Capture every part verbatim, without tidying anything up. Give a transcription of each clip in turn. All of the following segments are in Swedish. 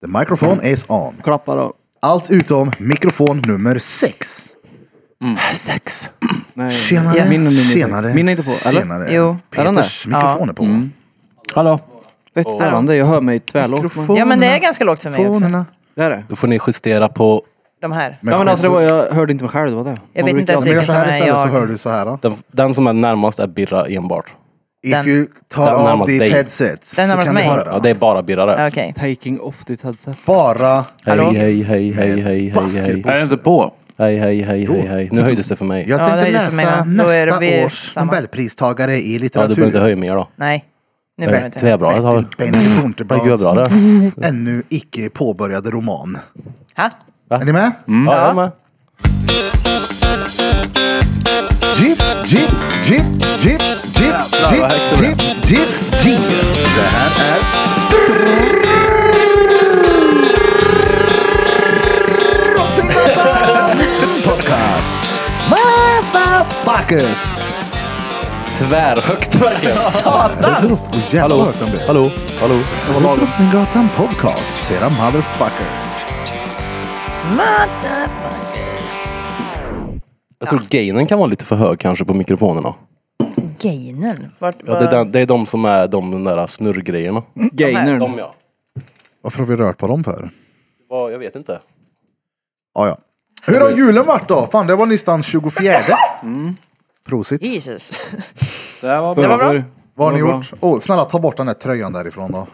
The microphone is on. Klappa då. Allt utom mikrofon nummer sex. Mm. Sex. Nej. Tjenare, Ja. Min, min, tjenare, min är inte på, eller? tjenare. Jo. Peters mikrofon är på. Mm. Hallå. Fett spännande, jag hör mig tvärlågt. Mikrofonerna. Ja, men det är ganska lågt för mig också. Mikrofonerna. Det är det. Då får ni justera på De här. Men Ja men alltså det var, Jesus. jag hörde inte mig själv, det var det. Jag Man vet inte brukar- ens Men gör så här Vilken som är istället så jag. hör du så här då. den, den som är närmast är Birra enbart. If Den- you tar den av närmast ditt dig. headset Den så närmast kan du mig. höra. Ja, det är bara Birra det. Okej. Taking off ditt headset. Bara Hej, Hallå? hej, hej, hej, hej, hej, hej. Är det inte på? Hej, hej, hej, hej, hej. Nu höjdes det för mig. jag Ja, tänkte det är det för mig läsa med. Då är det nästa vi års samma. Nobelpristagare i Ja, du litteratur. behöver inte höja mer då. Nej. Nu behöver jag inte. Tvärbra. Det har Bengt Bonterblads gud bra det. ännu icke påbörjade roman. Ha? Är ni med? Ja, jag är med. Jeep, jeep, jeep, jeep, jeep, jeep, jeep, jeep, jeep. Det här är podcast. Motherfuckers. Tvärhögt verkligen. Satan! Och jävla Hallå, högt de blev. hallå, hallå. Det var lagom. Drottninggatan podcast. Sera motherfuckers. Motherfuckers. Jag tror gainen kan vara lite för hög kanske på mikrofonerna. Gainen. Vart, Ja, det, är den, det är de som är de där snurrgrejerna. Gainer. De ja. Varför har vi rört på dem för? Vad, jag vet inte. Ja, ja. Hur har julen varit då? Fan, det var nästan tjugofjärde. Mm. Prosit. Jesus. Det var Det var bra. Vad har ni Det var gjort? Åh, snälla ta bort den här tröjan därifrån då.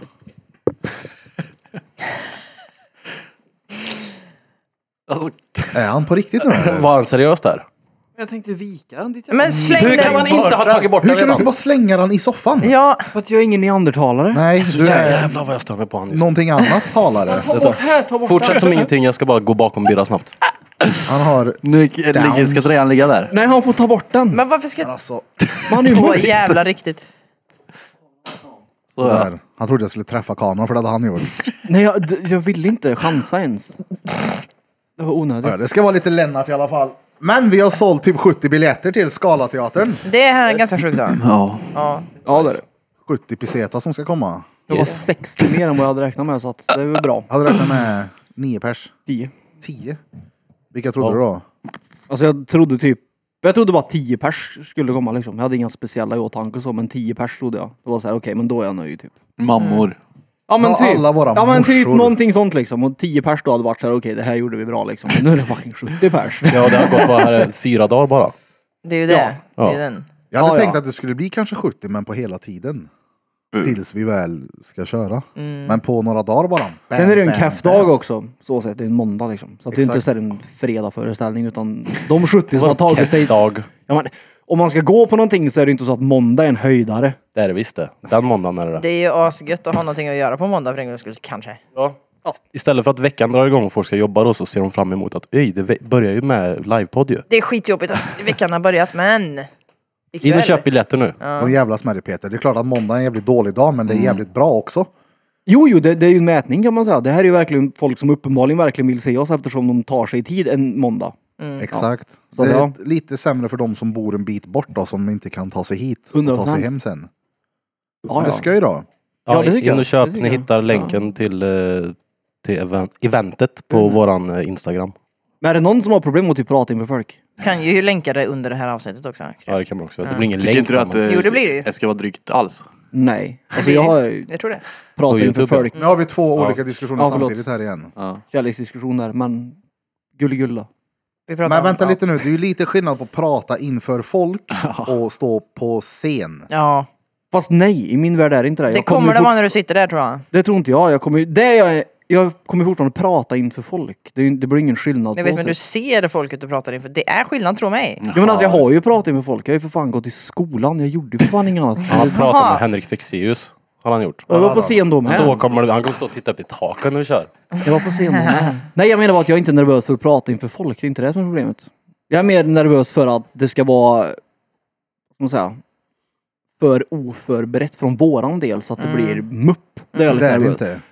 Alltså, Är han på riktigt nu eller? Var han seriös där? Jag tänkte vika den dit. Men släng Hur kan den man inte ha tagit bort Hur den kan du inte redan? bara slänga den i soffan? Ja. För att jag är ingen neandertalare. Nej, Så du är jävlar vad jag stör mig på han. någonting annat talare. Ta bort här, ta bort Fortsätt här. som ingenting, jag ska bara gå bakom Birra snabbt. Han har... nu ligger, ska tröjan ligga där? Nej, han får ta bort den. Men varför ska jag... Alltså, Man är ju På mörk. jävla riktigt. Så, ja. där. Han trodde jag skulle träffa kameran för det hade han gjort. Nej, jag, d- jag ville inte chansa ens. Det var onödigt. Ja, det ska vara lite Lennart i alla fall. Men vi har sålt typ sjuttio biljetter till Scalateatern. Det är ganska sjukt då. Ja. Ja. Ja, det är det. sjuttio peseta som ska komma. Det var Yes. sextio mer än vad jag hade räknat med, så att det är väl bra. Jag hade räknat med nio pers. tio. tio. Vilka trodde du då? Alltså jag trodde typ, jag trodde bara tio pers skulle komma liksom. Jag hade inga speciella i åtanke så, men tio pers trodde jag. Det var så här, okej, men då är jag nöjd typ. Mammor. Ja men Ja, typ, alla våra ja, men typ morsor. någonting sånt liksom. Och tio pers då hade varit så här, okej, det här gjorde vi bra liksom. Men nu är det fucking sjuttio pers. Ja, det har gått bara här fyra dagar bara. Det är ju det. Ja. Det är den. Jag hade Ja, tänkt ja. att det skulle bli kanske sjuttio, men på hela tiden. Mm. Tills vi väl ska köra. Mm. Men på några dagar bara. Bam, Sen är det ju en bam, kaffdag bam. också. Så sett, det är en måndag liksom. Så att det är inte Exakt. så här en fredag föreställning, utan de sjuttio som har Vadå, tagit sig... dag. Ja, men, om man ska gå på någonting så är det inte så att måndag är en höjdare. Det är det visst det. Den måndagen är det. Det är ju asgött att ha någonting att göra på måndag för en gångs skull, kanske. Ja. Istället för att veckan drar igång och folk ska jobba då, så ser de fram emot att öj, det ve- börjar ju med livepodd ju. Det är skitjobbigt att veckan har börjat, men... Ikväll. In och köp biljetter nu. Och jävla smärre Peter. Det är klart att måndag är en jävligt dålig dag, men det är jävligt bra också. Jo, jo, det, det är ju en mätning kan man säga. Det här är ju verkligen folk som uppenbarligen verkligen vill se oss eftersom de tar sig tid en måndag. Exakt. Så det är ja. lite sämre för de som bor en bit bort då, som inte kan ta sig hit och hundra ta sig procent. hem sen. Ja, Men det ja. ska ju då. Ja, Ja, det tycker in och jag. köp. Det tycker Ni jag. hittar länken till, eh, till event, eventet på Mm. våran eh, Instagram. Men är det någon som har problem med att typ prata inför folk? Kan ju länka det under det här avsnittet också. Ja, det kan man också. Det blir ingen Tycker länk. inte du att men- det, Jo, det blir det ju. det ska vara drygt alls? Nej. Alltså jag har Jag tror det. pratat På inför YouTube, folk. Nu har vi två Ja. olika diskussioner Ja, förlåt. samtidigt här igen. Ja. Kärleksdiskussion där, men gulligulla. Vi pratar Men om- vänta ja. lite nu. Det är ju lite skillnad på att prata inför folk och stå på scen. Ja, Fast nej, i min värld är det inte det. det Jag kommer det fort- vara när du sitter där, tror jag. Det tror inte jag. Jag kommer, det jag, är, jag kommer fortfarande prata inför folk. Det, är ju- det blir ingen skillnad. Jag så vet, men du sätt. ser folket du pratar inför. Det är skillnad, tro mig. Ja, men alltså, jag har ju pratat inför folk. Jag har ju för fan gått i skolan. Jag gjorde ju för fan inget annat. Han har pratat Jaha. med Henrik Fexeus. Har han gjort. Jag var på scen då med. Så kommer det, han kommer stå och titta upp i taket när vi kör. Jag var på scen då med. Nej, jag menar bara att jag inte är nervös för att prata inför folk. Det är inte det som är problemet. Jag är mer nervös för att det ska vara, vad ska man säga, för oförberett från våran del så att det blir mupp. Det är jag Det lite är det nervös. inte.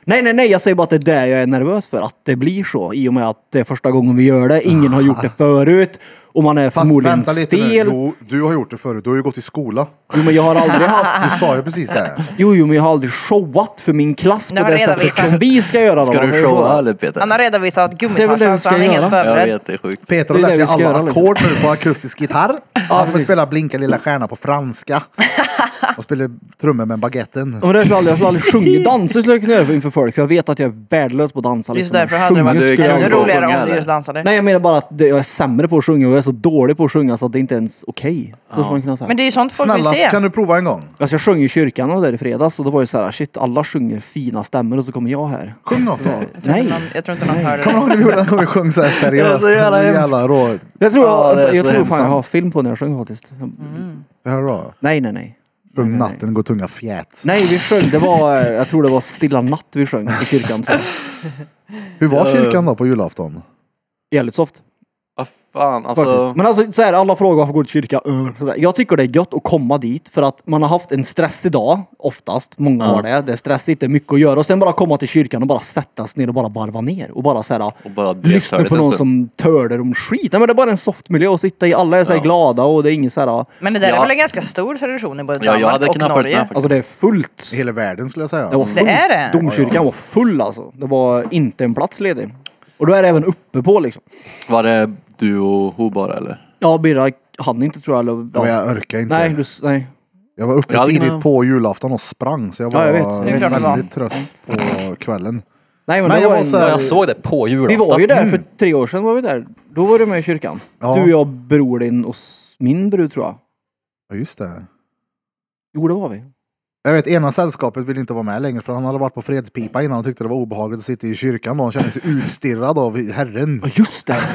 Nej, nej, nej. Jag säger bara att det är det jag är nervös för. Att det blir så. I och med att det är första gången vi gör det. Ingen har gjort det förut. Och man är Fast förmodligen vänta lite stel. nu. Jo, du har gjort det förut. Du har ju gått i skola. Jo, men jag har aldrig haft... Du sa ju precis det. Jo, jo, men jag har aldrig showat för min klass på Nej, det men sättet redovisat. som vi ska göra. Ska då. du Varför showa så? eller Peter? Han har redovisat Det är väl det vi gummitagsan så ska han är helt göra. Jag förberedd. vet, det är sjukt. Peter har Det är lärt det sig vi ska alla göra, ackord nu på akustisk gitarr. Han får precis. spela Blinka lilla stjärna på franska. Och spela trummor med baguetten. Ja, men det är för aldrig, jag skulle aldrig sjunga danser skulle jag kunna göra inför folk. För jag vet att jag är värdelös på att dansa. Just liksom. därför hade det Sjunga varit du skulle jag kan ännu aldrig- gå och roligare sjunga, om du eller? just dansade. Nej, jag menar bara att det- jag är sämre på att sjunga och jag är så dålig på att sjunga så att det inte ens är okej. Så skulle man kunna säga. Men det är ju sånt folk vill Snälla, se. kan du prova en gång? Alltså jag sjöng i kyrkan och där i fredags och då var det så här, shit, alla sjunger fina stämmor och så kommer jag här. Sjung något då. Nej. Jag tror inte någon hörde Kommer du ihåg när vi gjorde när vi sjöng så här seriöst? Det är så jävla hemskt. jävla rå. Jag tror, Ja, det är jag, jag så tror hemskt. fan jag har film på när jag sjöng faktiskt. Det här då. Nej, nej, nej. Sjung nej, nej. natten går tunga fjät. Nej, vi sjöng, det var, eh, jag tror det var Stilla natt vi sjöng i kyrkan. tror jag. Hur var kyrkan då på julafton? Jävligt soft. Vad fan, Faktiskt. alltså. Men alltså så här, alla frågar varför går du till kyrka? Uh, sådär. Jag tycker det är gött att komma dit för att man har haft en stressig dag oftast. Många har det. Det är stressigt, det är mycket att göra och sen bara komma till kyrkan och bara sättas ner och bara varva ner och bara så här, Och bara lyssna drevtörligt på en någon stund. som törder om skit. Nej, men det är bara en soft miljö att sitta i. Alla är så här Ja. glada och det är inget så här. Men det där är Ja. väl en ganska stor tradition i både Ja, jag Danmark hade och kunnat följt med Norge. faktiskt. Alltså det är fullt. I hela världen skulle jag säga. Det var Det fullt. är det? Domkyrkan var full alltså. Det var inte en plats ledig. Och då är det även uppe på liksom. Var det du och Ho bara eller? Ja, Birra hann inte tror jag. Eller, Ja, ja. jag orkar inte. Nej, du, nej. Jag var uppe Jag hade tidigt kunnat- på julafton och sprang. Så jag var Ja, jag vet. Det är klart det var. väldigt trött på kvällen. Nej, men Men det jag var var en, så här- Jag såg det på Vi julafton. var ju där för tre år sedan var vi där. Då var du med i kyrkan. Ja. Du, jag, bror din och s- min bror tror jag. Ja, just det. Jo, det var vi. Jag vet, ena sällskapet ville inte vara med längre för han hade varit på fredspipa innan och tyckte det var obehagligt att sitta i kyrkan. Och han kände sig utstirrad av Herren. Ja, just det.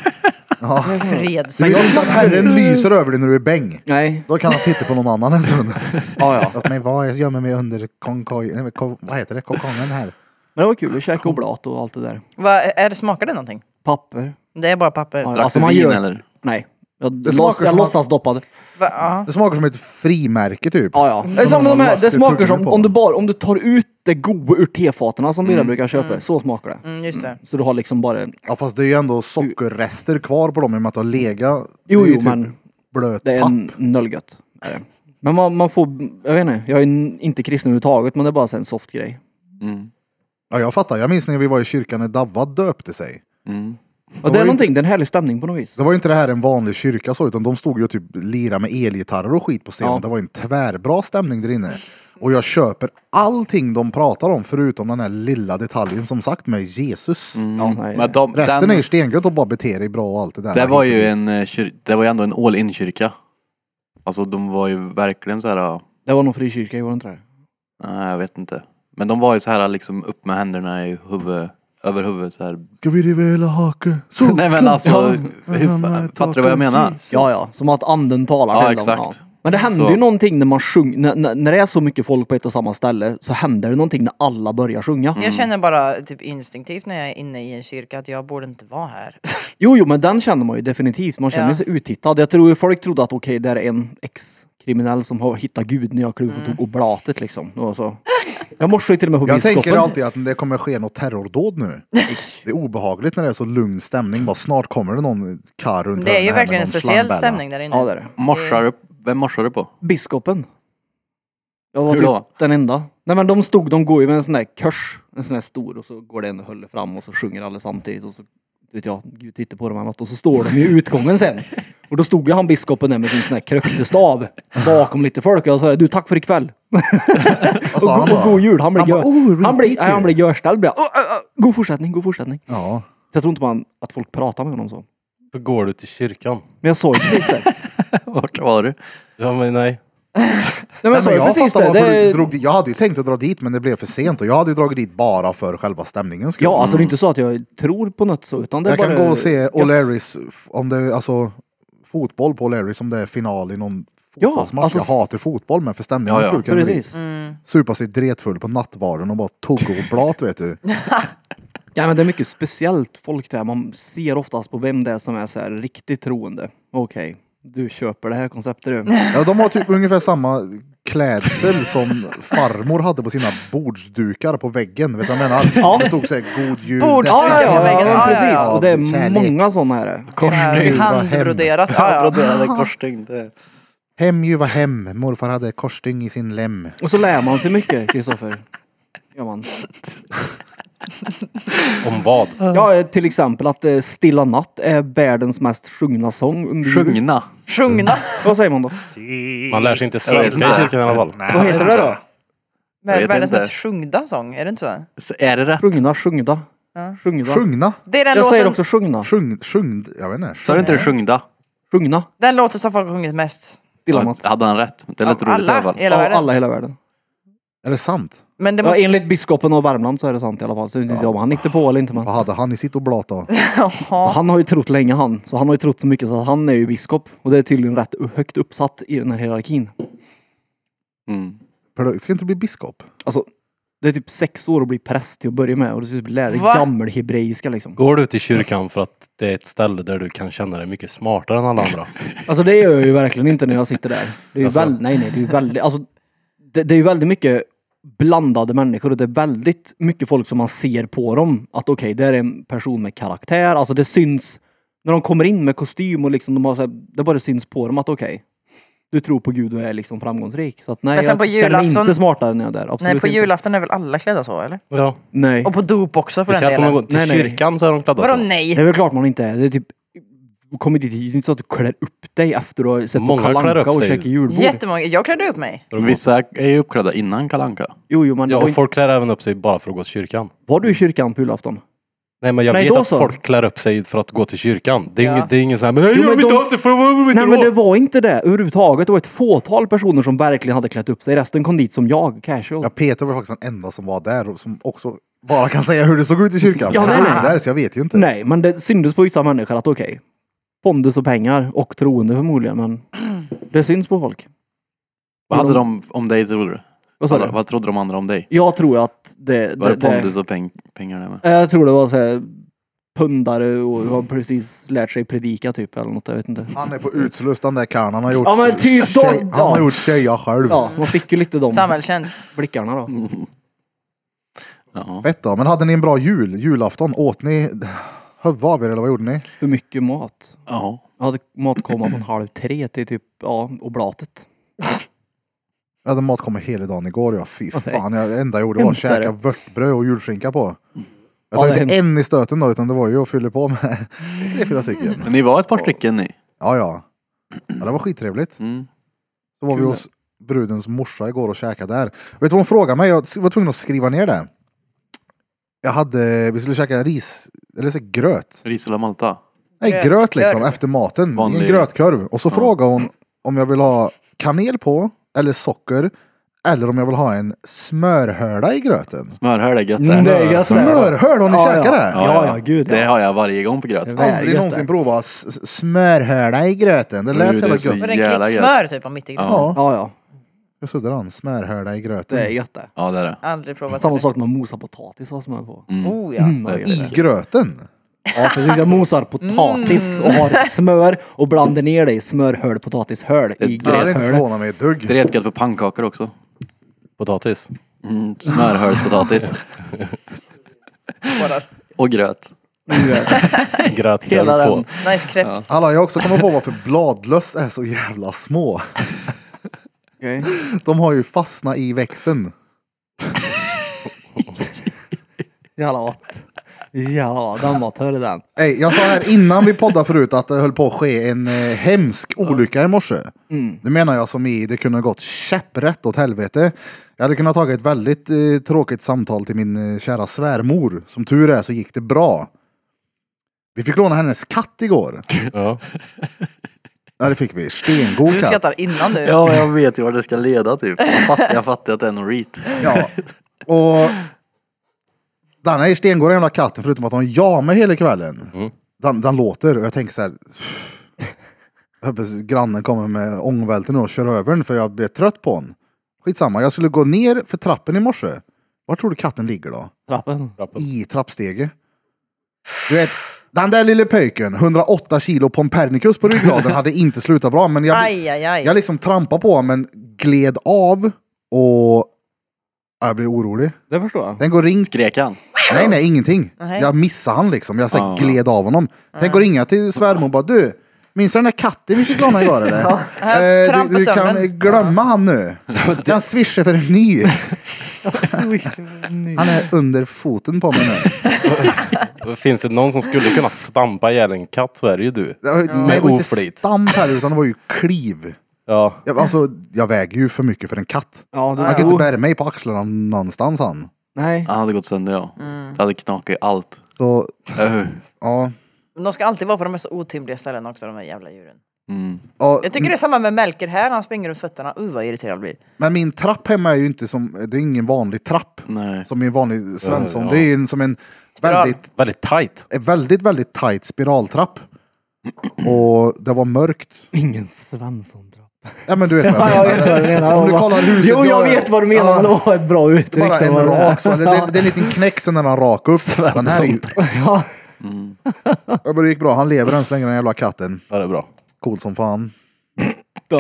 Ja. Freds. Du vill inte att Herren lyser över dig när du är bäng. Nej. Då kan han titta på någon annan en stund. Ja, ja. Låt mig vara, jag gömmer mig under konkoj... Nej, men ko- vad heter det? Kokongen här. Men det var kul. Vi käkade oblat och allt det där. Vad är det, smakar det någonting? Papper. Det är bara papper. Ja, Drack alltså du man vin gör... eller? Nej. Jag, Det låts, smakar jag som låtsas doppade. Va? Ja. Det smakar som ett frimärke typ. Ja, ja. Det, är som de här, det smakar tuggummi som på. om du, bara, om du tar ut det goda ur tefaterna som Birra Mm. brukar köpa. Så smakar det. Mm, just det. Så du har liksom bara... Ja, fast det är ju ändå sockerrester kvar på dem i och med att det har legat. Jo, det är ju jo, typ men blöt det är papp. en nöllgött. Är det. Men man, man får... Jag vet inte. Jag är n- inte kristen överhuvudtaget, men det är bara så en soft grej. Mm. Ja, jag fattar. Jag minns när vi var i kyrkan när Davva döpte sig. Mm. Och det var är ju någonting, det är en härlig stämning på något vis. Det var ju inte det här en vanlig kyrka så, utan de stod ju och typ lira med elgitarrer och skit på scenen. Ja. Det var ju en tvärbra stämning där inne. Och jag köper allting de pratar om förutom den här lilla detaljen som sagt med Jesus. Mm. Ja, nej. Men de, Resten den, är ju stengött och bara bete dig bra och allt det där. det var ju en eh, kyr, det var ju ändå en all-in kyrka. Alltså de var ju verkligen så här. Det var nog frikyrka, var det inte det? Nej, jag vet inte. Men de var ju så här liksom upp med händerna i huvud, över huvudet så här. Ska vi rivela hake? Så Nej men alltså, Ja. hur, fa- fattar du vad jag menar? Ja, ja. Som att anden talar Ja, till dem. exakt. Ja. Men det händer Så. ju någonting när man sjunger, när, när, när det är så mycket folk på ett och samma ställe så händer det någonting när alla börjar sjunga. Jag känner bara typ instinktivt när jag är inne i en kyrka att jag borde inte vara här. Jo, jo, men den känner man ju definitivt. Man känner Ja. sig uttittad. Jag tror ju folk trodde att okej, det är en ex-kriminell som har hittat Gud när jag klev och tog oblatet liksom. Och så. Jag morsade ju till och med på Jag biskopen. tänker alltid att det kommer ske något terrordåd nu. Det är obehagligt när det är så lugn stämning. Bara snart kommer det någon karl runt Det är ju hörnet här med verkligen en någon speciell slangbella. stämning där inne. Ja, det är det. Morsar du, vem morsar du på? Biskopen. Jag var Hur typ då? den enda. Nej, men de stod, de går ju med en sån där kurs. En sån där stor och så går det en och håller fram och så sjunger alla samtidigt och så vet jag, Gud tittar på dem annat och så står de i utgången sen. Och då stod ju han biskopen där med sin sån här kröktestav bakom lite folk och jag sa du tack för ikväll. Vad sa han och, och då? god jul. Han blir Han bara, gör, "Oh, han blir, riktigt nej, han ju." blir görställd. Blir, oh, oh, oh, god fortsättning, god fortsättning. Ja. Så jag tror inte man att folk pratar med honom så. Då går du till kyrkan. Men jag sa ju precis det. Vart var du? Ja men nej. Nej, men Nej, jag sa men ju jag, precis fattar det. varför du det drog dit. Jag hade ju tänkt att dra dit men det blev för sent och jag hade ju dragit dit bara för själva stämningen skull. ja, alltså det är inte så att jag tror på något så utan det är Jag bara... kan gå och se O'Larrys om det är alltså fotboll på O'Larrys om det är final i någon Ja, fotbollsmatch. alltså- Jag hatar fotboll men för stämningen Ja, ja. skull kan jag dit. Precis. Mm. Supa sig dretfull på nattvarden och bara tugga och blat vet du. Ja, men det är mycket speciellt folk där. Man ser oftast på vem det är som är så här riktigt troende. Okej, du köper det här konceptet du. Ja, de har typ ungefär samma klädsel som farmor hade på sina bordsdukar på väggen. Vet du vad jag menar? Ja. Det stod så här, god jul. Bord- detta- Ja, ja, ja, väggen. ja, Ja, precis. ja, ja. Och det är Kärlek. många sådana här. Korsstygn var hem. Handbroderat. Ja, ja. Broderade korsstygn. Det. Hem ju var hem. Morfar hade korsstygn i sin lem. Och så lär man sig mycket, Kristoffer. Ja, man. Om vad? Ja, till exempel att eh, Stilla natt är världens mest sjungna sång under jul. Sjungna. Sjungna. Vad säger man då? Man lär sig inte Jag vet svenska i inte. kyrkan i alla fall. Vad heter det då? vet Världens inte. mest sjungda sång, är det inte så? Så är det rätt? Sjungna, sjungda. Ja. Sjungda. Sjungna. Det är den Jag låten, säger också sjungna. Sjung, sjung, jag vet inte. Så är det inte det sjungda? Sjungna. den låten som folk har sjungit mest. Stilla Ja, natt. hade han rätt? Det Av lät roligt i alla alla fall. i hela Ja, världen. alla i hela världen. Är det sant? Men det Ja, måste... enligt biskopen av Värmland så är det sant i alla fall. Så vet inte jag om han inte på eller inte. Men. Vad hade han i sitt oblat då? Ja. Han har ju trott länge han. Så han har ju trott så mycket så att han är ju biskop. Och det är tydligen rätt högt uppsatt i den här hierarkin. Mm. För du ska inte bli biskop. Alltså, det är typ sex år att bli präst till att börja med. Och du ska typ lära dig Va? gammal hebreiska liksom. Går du till kyrkan för att det är ett ställe där du kan känna dig mycket smartare än alla andra? Alltså det gör jag ju verkligen inte när jag sitter där. Det är ju Alltså. väl, nej nej, det är ju väldigt, alltså det, det är ju väldigt mycket blandade människor och det är väldigt mycket folk som man ser på dem. Att okej, okay, det är en person med karaktär. Alltså det syns, när de kommer in med kostym och liksom, de har så här, det bara syns på dem att okej, okay, du tror på Gud och är liksom framgångsrik. Så att nej, Men sen jag på känner mig julafton- inte smartare när jag är där. Absolut Nej, på inte. julafton är väl alla klädda så, eller? Ja. Nej. Och på dop också för den Speciellt om de delen. går till Nej, nej. kyrkan så är de klädda Vadå så. Det nej? är väl klart man inte är. Det är typ, du kommer dit, det är inte så att du klär upp dig efter att ha sett på Många Kalle klär upp Anka och sig. käkat julbord. Jättemånga. Jag klädde upp mig. Vissa är ju uppklädda innan Kalle Anka. Jo, jo, men Ja, var, och inte, folk klär även upp sig bara för att gå till kyrkan. var du i kyrkan på julafton? Nej, men jag Nej, vet då att så. folk klär upp sig för att gå till kyrkan. Det är, Ja. ingen, det är ingen sån här, men Jo, jag men vill inte de- ha sig för vad vill Nej inte men det ha. var inte det överhuvudtaget. Det var ett fåtal personer som verkligen hade klätt upp sig. Resten kom dit som jag, casual. Ja, Peter var faktiskt den enda som var där och som också bara kan säga hur det såg ut i kyrkan. Ja, Jag nej, var nej. inte där så jag vet ju inte. Nej, men det syntes på vissa människor att okej, pondus och pengar och troende förmodligen, men det syns på folk. Vad hade de om dig, tror du? Vad sa Alla- du? Vad trodde de andra om dig? Jag tror att det... Var det det, pondus det och peng, pengar där med? jag tror det var så här pundare och har precis lärt sig predika typ eller något, jag vet inte. Han är på utslust den där karln. Han har gjort, Ja, men typ då- tjej, han har ja. gjort tjejer själv. Ja, man fick ju lite de Samhällstjänst. blickarna då. Ja. Fett då. Men hade ni en bra jul? Julafton? Åt ni huvud av er eller vad gjorde ni? För mycket mat. Ja. Jag hade matkomma från halv tre till typ, ja, oblatet. Jag hade mat kommit hela dagen igår. Ja, fy Okej. fan. Jag, det enda jag gjorde var att Hemskt är käka det. vörtbröd och julskinka på. Jag Ja, tar det är inte hemskt. en i stöten då, utan det var ju att fylla på med tre, fyra stycken. Men ni var ett par stycken ni. Ja, ja. Ja, det var skittrevligt. Mm. Så var vi Kul. hos brudens morsa igår och käkade där. Vet du vad hon frågade mig? Jag var tvungen att skriva ner det. Jag hade, vi skulle käka ris, eller så gröt. Ris eller Malta. Nej, Grötkorv. gröt liksom efter maten. Vanlig. En grötkorv. Och så Ja. frågade hon om jag vill ha kanel på, eller socker, eller om jag vill ha en smörhörda i gröten. Smörhörda är gött Mm, det är såhär. gött. Smörhörda, har ni Ja, käkat ja. det? Ja, ja, gud, ja. Det har jag varje gång på gröt. Det är Aldrig gött någonsin det. provat s- smörhörda i gröten. Det Jo, lät det så är jävla så gött. Var det en Jävla klick gött. smör typ på mitt i Ja. ja. Ja, ja. Jag suddar han. Smörhörda i gröten. Det är gött det. Ja, det är det. Aldrig provat Samma det. sak med mosa potatis och smör på. Mm. Oh ja. Mm, vad gött I det är. gröten? Ja, precis. Jag mosar potatis och har smör och blandar ner det i smörhörd potatishörd i Det- Det hade inte gräddhörd. förvånat mig ett dugg. Det är rätt gött för pannkakor också. Potatis. Mm. Smörhörd potatis. Och gröt. Grötkorv Hela på. den. Nice crepes. Alla, jag har också kommit på varför bladlöss är så jävla små. Okej. De har ju fastnat i växten. Jävlar vad. Ja, den var törr den. Ey, jag sa här innan vi poddade förut att det höll på att ske en eh, hemsk olycka i morse. Mm. Det menar jag som i det kunde ha gått käpprätt åt helvete. Jag hade kunnat ta ett väldigt eh, tråkigt samtal till min eh, kära svärmor. Som tur är så gick det bra. Vi fick låna hennes katt igår. Ja. Ja, det fick vi. Stengod Du katt. skrattar innan du. Ja, jag vet ju vad det ska leda typ. Jag fattar, jag fattar att det är någon reet. Ja. Och den är stengod den jävla katten förutom att hon jamar hela kvällen. Mm. Den, den låter och jag tänker så här. Jag hoppas grannen kommer med ångvälten och kör över den för jag blev trött på den. Skitsamma, jag skulle gå ner för trappen i morse. Var tror du katten ligger då? Trappen. I trappsteget. Du vet, Den där lille pöjken, hundraåtta kilo Pompernicus på ryggraden hade inte slutat bra. Men jag, Aj, aj, aj. jag liksom trampade på men gled av och jag blev orolig. Det förstår jag. Den går ring. Skrek han? Nej, nej, ingenting. Nej. Jag missade han liksom. Jag så här Ja. gled av honom. Tänk att ringa till svärmor och bara du, minns du den där katten vi fick låna igår eller? Ja, Eh, tramp du, på du kan sömnen. glömma han nu. Den swishar för en ny. Han är under foten på mig nu. Finns det någon som skulle kunna stampa ihjäl en katt så är det ju du. Det var, Med nej, det var inte oflit. stamp här utan det var ju kliv. Ja. Jag, alltså, jag väger ju för mycket för en katt. Ja, du, Han kan inte bära mig på axlarna någonstans han. Nej. Han hade gått sönder, ja. Det hade knakat i allt. Så, Uh. ja. De ska alltid vara på de mest otympliga ställen också, de här jävla djuren. Mm. ja. Jag tycker det är samma med Melker här, han springer runt fötterna. Uh, vad irriterad jag blir. Men min trapp hemma är ju inte som, det är ingen vanlig trapp. Nej. Som i en vanlig Svensson. Ja. Det är en, som en väldigt, Väldigt tight. en väldigt, väldigt tight spiraltrapp. Och det var mörkt. Ingen Svensson-trapp. Ja men du vet vad Ja, jag jag vet vad du menar. Om du kollar huset. Jo, jag vet vad du menar, Ja, men det var ett bra uttryck. bara det en var det. rak så. Eller det, det är en liten knäck sen den har rak upp. Den här är ju, Ja. Mm. ja, men det gick bra. Han lever än så länge den jävla katten. Ja, det är bra. Cool som fan. Ja.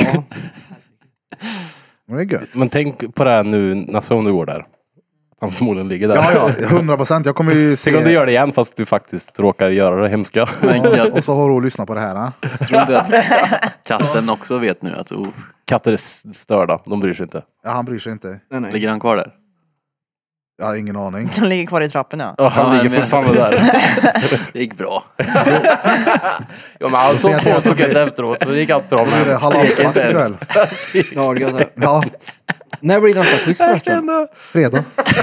Men det är gött. Men tänk på det här nu nästa gång du går där. Han förmodligen ligger där. Ja, ja, hundra procent. Jag kommer ju Tänk om du se. gör det igen fast du faktiskt råkar göra det hemska. Men jag Och så har du lyssnat på det här. Äh? tror inte att katten också vet nu att oh, Katter är s- störda, de bryr sig inte. Ja, han bryr sig inte. Nej, nej. ligger han kvar där? Jag har ingen aning. Han ligger kvar i trappen, ja. Ja, han Ja, ligger jag fortfarande där. Det gick bra. Ja, men han såg Jag på ser så att- gött efteråt så det gick allt bra. Nu är det Men halvflack ikväll. Ja, gött. Ja, När blir nästa quiz förresten? fredag.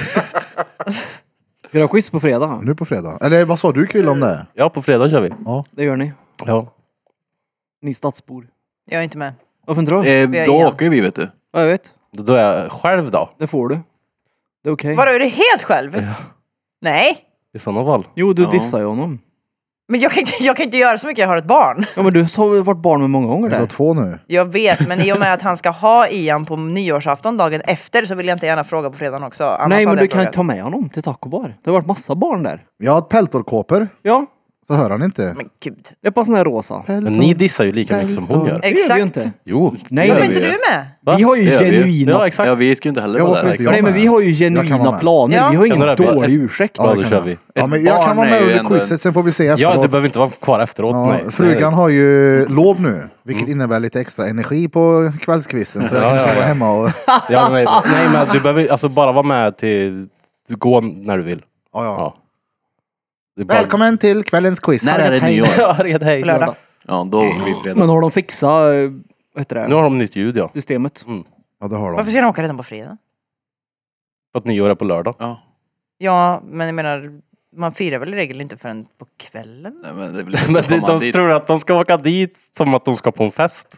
Ska du ha quiz på fredag? Nu på fredag. Eller vad sa du Krille om det? ja, på fredag kör vi. Det gör ni. Ja. Ni stadsbor. Jag är inte med. Varför inte då? Eh, Vi har då igen. åker vi vet du. Ja, jag vet. Då är jag själv då. Det får du. Det är okej. Vadå, är du helt själv? Nej. I sådana fall. Jo, du Ja. dissar ju honom. Men jag kan, inte, jag kan inte göra så mycket, jag har ett barn. Ja, men du har ju varit barn med många gånger Det var där. två nu. Jag vet, men i och med att han ska ha Ian på nyårsafton dagen efter så vill jag inte gärna fråga på fredagen också. Annars Nej, men hade du jag kan frågat. ta med honom till Taco Bar. Det har varit massa barn där. Jag har ett peltorkåpor. Ja, Så hör han inte. Men gud. det är bara sån här rosa. Men ni dissar ju lika mycket som hon gör. Det gör vi Exakt. inte. Jo. Nej, det Varför gör är vi inte ju. du med? Va? Vi har ju Det gör vi ju. genuina... Ja, exakt. Ja, vi skulle inte heller Ja, vara varför där. inte jag? Nej, men vi har ju Jag kan vara genuina med. planer. Ja. Vi har Kan ingen du det? dålig Ett- ursäkt. Ja, det då kan kör jag. vi. Ja, men Ett jag kan barn vara med är ju under ändå en- quizet, sen får vi se efteråt. Ja, du behöver inte vara kvar efteråt. Ja, Nej. frugan har ju lov nu, vilket innebär lite extra energi på kvällskvisten. Så jag Ja, kan ja, vara ja. hemma och... Ja, nej, nej, men du behöver alltså bara vara med till... Du går när du vill. Ja, ja. Ja. Det är bara- Välkommen till kvällens quiz. När är det Hej. nyår? Ja, red hej. På lördag. Ja, då åker vi fredag. Men har de fixat, eh, vad heter det, Nu har de nytt ljud, ja. systemet? Ja, det har de. Varför ska han åka redan på fredag? För att nyår är på lördag. Ja. Ja, men jag menar, man firar väl i regel inte förrän på kvällen? Nej, men det är väl inte Men att de, komma de dit. tror att de ska åka dit som att de ska på en fest.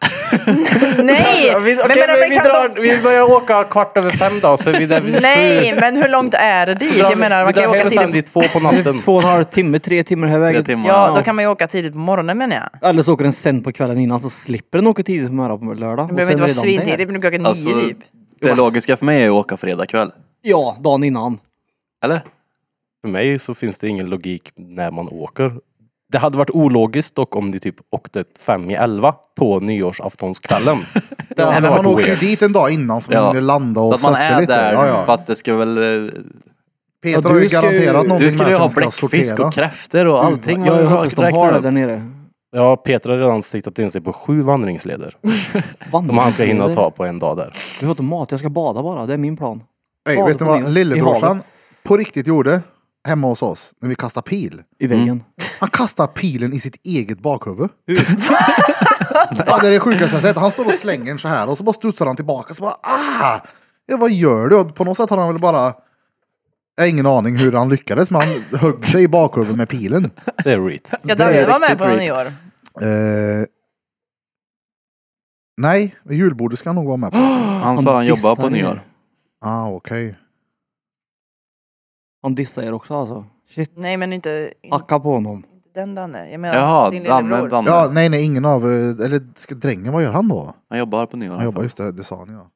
Nej! Ja, vi, men, okej, men, vi, men, vi, kan drar, de... vi börjar åka kvart över fem då, så är vi där vid Nej, sju. men hur långt är det dit? Vi drar- Jag menar, vi man kan ju drar åka hem sen tidigt. vid två på natten. Två och en halv timme, tre timmar här Tre vägen. timmar. Ja, då kan man ju åka tidigt på morgonen menar jag. Eller så åker den sen på kvällen innan, så slipper den åka tidigt på morgonen på lördag. Det Och behöver inte sen vara är redan svintidigt, där. men du kan åka Alltså, nio typ. det logiska för mig är att åka fredag kväll. Ja, dagen innan. Eller? För mig så finns det ingen logik när man åker. Det hade varit ologiskt dock om de typ åkte fem i elva på nyårsaftonskvällen. Det Ja, hade men man varit åker ju weird. dit en dag innan så Ja. man hinner landa Så och att man söfta är lite. där Ja, ja. för att det ska väl... eh, Peter Ja, har ju du ska ju- garanterat någonting Du skulle ju med ha som ska bläckfisk sortera. och kräftor och allting. Jag var hoppas de har räknat det upp. där nere. Ja, Peter har redan siktat in sig på sju vandringsleder. Som han ska hinna ta på en dag där. Vi har inte mat, jag ska bada bara. Det är min plan. Nej, Ja, vet du på vad Neo. I lillebrorsan havet. på riktigt gjorde hemma hos oss när vi kastade pil? I väggen. Han kastar pilen i sitt eget bakhuvud. Ja, det är det sjukaste jag sett. Han står och slänger den så här och så bara studsar han tillbaka så bara ah! Ja, vad gör du? Och på något sätt har han väl bara jag har ingen aning hur han lyckades men han högg sig i bakhuvudet med pilen. Det är reet. Ska Det är Danne vara med riktigt på reet. nyår? Eh, nej, julbordet ska han nog vara med på. Han sa han jobbar på dissar er. nyår. Ah, okej. Han dissar er också alltså. Shit. Nej, men inte, inte Hacka på honom. den Danne. Jag menar Jaha, din Danne, lillebror. Danne. Ja, nej, nej, ingen av eh, eller ska drängen, vad gör han då? Han jobbar på nyår. Han jobbar, just det, det sa han ja.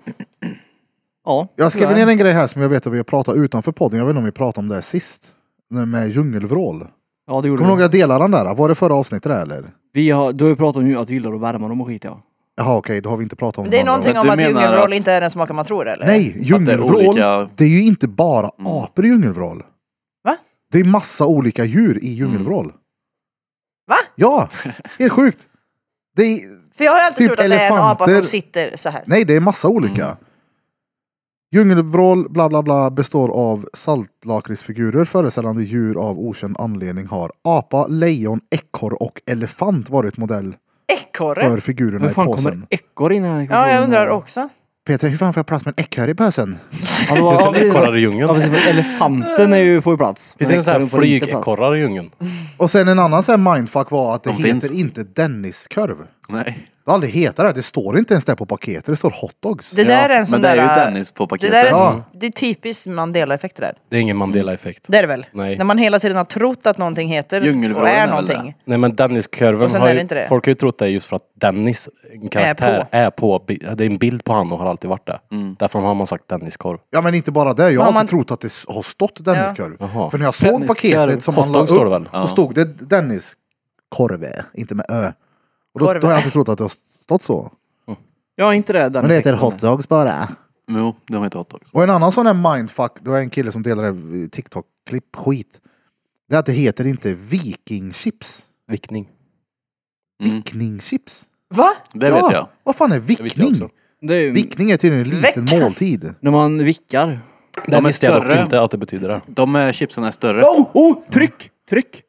Ja. Jag skrev tyvärr. ner en grej här som jag vet att vi har pratat utanför podden. Jag vet inte om vi pratade om det här sist. med djungelvrål. Ja, det gjorde Kommer du ihåg vi. jag delade den där? Var det förra avsnittet där eller? Vi har, du har ju pratat om att du gillar att värma dem och skit, ja. Jaha okej, då har vi inte pratat om Det är de andra. någonting Men om du att menar djungelvrål att- inte är den smaken man tror eller? Nej, djungelvrål, det, olika- är ju inte bara Mm. apor i djungelvrål. Va? Det är massa olika djur i djungelvrål. Mm. Va? Ja, helt sjukt. Det är, För jag har alltid Typ trott att det är en apa som elefanter. sitter så här. nej, det är massa olika. Mm. Djungelvrål bla bla bla består av saltlakritsfigurer föreställande djur av okänd anledning har apa, lejon, ekorre och elefant varit modell Ekorre? för figurerna Hur i fan påsen. kommer ekorre in i den här Ja, jag ekvationen? undrar också. Peter, hur fan får jag plats med en ekorre i pösen? Ja, det var, Det är ja, som precis. ekorrar i Ja, djungeln. precis. Elefanten är ju, får ju plats. Finns Men det en sån här ekorren får inte plats. flygekorrar i djungeln? Och sen en annan sån här mindfuck var att det De heter finns. inte Denniskorv. Nej. Det har aldrig hetat det. Det står inte ens där på paketet. Det står hotdogs. Det där är en sån men det är där... ju Dennis på Det paketet. där är, Ja. det är typiskt Mandela-effekt det där. Det är ingen Mandela-effekt. Det är det väl? Nej. När man hela tiden har trott att någonting heter Djungelvrålen och är är väl någonting. Nej men Dennis-kurven Och sen har är det ju, inte det. folk har ju trott det just för att Dennis, en karaktär, på. är på. bi- Det är en bild på han och har alltid varit det. Mm. Därför har man sagt Dennis-korv. Ja men inte bara det. Jag har Har man- alltid trott att det s- har stått Denniskorv. Jaha. För när jag såg Denniskorv. paketet som han la upp Hotdog står det väl? så stod det Denniskorve. Inte med ö. Och då, Korve. då har jag alltid trott att det har stått så. Ja, inte det. Den Men det heter effekten. hotdogs bara. Jo, de heter hotdogs. Och en annan sån här mindfuck. Det var en kille som delade TikTok-klipp skit. Det är att det heter inte vikingchips. Vickning. Mm. Vickningschips. Va? Det Ja, vet jag. Vad fan är Det visste jag vickning? också. Det är ju Vickning är tydligen en liten Vecka. måltid. när man vickar. Det De är visste jag dock större. inte att det betyder det. De är chipsen är större. Oh, oh, tryck, tryck.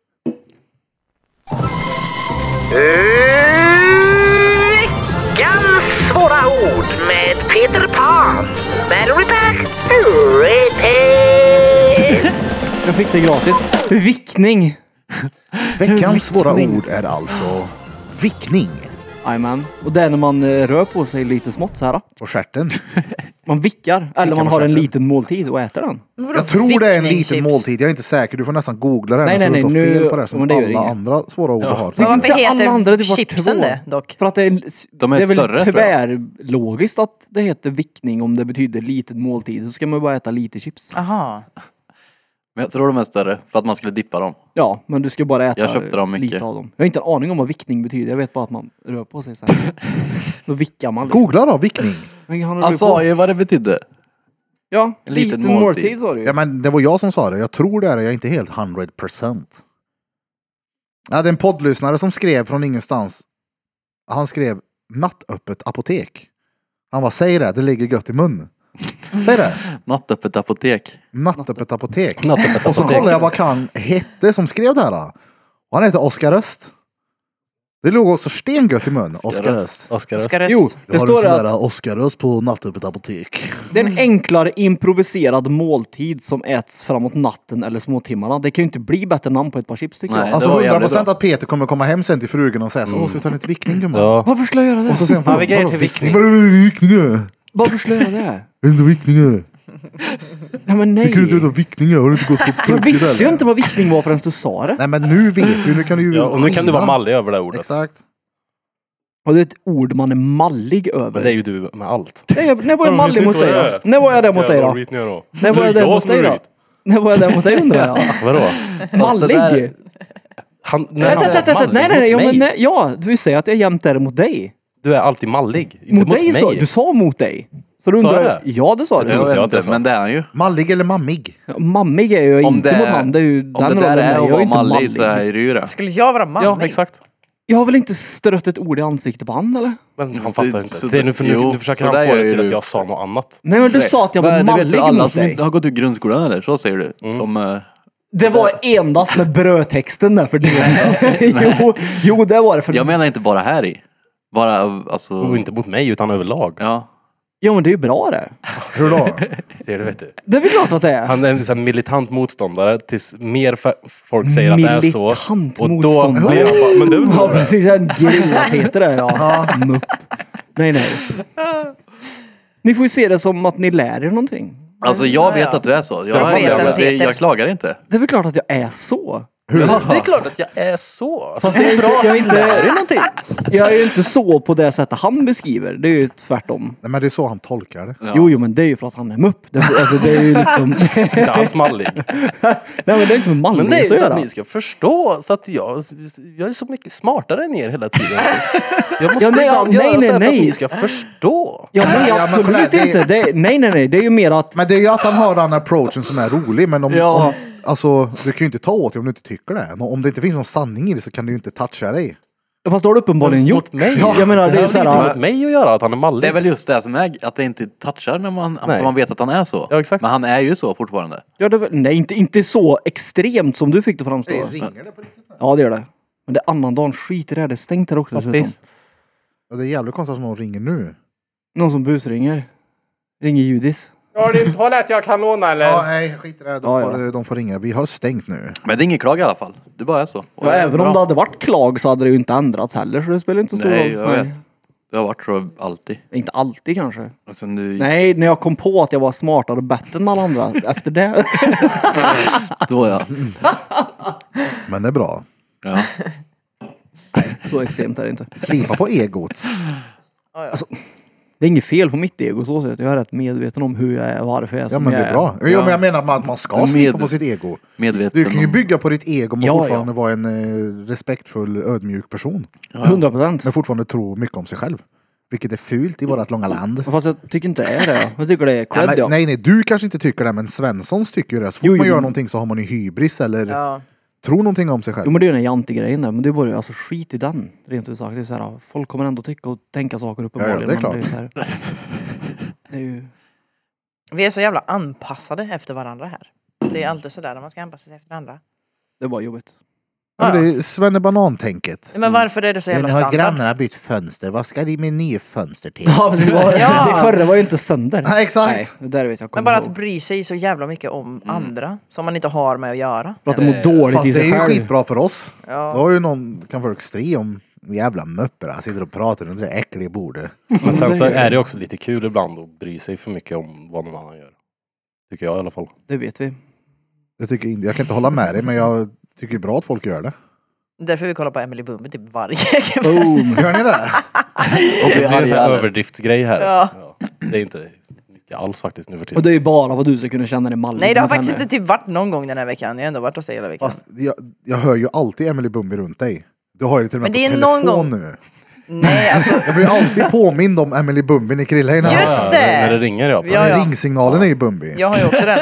Veckans svåra ord med Peter Pan. Battery pack, repeat. Jag fick det gratis. Vickning. Veckans svåra Vickning. ord är alltså vickning. Jajamän. Och det är när man eh, rör på sig lite smått så här. Och stjärten. Man vickar. Eller man med har en stjärten. liten måltid och äter den. Men vadå Jag tror det är en liten vickningschips? måltid. Jag är inte säker. Du får nästan googla det. Nej, Nej, nej, nej, nej, nej. nu- Fel på det som men det gör alla inget. andra svåra ord Ja. har. Men kan varför säga alla andra, heter det var chipsen två. det dock? För att det är, De är det är väl större, tror jag. tvärlogiskt att det heter vickning om det betyder liten måltid. Så ska man ju bara äta lite chips. Aha. Men jag tror de är större för att man skulle dippa dem. Ja, men du ska bara äta Jag köpte dem mycket. lite av dem. Jag har inte en aning om vad vickning betyder. Jag vet bara att man rör på sig så här. Då vickar man. liksom. Googla då, vickning. Men han Han sa ju vad det betydde. Ja, En liten, liten måltid. måltid sa du ju. Ja, men det var jag som sa det. Jag tror det är det. Jag är inte helt hundra procent. Jag hade en poddlyssnare som skrev från ingenstans. Han skrev nattöppet apotek. Han var säg det, det ligger gött i mun. Säg det. Nattöppet apotek. Nattöppet apotek. Nattöppet Och så apotek. kollade jag vad han hette som skrev det här. Och han heter Oskar Öst. Det låg också stengött i mun. Oskar Öst. Oskar Öst. Oskar Öst. Jo, Det det har står du att sådär Oskar Öst på nattöppet apotek. det är en enklare improviserad måltid som äts framåt natten eller småtimmarna. Det kan ju inte bli bättre namn på ett par chips tycker Nej. jag. Alltså var hundra jävligt procent bra. att Peter kommer komma hem sen till frugan och säga så. Åh, ska vi ta lite vickning gumman? Ja. Varför skulle jag göra Och så det? sen Ja, vi grejer till vickning. Vadå vickning? är? Varför skulle jag göra det? Vet du inte vad vickning är? Nej men nej. Hur kunde du veta vad vickning är? Har du inte gått på Jag plugget visste ju eller? inte vad vickning var förrän du sa det. Nej men nu vet du, nu kan du ju... Ja, och nu kan du vara skina. mallig över det ordet. Exakt. Och det är ett ord man är mallig över. Men det är ju du med allt. Nej, när var jag mallig mot dig då? När var jag det mot dig då? När var jag det mot dig då? När var jag det mot dig undrar jag? Vadå? Mallig? där- Han, när Vänta, han vänta, var vänta, nej, mallig nej, nej, mot ja, men, mig. nej, ja, du säger att jag jämt är mot dig. Du är alltid mallig. Inte Mot mot, dig mig. sa du sa mot dig. Så du Sa undrar, jag det? ja det sa Jag du. tror Jag inte vet att det är inte, så. men det är han ju. Mallig eller mammig? Ja, mammig är jag Om inte det- mot han. Det är ju Om den det där rollen är jag att är vara inte mallig mallig. så är det ju det. Skulle jag vara mallig? Ja, exakt. Jag har väl inte strött ett ord i ansiktet på han eller? Men han Så- fattar inte. så- Se, nu, för nu, jo, nu försöker så han där få gör det ju till att du. jag sa något annat. Nej men du sa att jag var Men du vet mallig alla mot som dig. inte har gått ut grundskolan eller? Så säger du. Mm. De, eh, Det var endast med brödtexten där för det. jo, jo, det var det. För jag menar inte bara här i. Bara alltså. Och inte mot mig utan överlag. Ja. Ja men det är ju bra det. Hur då? Ser du, vet du. Det är väl klart att det är. Han är en sån här militant motståndare tills mer fa- folk säger att det är så. Militant Och då motståndare. blir han bara, men det är väl Ja bra det. precis, en grilla heter det ja. Mupp. Nej nej. Ni får ju se det som att ni lär er någonting. Alltså jag Ja, vet ja. att du är så. Jag, Jag jag, vet jag, att jag, Peter- jag klagar inte. Det är väl klart att jag är så. Hur? Ja, det är klart att jag är så. Alltså, Fast det är bra. Jag är inte, är det någonting? jag är ju inte så på det sättet han beskriver. Det är ju tvärtom. Nej, men det är så han tolkar det. Ja. Jo, jo, men det är ju för att han är mupp. Det, alltså, det är ju liksom... Inte alls mallig. Nej, men det är inte med Men manlighet det är ju att så göra. att ni ska förstå. Så att jag, jag är så mycket smartare än er hela tiden. Jag måste Ja, nej, ibland nej, göra nej, så här för att nej. ni ska förstå. Ja, nej, Ja, men absolut kolla här, det är- inte. Det är, nej, nej, nej. Det är ju mer att... Men det är ju att han har den approachen som är rolig. Men om, Ja. om alltså, du kan ju inte ta åt dig om du inte tycker det. Om det inte finns någon sanning i det så kan du ju inte toucha dig. Fast då har du uppenbarligen gjort. Mot mig. Ja, jag menar, det är ju har väl inte såhär... med mig att göra att han är mallig. Det är väl just det som är att det inte touchar när man, för man vet att han är så. Ja, exakt. Men han är ju så fortfarande. Ja, det, är väl- nej, inte, inte så extremt som du fick det framstå. Ringer det på riktigt? Ja, det gör det. Men det är annandagen, skit i det här. Det är stängt här också dessutom. Pappis. Ja, det är jävligt konstigt att någon ringer nu. Någon som busringer. Ringer Judis. Har du en toalett jag kan låna eller? Ja, nej, skit i det. De, Ja, får, ja. de får ringa. Vi har stängt nu. Men det är ingen klag i alla fall. Det bara är så. Och Ja, det är även bra. om det hade varit klag så hade det ju inte ändrats heller. Så det spelar inte så stor Nej, roll. jag vet. Det har varit så alltid. Inte alltid kanske. Och sen du, Nej, när jag kom på att jag var smartare och bättre än alla andra efter det. Då ja. Men det är bra. ja. Så extremt är det inte. Slipa på egot. Det är inget fel på mitt ego så sätt. Jag är rätt medveten om hur jag är och varför jag är Ja, som men det jag är bra. Jo, men jag menar att man, man ska Med- slipa på sitt ego. Medveten Du kan ju om- bygga på ditt ego men Ja, fortfarande vara en eh, respektfull, ödmjuk person. Hundra procent. Men fortfarande tro mycket om sig själv. Vilket är fult i vårt långa land. Fast jag tycker inte det är det. Jag tycker det är Nej, cred, men, ja. nej, nej, du kanske inte tycker det, men Svenssons tycker ju det. Så fort Jo, man jo. gör någonting så har man ju hybris eller Ja. tror någonting om sig själv. Jo, men det är ju den jantegrejen där. Men det är bara alltså skit i den. Rent ut sagt. Det är så här, folk kommer ändå tycka och tänka saker uppenbarligen. Ja, ja, det är klart. men Det är, så här, det är ju... Vi är så jävla anpassade efter varandra här. Det är alltid sådär när man ska anpassa sig efter andra. Det är bara jobbigt. Ja, men det är svennebanan-tänket. Men varför är det så jävla Nu har standard? grannarna bytt fönster. Vad ska de med nya fönster till? Ja, men det, var, Ja. det förra var ju inte sönder. Ja, exakt. Nej, det där vet jag. Men kommer bara att ihåg. bry sig så jävla mycket om andra som man inte har med att göra. För att de mår dåligt Fast i det är sig ju själv. skitbra för oss. Då Ja. har ju någon, kan folk stri om jävla möppor. Han sitter och pratar under det äckliga bordet. Men sen så är det också lite kul ibland att bry sig för mycket om vad någon annan gör. Tycker jag i alla fall. Det vet vi. Jag, tycker, inte- jag kan inte hålla med dig, men jag tycker det är bra att folk gör det. Därför vi kollar på Emily Bumby typ varje Boom. Gör ni det? Och det är en sån här överdriftsgrej här. Ja. Ja. Det är inte mycket alls faktiskt nu för Och tiden. det är ju bara vad du ska kunna känna dig mallig. Nej, det har mot faktiskt henne. inte typ varit någon gång den här veckan. Jag har ändå varit hos dig hela veckan. Fast jag, jag hör ju alltid Emily Bumby runt dig. Du har ju det till och med Men det på är någon telefon gång- nu. Nej, alltså. Jag blir alltid påmind om Emily Bumby när Krille är Just Ja, det! När det ringer ja. Ja, ja. Ringsignalen är ju Bumby. Jag har ju också den.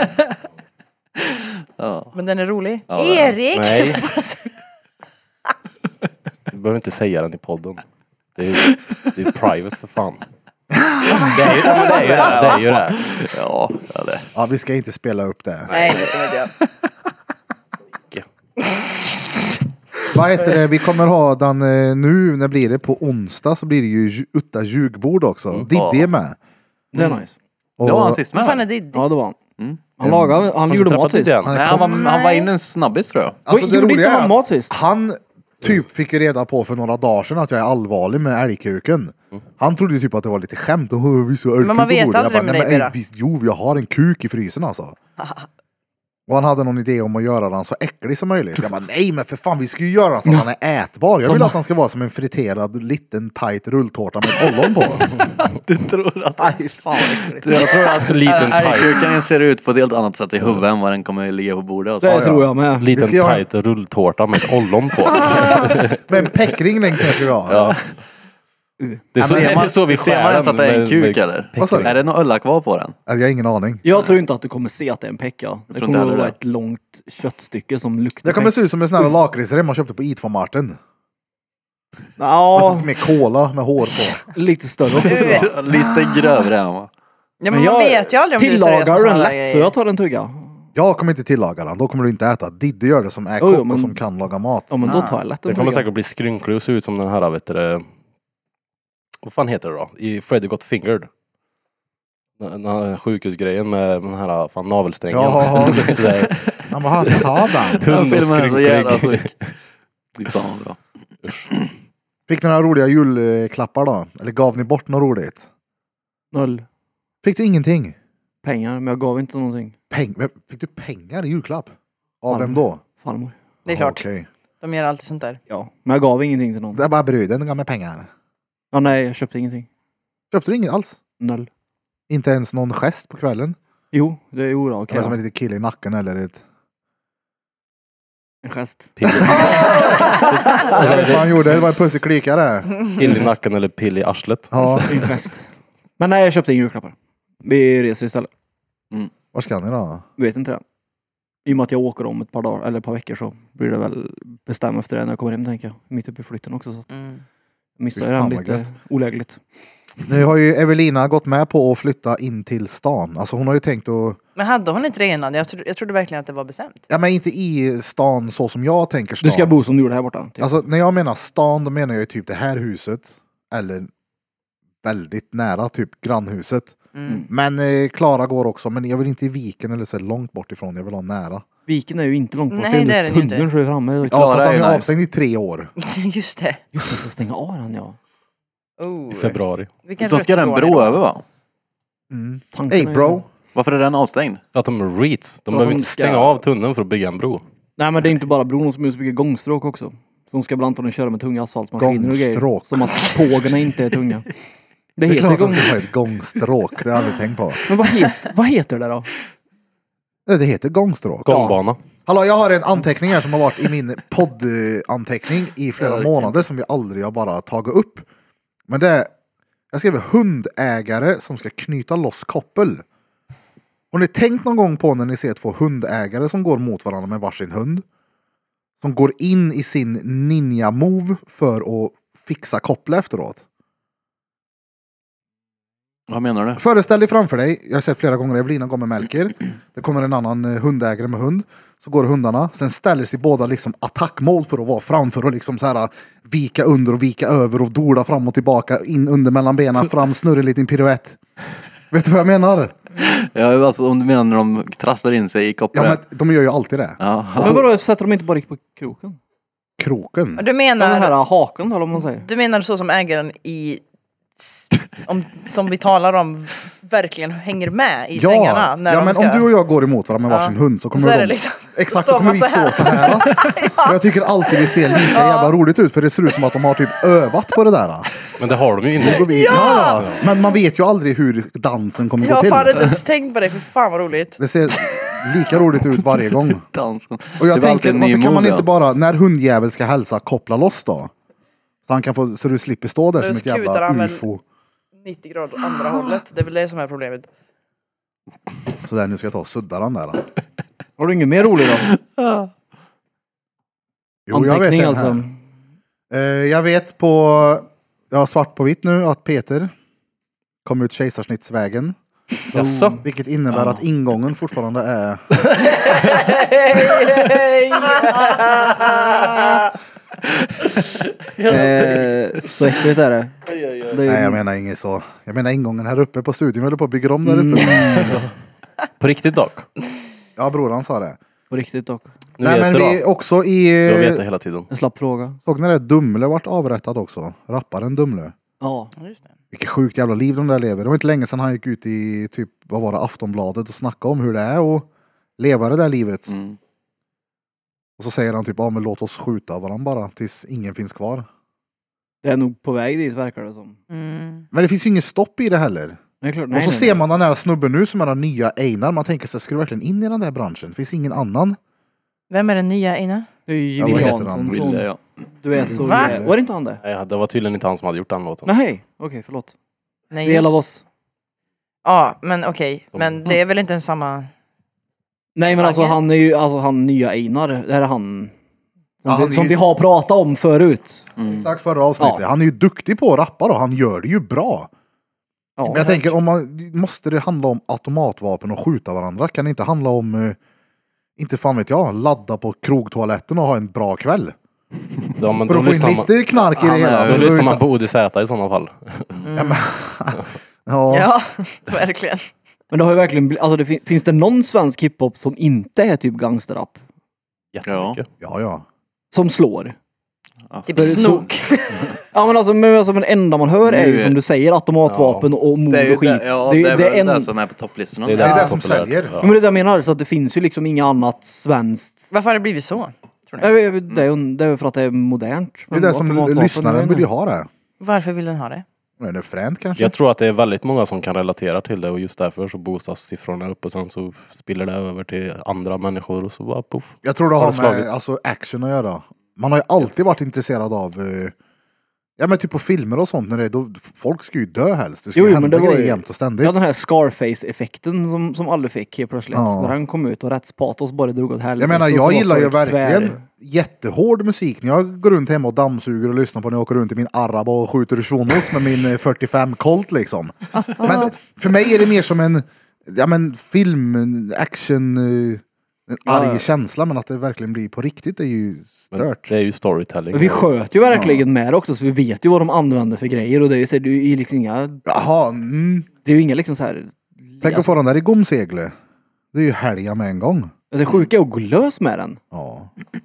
Ja. Men den är rolig. Ja, det är den. Erik! Nej. Du behöver inte säga den i podden. Det är, det är private för fan. Det är ju det. Men det är ju det. Det är ju det. Ja, ja, det. Ja, vi ska inte spela upp det. Nej, det ska vi inte göra. Vad heter det? Vi kommer ha den eh, nu, när blir det? På onsdag så blir det ju ju- Utta ljugbord också. Diddy är med. Det är nice. Och Det var han sist med. Vad fan är va? det? Ja, det var han. Mm. Han lagade, han Har du gjorde mat träffat sist. Didian? Han är Nej, han, var, kom- han var in en snabbis tror jag. Alltså, det Gjorde inte roliga är han att mat sist? han typ fick ju reda på för några dagar sedan att jag är allvarlig med älgkuken. Han trodde ju typ att det var lite skämt. Och, "Åh, vi så älgkuk Men man på vet bordet." Jag aldrig bara, med "Nej, dig, men, Bera." ej, visst, jo, jag har en kuk i frysen alltså. Och han hade någon idé om att göra den så äcklig som möjligt. Jag bara, nej men för fan, vi ska ju göra den så att han är ätbar. Jag vill att han ska vara som en friterad liten tight rulltårta med ollon på. Du tror att... Nej, fan vad äckligt. Jag tror att Liten tight. älgkukan ser ut på ett helt annat sätt i huvudet än vad den kommer ligga på bordet. Och så. Det ja. tror jag med. Liten Vi ska göra- tight rulltårta med ett ollon på. Med en peckring längst ner ska vi ha. Ja. Det är så, Ser det är man, så vi ser man skär ens att det är en med- kuk med eller? Vad sa du? Är det någon ölla kvar på den? Alltså, jag har ingen aning. Jag tror inte att du kommer se att det är en pecka. Det tror kommer inte att heller vara det. ett långt köttstycke som luktar Det kommer pecka. se ut som en sån här lakritsrem man köpte på Eat from Martin. Ja, Alltså, med cola med hår på. lite större. Lite grövre än va? Ja, men man vet ju aldrig om du är seriös tillagar på du den såna lätt grejer. så jag tar en tugga. Jag kommer inte tillaga den, då kommer du inte äta. Diddy gör det som är Jo, kock jo, men- och som kan laga mat. Ja men då tar jag lätt en Det kommer tugga. säkert bli skrynklig och se ut som den här, vet du det, vad fan heter det då? I Freddy Got Fingered. Den här sjukhusgrejen med den här fan navelsträngen. Jaha. Det där Han bara, han ska ta den. Den tunn och filmen är så jävla skrynklig. sjuk. Fy fan vad bra. Fick ni några roliga julklappar då? Eller gav ni bort något roligt? Noll Fick du ingenting? pengar men jag gav inte någonting. Peng, fick du pengar i julklapp? Av Farmor. vem då? Farmor. Det är klart. Okej. De gör alltid sånt där. Ja, men jag gav ingenting till någon. Det är bara bruden, de med pengar. Ja, nej, jag köpte ingenting. Köpte du inget alls? Noll. Inte ens någon gest på kvällen? Jo, det är ju bra. Det Okej. var som Ja. en liten kille i nacken eller ett... En gest. Pill, Alltså, vad han gjorde, det var en pusseklikare. pill i nacken eller pill i arslet. Ja, En gest. Men nej, jag köpte inga julklappar. Vi reser istället. var ska ni då? Vet inte det. I och med att jag åker om ett par dagar eller ett par veckor så blir det väl bestämt efter det när jag kommer hem, tänker jag. Mitt uppe i flytten också, så att Mm. jag missar Fy ju fan den vad lite gött. olägligt. Nu har ju Evelina gått med på att flytta in till stan. Alltså hon har ju tänkt att... Men hade hon inte det innan? Jag trodde, jag trodde verkligen att det var bestämt. Ja men inte i stan så som jag tänker stan. Du ska bo som du gjorde här borta. Typ. Alltså när jag menar stan, då menar jag ju typ det här huset. Eller väldigt nära, typ grannhuset. Mm. Men eh, Klara går också, men jag vill inte i viken eller så långt bort ifrån. Jag vill ha nära. Viken är ju inte långt bort. Nej, det är den ju inte. Tunneln så är framme. Ja, Klara fast är han ju är nice. avstängd i tre år. Just det. Just det, så stänga av den, ja. Oh. I februari. Vilken Då ska rutt den går ni bro då? över va? Mm. Tanken Hey är- bro. Varför är den avstängd? För att de är reats. De Ja, behöver de inte ska- stänga av tunneln för att bygga en bro. Nej, men det är inte bara bron som bygger gångstråk också. Så de ska bland annat köra med tunga asfaltmaskiner och grejer. Gångstråk. Som att tågen inte är tunga. Det, Det är heter klart att gång... de ska ha ett gångstråk. Det har jag aldrig tänkt på. Men vad heter, vad heter det då? Nej, det heter gångstråk. Gångbana. Hallå, jag har en anteckning här som har varit i min poddanteckning i flera Ja, månader som vi aldrig har bara tagit upp. Men det är, jag skrev hundägare som ska knyta loss koppel. Har ni tänkt någon gång på när ni ser två hundägare som går mot varandra med varsin hund? Som går in i sin ninja-move för att fixa koppel efteråt. Vad menar du? Föreställ dig framför dig, jag har sett flera gånger, Evelina går med Melker. Det kommer en annan eh, hundägare med hund. Så går hundarna, sen ställer sig båda liksom attackmål för att vara framför och liksom så här vika under och vika över och dola fram och tillbaka, in under mellan benen, fram, snurra en liten piruett. Vet du vad jag menar? Ja, alltså om du menar när de trasslar in sig i Ja kopplet. men de gör ju alltid det. Ja. Men vadå, sätter de inte bara på kroken? Kroken. Du Den menar, här haken då, eller vad man säger. du menar så som ägaren i om, som vi talar om verkligen hänger med i svängarna Ja, när ja de men ska... om du och jag går emot varandra med Ja. varsin hund så Och kommer så är de... det liksom, Exakt, står då kommer man vi så här. stå så här. Och jag tycker alltid det ser lika jävla roligt ut för det ser ut som att de har typ övat på det där. Men det har de ju Då går inne. vi- Ja! Ja. Men man vet ju aldrig hur dansen kommer Jag gå har till. fan inte ens tänkt på det, för fan vad roligt. Det ser lika roligt ut varje gång. Dansen. Och jag Det var tänker, alltid en ny varför kan man move, inte ja. bara, när hundjävel ska hälsa, koppla loss då? Så han kan få, så du slipper stå där Då som ett skutar jävla han väl- ufo. nittio grader andra hållet, det är väl det som är problemet. Så där, nu ska jag ta och sudda den där. Har du inget mer roligt då? Jo, jag vet Anteckning den alltså. här. Eh, jag vet på, jag har svart på vitt nu att Peter kom ut kejsarsnittsvägen. Jaså? Vilket innebär att ingången fortfarande är... Eh, så äckligt är det. det är Nej, jag menar inget så. Jag menar ingången här uppe på studion. Vi håller på att bygga om där uppe. Mm. På riktigt dock. Ja, bror han sa det. På riktigt dock. Nu Nej, vet men du vi då. också i... Jag vet det hela tiden. En slapp fråga. Såg ni det? Dumle vart avrättad också. Rapparen Dumle. Ja. Just det. Vilket sjukt jävla liv de där lever. Det var inte länge sedan han gick ut i typ, vad var det, Aftonbladet och snackade om hur det är att leva det där livet. Mm. Och så säger han typ, ja men låt oss skjuta varandra bara tills ingen finns kvar. Det är nog på väg dit, verkar det som. Mm. Men det finns ju inget stopp i det heller. Det är klart. Och Nej, så nej, ser nej. man den här snubben nu som är den nya Einar. Man tänker sig, ska du verkligen in i den där branschen? Det finns ingen annan. Vem är den nya Ina? Det är ju Ja, Jimmy vad heter Jansson han? som... Ville, ja. Du är så... Va? Var det inte han det? Nej, det var tydligen inte han som hade gjort den låten. Nej, okej, förlåt. Nej, Fel av just- oss. Ja, men okej. Men det är väl inte en samma... Nej, men alltså Bagge? han är ju, alltså han nya Einar. Det här är han... Som, Ja, han vi, är som ju- vi har pratat om förut. Mm. Exakt förra avsnittet. Ja. Han är ju duktig på att rappa då. Han gör det ju bra. Ja, Men jag tänker, om man, måste det handla om automatvapen och skjuta varandra? Kan det inte handla om, eh, inte fan vet jag, ladda på krogtoaletten och ha en bra kväll? Ja, men För då att få in lyssnar man, lite knark i det Han är- hela. då Det lyssnar var man ju- på O D Z i sådana fall. Ja, men, ja. Ja, verkligen. Men det har ju verkligen blivit, alltså det fin- finns det någon svensk hiphop som inte är typ gangsterrap? Jättemycket. ja, ja. Som slår? Alltså, Typ snok. Ja men alltså, men alltså men det enda man hör är ju Nu- som du säger automatvapen och mord det är ju och skit. det, ja, det, det är det väl är en... det som är på topplistorna. Det är Det är det det som populärt. säljer. Ja, men det är det jag menar, så att det finns ju liksom inget annat svenskt. Varför har det blivit så? Tror Jag ni? vet, Det är ju det är för att det är modernt. Det är det som lyssnaren vill ju ha det. Varför vill den ha det? Men det är fränt kanske. Jag tror att det är väldigt många som kan relatera till det och just därför så boostas siffrorna upp och sen så spiller det över till andra människor och så bara puff. Jag tror det Har har det slagit? med alltså, action att göra. Man har ju alltid varit intresserad av eh, ja men typ på filmer och sånt när det är, då, folk ska ju dö helst. Det ska Jo, ju jo, men hända det var grejer ju- jämt och ständigt. Ja, den här Scarface-effekten som, som alla fick helt plötsligt. Ja. När han kom ut och rättspatos bara drog åt helvete. Jag menar, Och så jag var gillar ju folk verkligen tvär- jättehård musik. När jag går runt hemma och dammsuger och lyssnar på när jag åker runt i min Araba och skjuter shunos med min eh, fyrtiofem Colt liksom. Men för mig är det mer som en ja, men film, en action, eh, en arg Ja. känsla. Men att det verkligen blir på riktigt är ju Men stört. det är ju storytelling. Men vi sköt ju verkligen med det också, så vi vet ju vad de använder för grejer. Och det är ju, så, det är ju liksom inga... Jaha, mm. Det är ju inga liksom så här... Tänk att få den där i gomsegle. Det är ju helga med en gång. Det sjuka är att gå lös med den. Ja.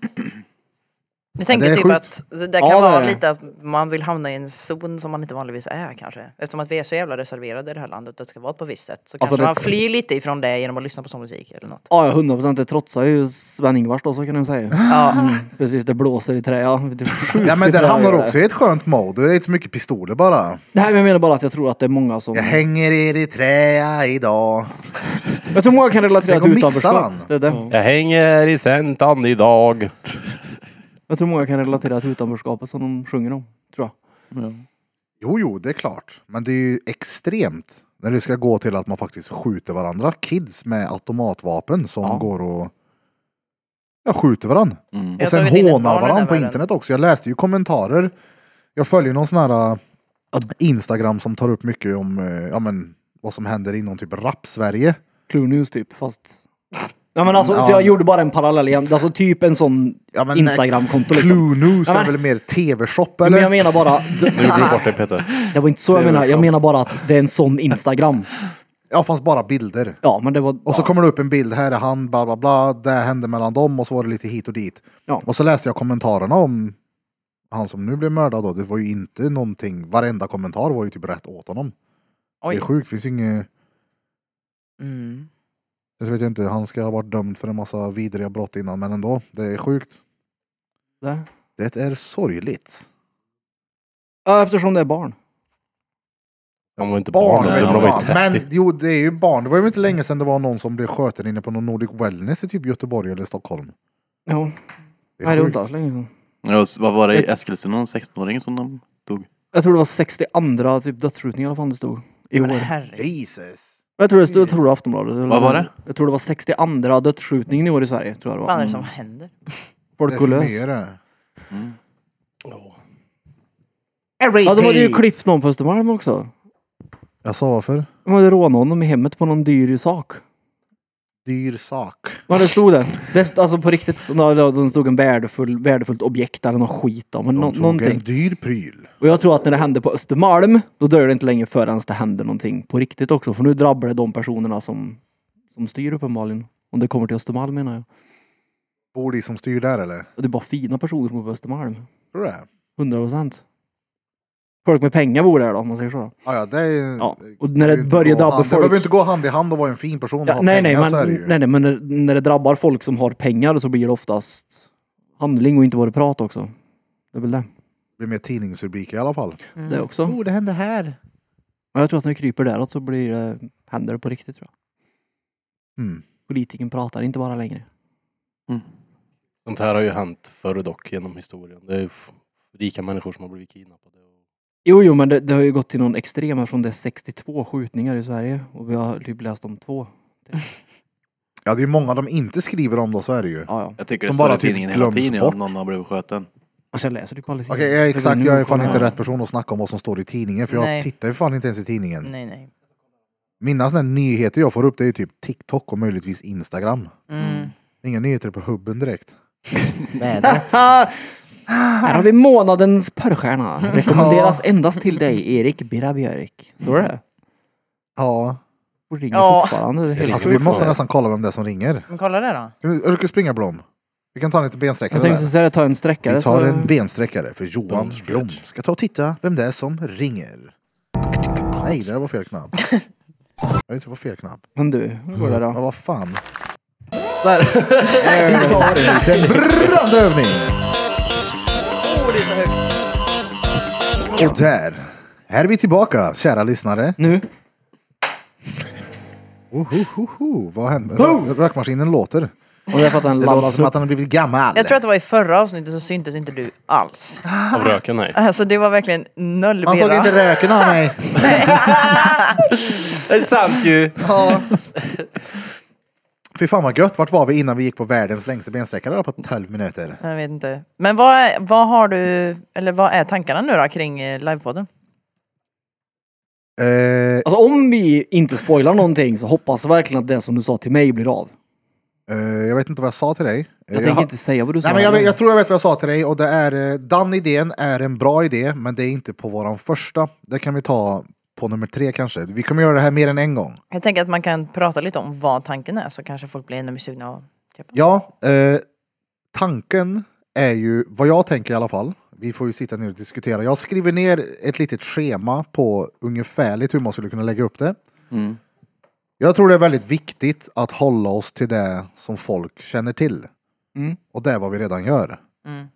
Jag tänker det är typ sjukt. att det där kan Ja, det är vara det. lite att man vill hamna i en zon som man inte vanligtvis är kanske. Eftersom att vi är så jävla reserverade i det här landet att det ska vara på ett visst sätt. Så Alltså, kanske det- man flyr lite ifrån det genom att lyssna på sån musik eller något. Ja, hundra procent. Det trotsar ju Sven-Ingvars då, så kan man säga. Ja, Mm, precis, det blåser i trä. Ja, det skjuts Ja men i den trä, hamnar gör det. också i ett skönt mode. Det är inte så mycket pistoler bara. Nej, men jag menar bara att jag tror att det är många som... Jag hänger er i trä idag. Jag tror många kan relatera Tänk om till mixar utanförskap. han. Det är det. Jag hänger i centan idag. Jag tror många kan relatera till utanförskapet som de sjunger om. Tror jag. Ja. Jo, jo, det är klart. Men det är ju extremt när det ska gå till att man faktiskt skjuter varandra. Kids med automatvapen som Ja. går och ja, skjuter varandra. Mm. Jag Och har sen tagit in ett hånar barn i varandra den på världen. internet också. Jag läste ju kommentarer. Jag följer någon sån här äh, Instagram som tar upp mycket om äh, ja, men, vad som händer inom typ rap-Sverige. Clue News typ, fast... Ja, men alltså, Ja. jag gjorde bara en parallell igen. Alltså typ en sån Ja, men, Instagram-konto liksom. Clue News Ja, men- är väl mer tv-shop Men eller? jag menar bara... Nu gjorde du bort dig Peter. Det var inte så jag menar. Jag menar bara att det är en sån Instagram. Ja, fast bara bilder. Ja, men det var... Och så ja. kommer det upp en bild, här är han, bla bla bla, det hände mellan dem och så var det lite hit och dit. Ja. Och så läste jag kommentarerna om han som nu blev mördad då, det var ju inte någonting, varenda kommentar var ju typ rätt åt honom. Det oj. är sjukt, finns ju inget, Mm. jag vet jag inte, han ska ha varit dömd för en massa vidriga brott innan, men ändå, det är sjukt. Det. Det är sorgligt. Ja, eftersom det är barn. Han var inte Barn, barn, vet de du var ju fan. trettio. Men jo, det är ju barn. Det var ju inte länge sedan det var någon som blev skjuten inne på någon Nordic Wellness i typ Göteborg eller Stockholm. Ja. Det är Nej, det var sjukt. inte alls länge sedan. Ja, och s- vad var det i Eskilstuna, någon sexton-åring som de dog? Jag tror det var sextioandra typ dödsskjutningar eller vad fan det stod. I Men år. herregud. Jesus. Jag tror det stod, jag tror det var Aftonbladet. eller- Vad var det? Jag tror det var sextioandra dödsskjutningen i år i Sverige. Tror jag det Vad var. är det som händer? Det Folk är går för lös. mycket det. Mm. Ja, de hade ju klippt någon på Östermalm också. Jag sa varför? De hade rånat honom i hemmet på någon dyr sak. Dyr sak. Ja, det stod det. det alltså på riktigt. Det stod en värdefull, värdefullt objekt eller någon skit då. Men De nå- tog någonting. en dyr pryl. Och jag tror att när det hände på Östermalm, då dröjer det inte länge förrän det händer någonting på riktigt också. För nu drabbar det de personerna som, som styr uppenbarligen. Om det kommer till Östermalm menar jag. Bor de som styr där eller? Och det är bara fina personer som bor på Östermalm. Tror du det? Hundra procent. Folk med pengar bor där då, om man säger så. Ja, ja, det är... Ja. Och när det behöver inte börjar gå drabba hand- Det folk... behöver inte gå hand i hand och vara en fin person och Ja, ha nej, nej, pengar, men, så är det ju. nej, nej, men när, när det drabbar folk som har pengar så blir det oftast handling och inte bara prat också. Det är väl det. Det blir mer tidningsrubriker i alla fall. Mm. Det också. Oh, det hände här. Och jag tror att när det kryper däråt så blir det, händer det på riktigt tror jag. Mm. Politiken pratar inte bara längre. Sånt här har ju hänt förr dock genom historien. Det är ju f- rika människor som har blivit kidnappade. Jo, jo, men det, det har ju gått till någon extrem här från det sextiotvå skjutningar i Sverige. Och vi har typ läst om två. Ja, det är många de inte skriver om då, så är det ju. Ja, ja. Jag tycker det Som står bara i typ tidningen hela glöms tiden bort. om någon har blivit skjuten. Alltså jag läser typ aldrig. Okej, ja, exakt. Jag är fan inte rätt person att snacka om vad som står i tidningen. För jag Nej. tittar ju fan inte ens i tidningen. Nej, nej. Mina sådana här nyheter jag får upp, det är ju typ TikTok och möjligtvis Instagram. Mm. Inga nyheter på hubben direkt. Här har vi månadens porrstjärna. Rekommenderas endast till dig, Erik Birabjörk. Står det? Ja. Och ringer Ja. fortfarande. Det är helt Alltså vi sjukt. måste nästan kolla vem det är som ringer. Men kolla det då. Kan du, du springa Blom? Vi kan ta en liten bensträckare Jag tänkte där. säga ta en sträckare. Vi tar så- en bensträckare för Johan Don't stretch. Blom ska ta och titta vem det är som ringer. Nej, det där var fel knapp. Jag vet inte, det var fel knapp. Men du, hur går det Ja, då? vad fan. Där. Vi tar en liten brandövning. Åh, det är så högt. Och där. Här är vi tillbaka, kära lyssnare. Nu. Ohohoho, vad händer? Rö- Rökmaskinen låter. Och jag fattar en Det låter lamma. som att han har blivit gammal. Jag tror att det var i förra avsnittet så syntes inte du alls. Av röken, nej. Alltså det var verkligen noll Man såg bira. inte röken av mig. Det är sant ju. Ja. Fy fan vad gött. Vart var vi innan vi gick på världens längsta bensträckare på tolv minuter? Jag vet inte. Men vad, är, vad har du, eller vad är tankarna nu då kring eh, livepodden? Eh, Alltså om vi inte spoilar någonting så hoppas jag verkligen att det som du sa till mig blir av. eh, jag vet inte vad jag sa till dig. Eh, Jag tänker har- inte säga vad du sa. Nej, men jag, vet- jag tror jag vet vad jag sa till dig och det är eh, den idén är en bra idé men det är inte på våran första. Det kan vi ta på nummer tre kanske. Vi kommer göra det här mer än en gång. Jag tänker att man kan prata lite om vad tanken är så kanske folk blir ännu mer sugna av köpa. Ja, eh, tanken är ju, vad jag tänker i alla fall, vi får ju sitta ner och diskutera. Jag skriver ner ett litet schema på ungefärligt hur man skulle kunna lägga upp det. Mm. Jag tror det är väldigt viktigt att hålla oss till det som folk känner till. Mm. Och det är vad vi redan gör. Mm.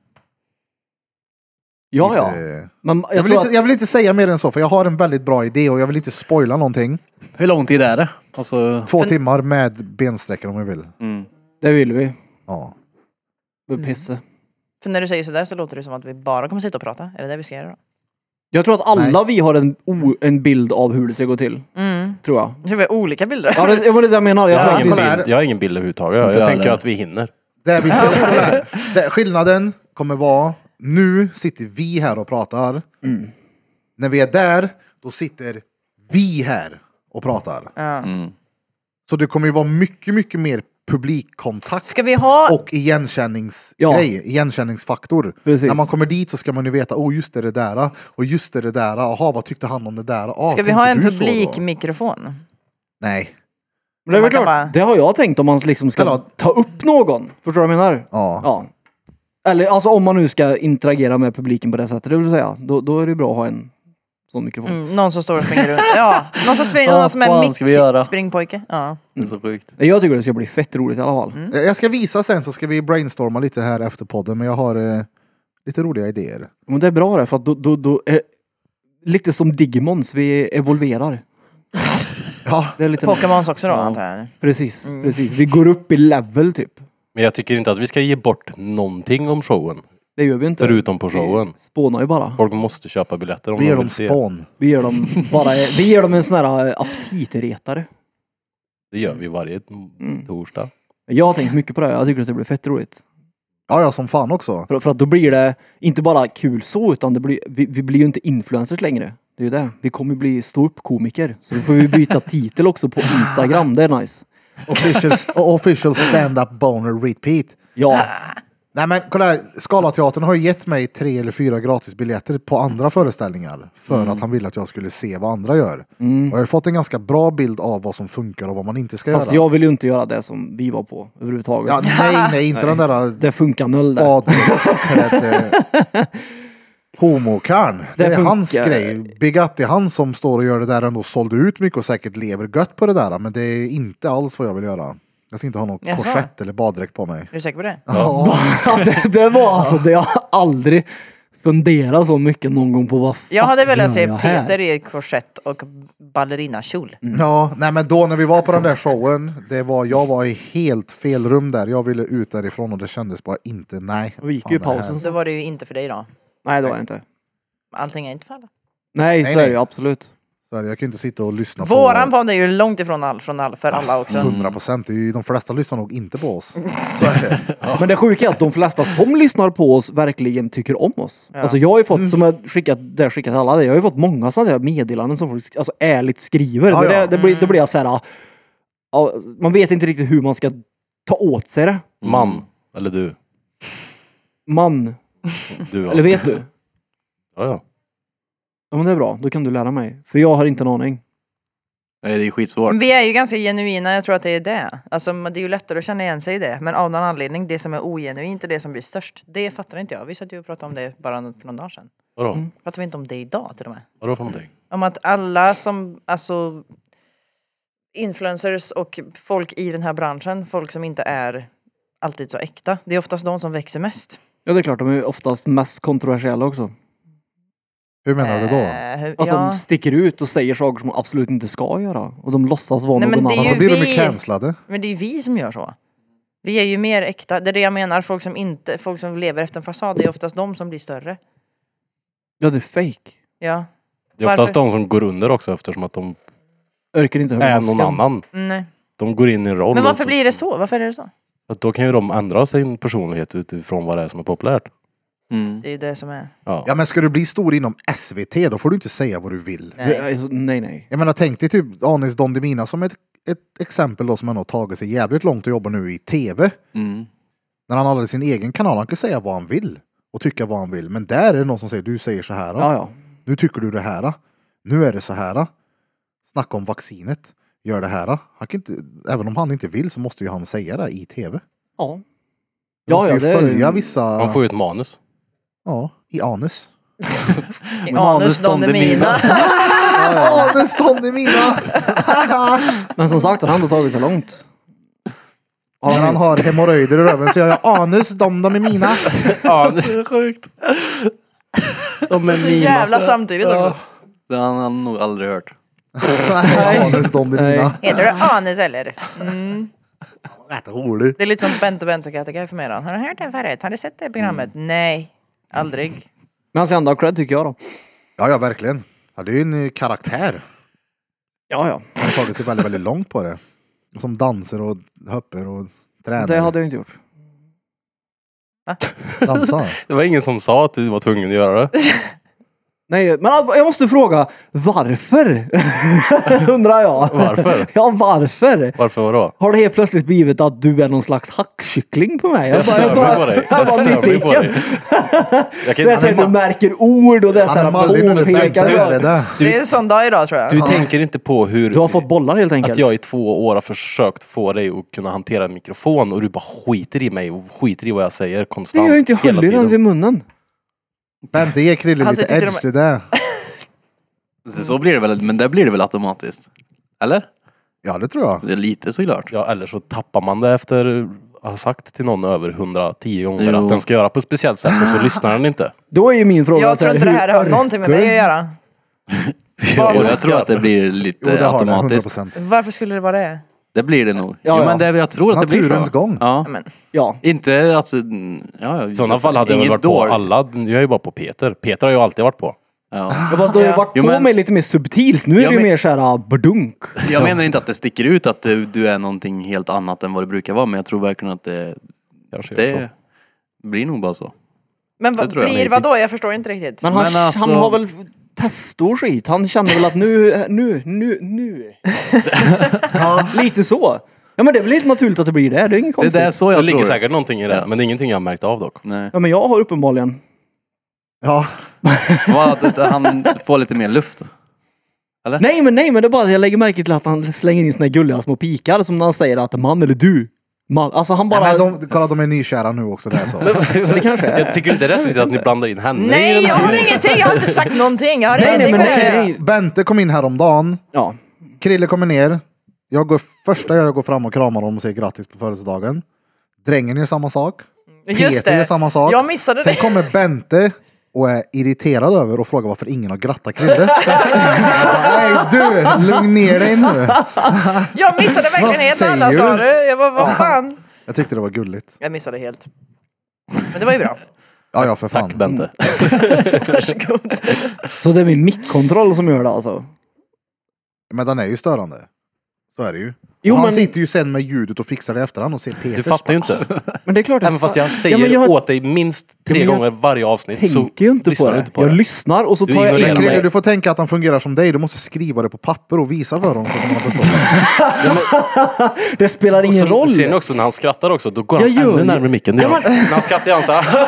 Ja, ja. Lite- Men jag, Jag vill, tror inte, att, jag vill inte säga mer än så, för jag har en väldigt bra idé och jag vill inte spoila någonting. Hur lång tid är det? Alltså, Två För- timmar med bensträckare om vi vill. mm. det vill vi. Ja. Vi Mm. pisse. För när du säger sådär så låter det som att vi bara kommer sitta och prata. Är det det vi ska göra då? Jag tror att alla vi har en, o, en bild av hur det ska gå till. Mm. Tror jag. Jag tror vi har olika bilder. Ja, det, det var det jag menar. Jag Jag tror har att ingen vi, kolla här. bild, jag har ingen bild överhuvudtaget. Jag, Inte jag jag tänker heller. att vi hinner. Det vi ska kolla här. Det, skillnaden kommer vara, nu sitter vi här och pratar. Mm. När vi är där, då sitter vi här och pratar. Ja. Mm. Så det kommer ju vara mycket, mycket mer publikkontakt. Ska vi ha... Och igenkännings Ja. grej, igenkänningsfaktor. Precis. När man kommer dit så ska man ju veta, oh just det, det där. Och just det, det där. Jaha, vad tyckte han om det där? Ah, Ska vi tänkte ha en du så då? publikmikrofon? Nej. Men det, är Man väl kan klart, bara- det har jag tänkt om man liksom ska Eller- ta upp någon. Förstår du vad jag menar? Ja. Ja. Eller alltså om man nu ska interagera med publiken på det sättet, det vill säga. Då, då är det bra att ha en sån mikrofon. Mm, någon som står och springer runt. Ja, någon som springer, Vad någon som är fan ska vi göra? mick springpojke. Ja. Det är så sjukt. Jag tycker det ska bli fett roligt i alla fall. Mm. Jag ska visa sen så ska vi brainstorma lite här efter podden. Men jag har eh, lite roliga idéer. Men det är bra det, för att då, då, då är lite som Digimons, vi evolverar. Ja. Det är lite Pokémons också då, antar jag. Precis, Mm. precis. Vi går upp i level typ. Men jag tycker inte att vi ska ge bort någonting om showen. Det gör vi inte. Förutom på showen. Vi spånar ju bara. Folk måste köpa biljetter om Vi ger de dem vill se. spån. Vi ger dem bara, vi ger dem en sån här äh, aptitretare. Det gör vi varje Mm. torsdag. Jag har tänkt mycket på det. Jag tycker att det blir fett roligt. Ja, ja, som fan också. För, för att då blir det inte bara kul så, utan det blir, vi, vi blir ju inte influencers längre. Det är ju det. Vi kommer bli ståuppkomiker. Så då får vi byta titel också på Instagram. Det är nice. Official, official stand-up boner repeat. Ja. Nej men kolla här, Scalateatern har ju gett mig tre eller fyra gratisbiljetter på andra föreställningar. För att han ville att jag skulle se vad andra gör. Mm. Och jag har fått en ganska bra bild av vad som funkar och vad man inte ska Fast göra. jag vill ju inte göra det som vi var på överhuvudtaget. Ja, nej, nej, inte den där Det funkar noll där. vad eh, homokarn. Det, Det är hans funkar. grej. Big up till han som står och gör det där ändå sålde ut mycket och säkert lever gött på det där. Men det är inte alls vad jag vill göra. Jag ska inte ha någon Jaså? korsett eller baddräkt på mig. Är du säker på det? Ja. det, det var alltså, det jag har aldrig funderat så mycket någon gång på vad fan Jag hade velat gör se jag här? Peter i korsett och ballerinakjol. Ja, nej men då när vi var på den där showen, det var, jag var i helt fel rum där. Jag ville ut därifrån och det kändes bara inte, nej. Vi gick ju i Fan, det här- pausen. Så var det ju inte för dig då. Nej, det var jag inte. Allting är inte för alla. Nej, Nej, så är det nej. ju absolut. Så här, jag kan inte sitta och lyssna Våran på podd är ju långt ifrån all, från all, för alla också. hundra procent. De flesta lyssnar nog inte på oss. Så är det. Men det sjuka är att de flesta som lyssnar på oss verkligen tycker om oss. Ja. Alltså jag har ju fått, som jag skickat, det jag skickat till alla, det, jag har ju fått många sådana där meddelanden som folk alltså, ärligt skriver. Ja, det, ja. det, det, blir, det blir jag så här, ja, man vet inte riktigt hur man ska ta åt sig det. Man. Eller du. Man, Du alltså. eller vet du? Ja, ja. Ja men det är bra, då kan du lära mig. För jag har inte en aning. Nej, det är skitsvårt. Vi är ju ganska genuina, jag tror att det är det. Alltså men det är ju lättare att känna igen sig i det. Men av någon anledning, det som är ogenuint är det som blir störst. Det fattar inte jag. Vi satt ju och pratade om det bara för någon dag sedan. Vadå? Mm. Pratar vi inte om det idag till och med? Vadå för någonting? Om att alla som, alltså influencers och folk i den här branschen, folk som inte är alltid så äkta. Det är oftast de som växer mest. Ja, det är klart. De är oftast mest kontroversiella också. Hur menar du då? Eh, hur- Att ja. de sticker ut och säger saker som de absolut inte ska göra. Och de låtsas vara Nej, men någon det är annan. Alltså ju blir de vi- ju cancellade. Men det är ju vi som gör så. Vi är ju mer äkta. Det är det jag menar. Folk som inte, folk som lever efter en fasad, det är oftast de som blir större. Ja, det är fake. Ja. Det är oftast Varför? de som går under också eftersom att de Örker inte höra är någon masken. annan. Nej. De går in i en roll. Men och varför så- blir det så? Varför är det så? Att då kan ju de ändra sin personlighet utifrån vad det är som är populärt. Mm. Det är det som är... Ja. Ja men ska du bli stor inom S V T då får du inte säga vad du vill. Nej. Nej, nej. nej. Jag menar tänk dig typ Anis Don Demina som ett, ett exempel då som han har tagit sig jävligt långt och jobbar nu i tv. Mm. När han hade sin egen kanal, han kan säga vad han vill. Och tycka vad han vill. Men där är det någon som säger, du säger så här. Ja, ja. Nu tycker du det här. Nu är det så här. Snacka om vaccinet. Gör det här. Han kan inte, även om han inte vill så måste ju han säga det i tv. Ja. Du Ja, måste ja, ju det är- följa vissa... Man får ju ett manus. Ja, i anus. I Men anus anus don don demina. Anus Don Demina! Men som sagt, han har ändå tagit så långt. När han har hemorrojder i röven så gör jag anus Don Demina. Ja, det är sjukt. De är Så mina. jävla samtidigt också. Det har han nog aldrig hört. Nej, anus Don Demina. Heter det anus eller? Mm. Rätt roligt. Det är lite som Bente Bente Katteka för mig då. Har du hört det förut? Har du sett det programmet? Nej, aldrig. Men han ska ändå ha cred tycker jag då. Ja, ja, verkligen. Ja, det är ju en eh, karaktär. Ja, ja. Han har tagit sig väldigt, väldigt långt på det. Som danser och hoppar och tränar. Det hade jag inte gjort. Dansa. Det var ingen som sa att du var tvungen att göra det. Nej, men jag måste fråga, varför? Undrar jag. Varför? Ja, varför? Varför vadå? Har det helt plötsligt blivit att du är någon slags hackkyckling på mig? Jag stör mig på dig. Jag Jag var stör mig på dig. nyfiken. Jag kan Det är inte, såhär, du märker ord och det är Han är såhär mallig nu. påpekar. Du är Du, det. Det är en sån dag idag tror jag. du tänker inte på hur... du har fått bollar helt enkelt. Att jag i två år har försökt få dig att kunna hantera en mikrofon och du bara skiter i mig och skiter i vad jag säger Det konstant. gör ju inte hela håller den tiden. vid munnen. Bente, ge Krille Han lite sitter till edge och till det. Så, så blir det väl, men det blir det väl automatiskt? Eller? Ja, det tror jag. Det är lite såklart. Ja, eller så tappar man det efter att ha sagt till någon över hundratio gånger Jo. att den ska göra på ett speciellt sätt och så lyssnar den inte. Då är ju min fråga Jag så här, tror inte det här hur- har någonting med mig att göra. Och jag tror att det blir lite Jo, det har det. hundra automatiskt. procent. Varför skulle det vara det? Det blir det nog. Ja, jo, ja. men det, jag tror att det blir Naturens så. gång. Ja. Men, Ja. Inte alltså, mm, ja, ja. I sådana fall hade jag väl inget varit på dåligt. alla. Jag är ju bara på Peter. Peter har ju alltid varit på. Ja. Jag fast du har ju Ja. varit Jo, på men- mig lite mer subtilt. Nu är Ja, det ju men- mer såhär badunk. Jag menar inte att det sticker ut att du, du är någonting helt annat än vad det brukar vara, men jag tror verkligen att det, Kanske gör så. det blir nog bara så. men vad Det tror jag blir nog. vad då? Jag förstår inte riktigt. Men han, Men alltså- han har väl test och skit. Han känner väl att nu, nu, nu, nu. Ja, lite så. Ja men det är väl helt naturligt att det blir det. Det är inget Det konstigt. är så Det jag ligger tror. säkert någonting i det, Ja. men det är ingenting jag har märkt av dock. Nej. Ja men jag har uppenbarligen. Ja, Vad, att han får lite mer luft. Nej men nej men det är bara att jag lägger märke till att han slänger in såna här gulliga små pikar som när han säger att man eller du. Man. Alltså han bara... Nej, men de, kolla de är nykära nu också. Det är så. det kanske är. Jag tycker inte det är rättvist att ni blandar in henne i Nej, den jag här. har ingenting. Jag har inte sagt någonting. Jag har Nej, nej, ingenting men med det att okej. göra. Bente kom in häromdagen. Ja. Krille kommer ner. Jag går, första jag går fram och kramar dem och säger grattis på födelsedagen. Drängen gör samma sak. Just Peter gör det. samma sak. Jag missade Sen det. kommer Bente och är irriterad över och frågar varför ingen har grattat Krille. Jag bara, nej du, lugn ner dig nu. Jag missade verkligen Vad helt alla säger sa du? du. Jag bara, vad fan. Jag tyckte det var gulligt. Jag missade helt. Men det var ju bra. Ja, ja för fan. Tack Bente. Varsågod. Så det är min mickkontroll som gör det alltså. Men den är ju störande. Så är det ju. Jo, Och han men- sitter ju sen med ljudet och fixar det efterhand och ser Peters. Du fattar ju inte. Men det är klart. Även fast jag säger Ja, men jag åt dig minst tre Ja, men jag gånger varje avsnitt så tänker ju inte lyssnar på du det. inte på jag det. lyssnar och så Du tar jag ignorerar in mig. Krille, mig. du får tänka att han fungerar som dig. Du måste skriva det på papper och visa för honom så kommer han förstå. Det spelar ingen Så roll. ser ni också när han skrattar också, då går han Jag gör ännu ju- närmare micken. Det gör han. När han skrattar gör han så här.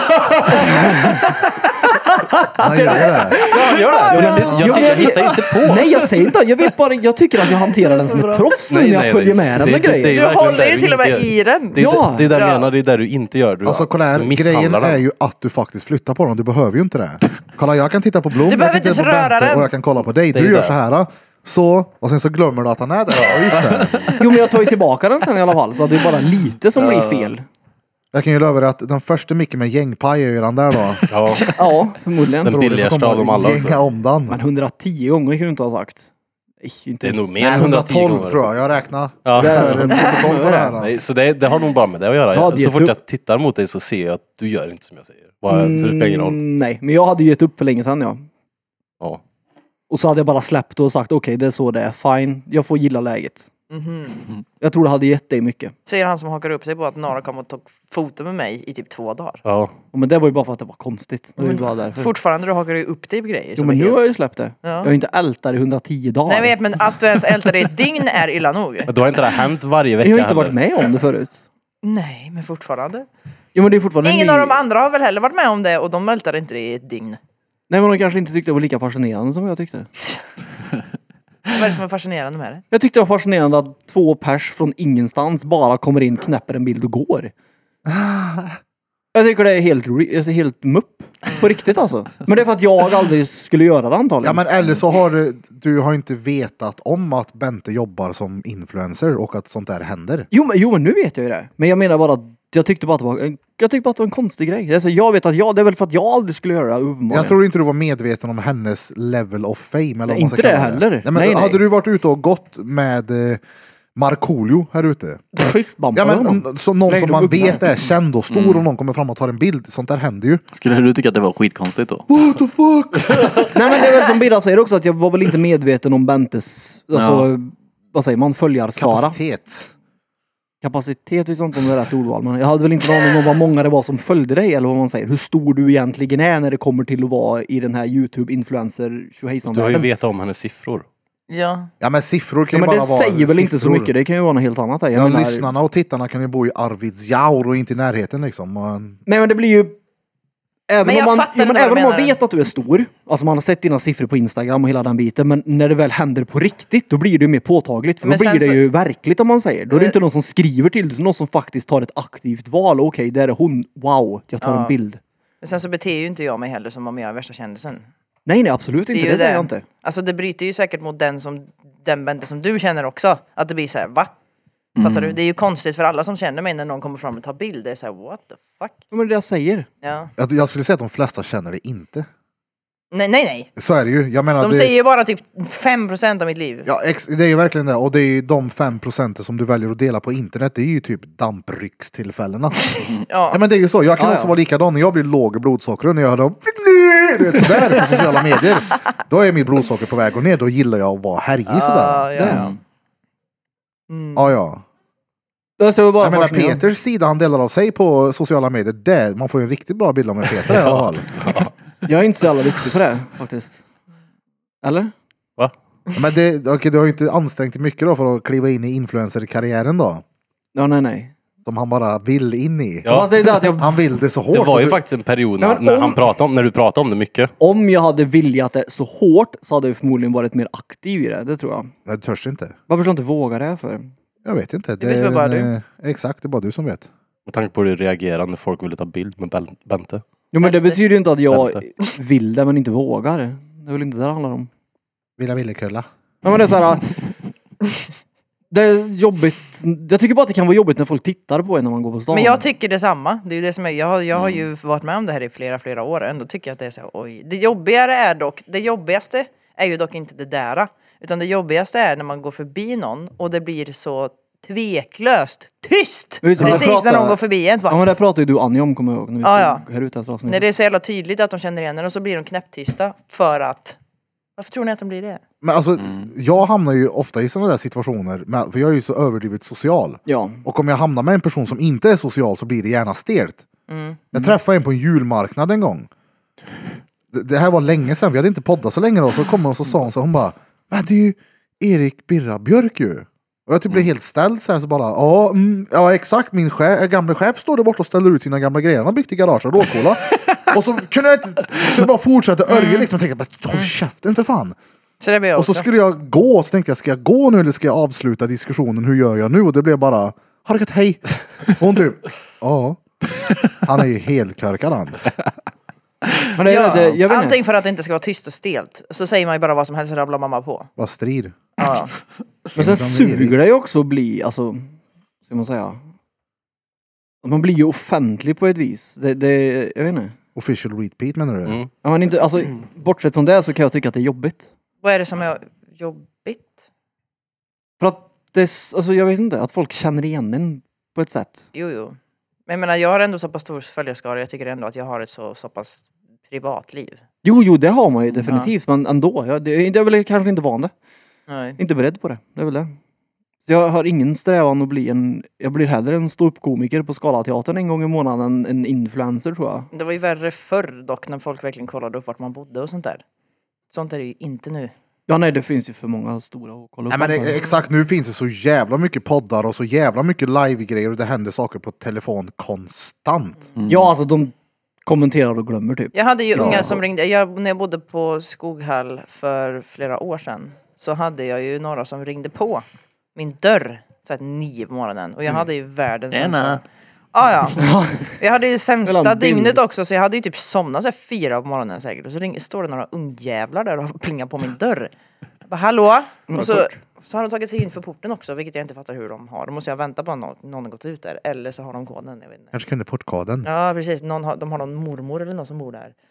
Han gör det. Ja, han gör det. Jag, jag, jag, jag hittar inte på. Nej jag säger inte. Jag vet bara. Jag tycker att jag hanterar den som ett proffs nu Nej, när jag nej, följer nej. med den Det- med det- grejer. det är Du verkligen håller där ju du till och med inte- i den. Det är, Ja. det, det är det jag Ja. menar, det är där du inte gör. Du, Alltså kolla här, du grejen misshandlar är den. ju att du faktiskt flyttar på den. Du behöver ju inte det. Kolla, jag kan titta på Blom, Du jag behöver kan titta inte på röra Bente den. och jag kan kolla på dig. Det är Du ju gör det. så här. Så, och sen så glömmer du att han är där. Ja, just det. Jo men jag tar ju tillbaka den sen i alla fall. Så det är bara lite som blir fel. Jag kan ju lova er att den första micken med gängpaj är ju den där då. Ja, Ja, förmodligen. den billigaste av dem alla Gänga också. om den. Men hundratio gånger kan du inte ha sagt. Nej, inte Det är nog mer Nej, än hundratio hundratolv gånger. tror jag. Jag räknar. Ja. Det är en protokoll på det här. Nej, så det, det har nog bara med det att göra. Jag hade så gett fort upp. jag tittar mot dig så ser jag att du gör inte som jag säger. Bara, så det spelar ingen roll. Mm, nej, men jag hade ju gett upp för länge sedan ja. Ja. Och så hade jag bara släppt och sagt okej, okay, det är så det är. Fine, jag får gilla läget. Mhm. Jag tror det hade gett dig mycket. Säger han som hakar upp sig på att några kom och tog foto med mig i typ två dagar. Ja. Och men det var ju bara för att det var konstigt. Det var ju bara därför. Fortfarande du hakar ju upp dig på grejer. Jo som men är nu helt- har jag ju släppt det. Ja. Jag har ju inte ältat i hundratio dagar. Nej jag vet, men att du ens ältar i ett dygn är illa nog. Men då har inte det hänt varje vecka jag har inte heller. varit med om det förut. Nej, men fortfarande. Jo men det är fortfarande Ingen ny... av de andra har väl heller varit med om det och de ältar inte det i ett dygn. Nej men de kanske inte tyckte det var lika fascinerande som jag tyckte. Vad är det som är fascinerande med det? Jag tyckte det var fascinerande att två pers från ingenstans bara kommer in, knäpper en bild och går. Jag tycker det är helt, re- alltså helt mupp. På riktigt alltså. Men det är för att jag aldrig skulle göra det Ja antagligen. men eller så har du, du har inte vetat om att Bente jobbar som influencer och att sånt där händer. Jo, men, jo men nu vet jag ju det. Men jag menar bara att jag tyckte bara att det var en, jag tyckte bara att det var en konstig grej. Alltså, jag vet att jag, det är väl för att jag aldrig skulle göra det. uppenbarligen. Jag tror inte du var medveten om hennes level of fame. Eller vad man inte ska det kalla heller. Nej, men Nej, nej. hade du varit ute och gått med eh, Markoolio här ute? Bampa Ja, men, honom. om- så någon Nej, som de man öppnar. vet är känd och stor och någon kommer fram och tar en bild. Sånt där händer ju. Skulle du tycka att det var skitkonstigt då? What the fuck? Nej men det är väl som Birra säger också att jag var väl inte medveten om Bentes, alltså, vad säger man, följarskara. Kapacitet. Kapacitet, vet jag inte om det är rätt ordval, men jag hade väl inte någon aning om vad många det var som följde dig, eller vad man säger. Hur stor du egentligen är när det kommer till att vara i den här YouTube-influencer tjohejsan. Du har ju vetat om hennes siffror. Ja. Ja men siffror kan Ja, ju men bara det vara säger väl inte så siffror. mycket, det kan ju vara något helt annat. Där. Jag Ja, menar, lyssnarna och tittarna kan ju bo i Arvidsjaur och inte i närheten liksom. Man... Nej men det blir ju... Även Men om jag man, fattar ja, men inte vad även du om man menar. vet att du är stor, alltså man har sett dina siffror på Instagram och hela den biten, men när det väl händer på riktigt, då blir det ju mer påtagligt. För Men då blir sen det så- ju verkligt om man säger. Då är det Men- inte någon som skriver till dig, utan någon som faktiskt tar ett aktivt val. Okej, där är hon. Wow, jag tar Ja. en bild. Men sen så beter ju inte jag mig heller som om jag är värsta kändisen. Nej, nej, absolut inte. är Det, ju säger jag inte. Alltså det bryter ju säkert mot den som den Bente som du känner också. Att det blir så här, va? Fattar du? Det är ju konstigt för alla som känner mig när någon kommer fram och tar bild. Det är så här, what the fuck? Ja, men det är det jag säger. Ja. Jag, jag skulle säga att de flesta känner det inte. Nej, nej, nej. Så är det ju. Jag menar, De det, säger ju bara typ fem procent av mitt liv. ja, ex, det är ju verkligen det. Och det är ju de fem procenten som du väljer att dela på internet. Det är ju typ dampryckstillfällena. Ja. Ja men det är ju så. Jag kan Ja, också ja. vara likadan när jag blir låg i blodsocker när jag hör dem du vet, sådär på sociala medier. Då är mitt blodsocker på väg att gå ner. Då gillar jag att vara härjig sådär. Ja, ja, ja. Mm. Mm. Ja ja. Alltså, jag bara Jag menar fascinerad. Peters sida han delar av sig på sociala medier. Det, man får ju en riktigt bra bild av med Peter i alla fall. Jag är inte så jävla duktig på det, faktiskt. Eller? Va? Men det, okej, du har ju inte ansträngt dig mycket då för att kliva in i influencerkarriären då. Ja, nej, nej. Som han bara vill in i. Ja. Fast det är det att jag, Han vill det så hårt. Det var ju Och- faktiskt en period när, Nej, men när, om- han pratade om, när du pratade om det mycket. om jag hade viljat det så hårt så hade jag förmodligen varit mer aktiv i det. Det tror jag. Nej, du törs inte. Varför ska jag inte våga det för? Jag vet inte. Det vet väl bara en, eh, Exakt, det är bara du som vet. Med tanke på hur du reagerade när folk ville ta bild med Bel- Bente. Jo, men det Efter. betyder ju inte att jag Bälte. vill det men inte vågar. Det är väl inte det det handlar om. Villa Villekulla. Ja, men det är så här. Det är jobbigt. Jag tycker bara att det kan vara jobbigt när folk tittar på en när man går på stan. Men jag tycker detsamma. Det är ju det som är, jag, har- jag har ju varit med om det här i flera, flera år. Ändå tycker jag att det är så här, oj. Det jobbigare är dock, det jobbigaste är ju dock inte det där. Utan det jobbigaste är när man går förbi någon och det blir så tveklöst tyst. Vet du, jag Precis pratar- när någon går förbi en. Ja, Bara, men det pratar ju du och Annie om, kommer jag ihåg. När vi Ja, ja. stod här ute efter avsnittet. när det är så jävla tydligt att de känner igen en och så blir de knäpptysta för att... Varför tror ni att de blir det? Men alltså, jag hamnar ju ofta i sådana där situationer. Med, för jag är ju så överdrivet social. Ja. Och om jag hamnar med en person som inte är social så blir det gärna stelt. Mm. Jag träffade en på en julmarknad en gång. Det, det här var länge sedan, vi hade inte poddat så länge då. Så kommer hon och så sa hon så hon bara, men det är ju Erik Birra Björk ju. Och jag typ blev helt ställd så här så bara, ja, mm, ja exakt, min chef, gamla chef står där borta och ställer ut sina gamla grejer han har byggt i garaget, råkola. Och så kunde jag inte, så jag bara fortsätta örja liksom, och tänkte, men håll käften för fan. Så det blir jag Och så också. skulle jag gå, och så tänkte jag, ska jag gå nu eller ska jag avsluta diskussionen, hur gör jag nu? Och det blev bara, har det gött, hej. Och hon typ, ja. Han är ju helt körkad han. Men det, Ja, det, jag vet allting inte. för att det inte ska vara tyst och stelt. Så säger man ju bara vad som helst, rabblar mamma på. Vad strid. Ja. Men sen suger det ju också att bli, alltså, ska man säga. Man blir ju offentlig på ett vis. Det, det jag vet inte. Official repeat menar du? Mm. Ja, men inte, alltså, bortsett från det så kan jag tycka att det är jobbigt. Vad är det som är jobbigt? För att det, är- alltså jag vet inte, att folk känner igen en på ett sätt. Jo, jo. Men jag menar, jag har ändå så pass stor följarskara. Jag tycker ändå att jag har ett så, så pass privat liv. Jo, jo, det har man ju definitivt, men ändå. Jag, det, det är väl kanske inte van det. Nej. Inte beredd på det, det är väl det. Så jag har ingen strävan att bli en, jag blir hellre en ståuppkomiker på Scalateatern en gång i månaden än en influencer, tror jag. Det var ju värre förr dock, när folk verkligen kollade upp vart man bodde och sånt där. Sånt är det ju inte nu. Ja, nej, det finns ju för många stora att kolla upp. Nej, men antagligen. e- exakt, nu finns det så jävla mycket poddar och så jävla mycket live-grejer och det händer saker på telefon konstant. Ja, alltså de kommenterar och glömmer typ. Jag hade ju unga som ringde. Jag, när jag bodde på Skoghall för flera år sedan så hade jag ju några som ringde på min dörr så att nio på morgonen. Och jag hade ju världens Tjena. sämsta. Ah, ja, jag hade ju sämsta Mellan bild. dygnet också, så jag hade ju typ somnat så här fyra på morgonen säkert. Och så ring, står det några ungjävlar där och plingar på min dörr. Jag bara, hallå? Och så, så har de tagit sig in för porten också, vilket jag inte fattar hur de har. Då måste jag vänta på att någon, någon har gått ut där. Eller så har de koden, jag vet inte. Kanske kunde portkoden. Ja, precis. Någon har, de har någon mormor eller någon som bor där.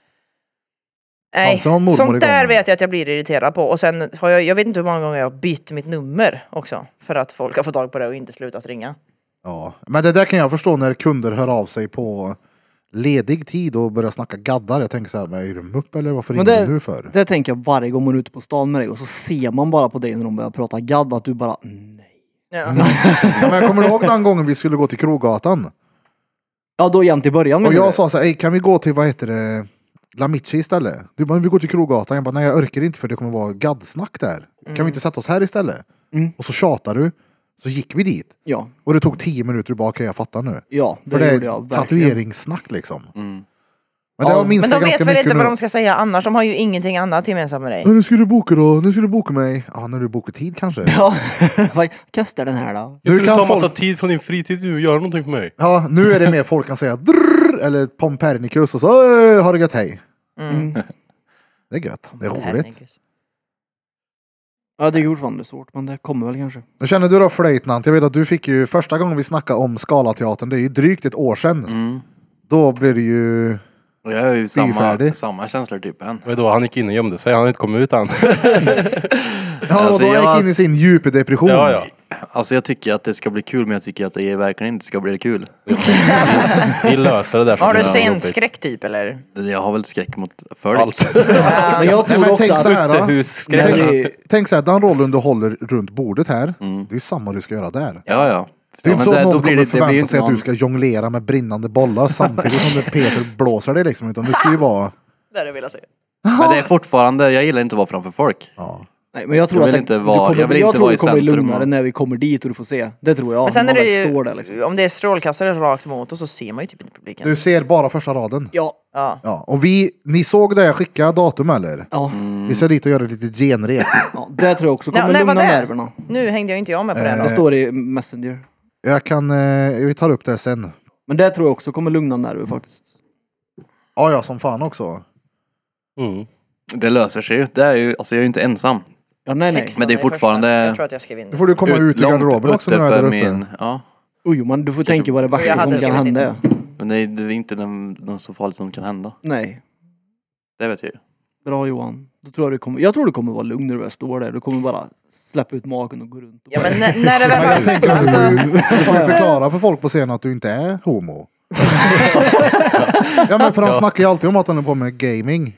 Nej, Alltså, någon mormor sånt där igång. vet jag att jag blir irriterad på. Och sen har jag, jag vet inte hur många gånger jag har bytt mitt nummer också. För att folk har fått tag på det och inte slutat ringa. Ja, men det där kan jag förstå när kunder hör av sig på ledig tid och börjar snacka gaddar. Jag tänker så här, men är de upp eller varför Men ringer det- du nu för? Det tänker jag varje gång man är ute på stan med dig och så ser man bara på dig när de börjar prata gadd att du bara, nej. Ja. Ja, men jag kommer ihåg den gången vi skulle gå till Krogatan. Ja, då igen till början. Och menar jag du? sa så här, "Ey, kan vi gå till, vad heter det, Lamici istället? Du bara, vi går till Krogatan. Jag bara, nej jag orkar inte för det kommer vara gaddsnack där. Kan vi inte sätta oss här istället? Mm. Och så tjatar du. Så gick vi dit. Ja, Och det tog tio minuter tillbaka, jag fattar nu. ja, det För det gjorde är jag verkligen. tatueringssnack liksom. Mm. Men det Ja, har Men minskat de vet ganska väl mycket inte vad nu. de ska säga annars. De har ju ingenting annat gemensamt med dig. Ja, nu ska du boka då, nu ska du boka mig. Ja, när du bokar tid kanske. Ja, vad kastar den här då? Jag Nu tror kan du tar folk- massa tid från din fritid nu och gör någonting för mig. Ja, nu är det mer folk kan säga drrrr, eller pompernicus och så "Öh, har det gött, hej. Mm. Det är gött, det är roligt. Herregud. Ja, det är fortfarande svårt, men det kommer väl kanske. Men känner du då flöjtnant? Jag vet att du fick ju första gången vi snackade om Scalateatern, det är ju drygt ett år sedan. Mm. Då blir det ju... Och jag har ju samma, Fyrfärdig. samma känslor typ än. Det var då han gick in och gömde sig, han har inte kommit ut än. Ja, Alltså, och då jag- gick in i sin djupa depression. Ja, ja. Alltså jag tycker att det ska bli kul men jag tycker att det verkligen inte ska bli kul. Vi löser det där. Har du Ja, jobbigt. scenskräck typ eller? Jag har väl skräck mot för det. Allt. Men jag tror Nej, men också tänk att... så här, då. Utehuskräck. Nej, Tänk, det- tänk så här, den rollen du håller runt bordet här, Mm. det är ju samma du ska göra där. Ja, ja. Det är Ja, inte så men att någon då blir kommer det, det blir förvänta inte sig att du någon... ska jonglera med brinnande bollar samtidigt som det Peter blåser dig liksom, utan du ska ju vara... Det är det vill jag säga. Men det är fortfarande, jag gillar inte att vara framför folk. Ja. Nej, men jag tror Jag vill att inte det, vara- du kommer, jag vill jag inte tror vara det i kommer bli centrum lugnare och- när vi kommer dit och du får se. Det tror jag. Men sen när är det man väl ju, står där, liksom. om det är strålkastare rakt mot oss så ser man ju typ inte publiken. Du ser bara första raden. Ja. Ja. Ja. Och vi, ni såg det jag skickade datum eller? Ja. Vi ska dit och göra lite genrep. ja, det tror jag också kommer Nej, nej, vad lugna det är? nerverna. Nu hängde jag inte jag med på det Eh, Det då. står i Messenger. Jag kan, eh, vi tar upp det sen. Men det tror jag också kommer lugna nerver faktiskt. Ja, ja, som fan också. Mm. Det löser sig ju. Det är ju, alltså jag är ju inte ensam. Ja, nej, nej. sexton Men det är första. fortfarande- Jag tror att jag skrev in Då det. får du komma ut ur långt garderoben också när du är för där uppe. min, ja. Oj, men du får tänka vad det Jag värsta hade som kan skrivit in hända. det. Men det är, det är inte den- något så farligt som kan hända. Nej. Det vet jag ju. Bra Johan. Då tror jag, du kommer, jag tror du kommer vara lugn när du väl står där. Du kommer bara släppa ut magen och gå runt. Och Ja men när, när det väl Men jag tänker att du får, alltså, ju, du får ju förklara för folk på scenen att du inte är homo. Ja men för han Ja. snackar ju alltid om att han är på med gaming.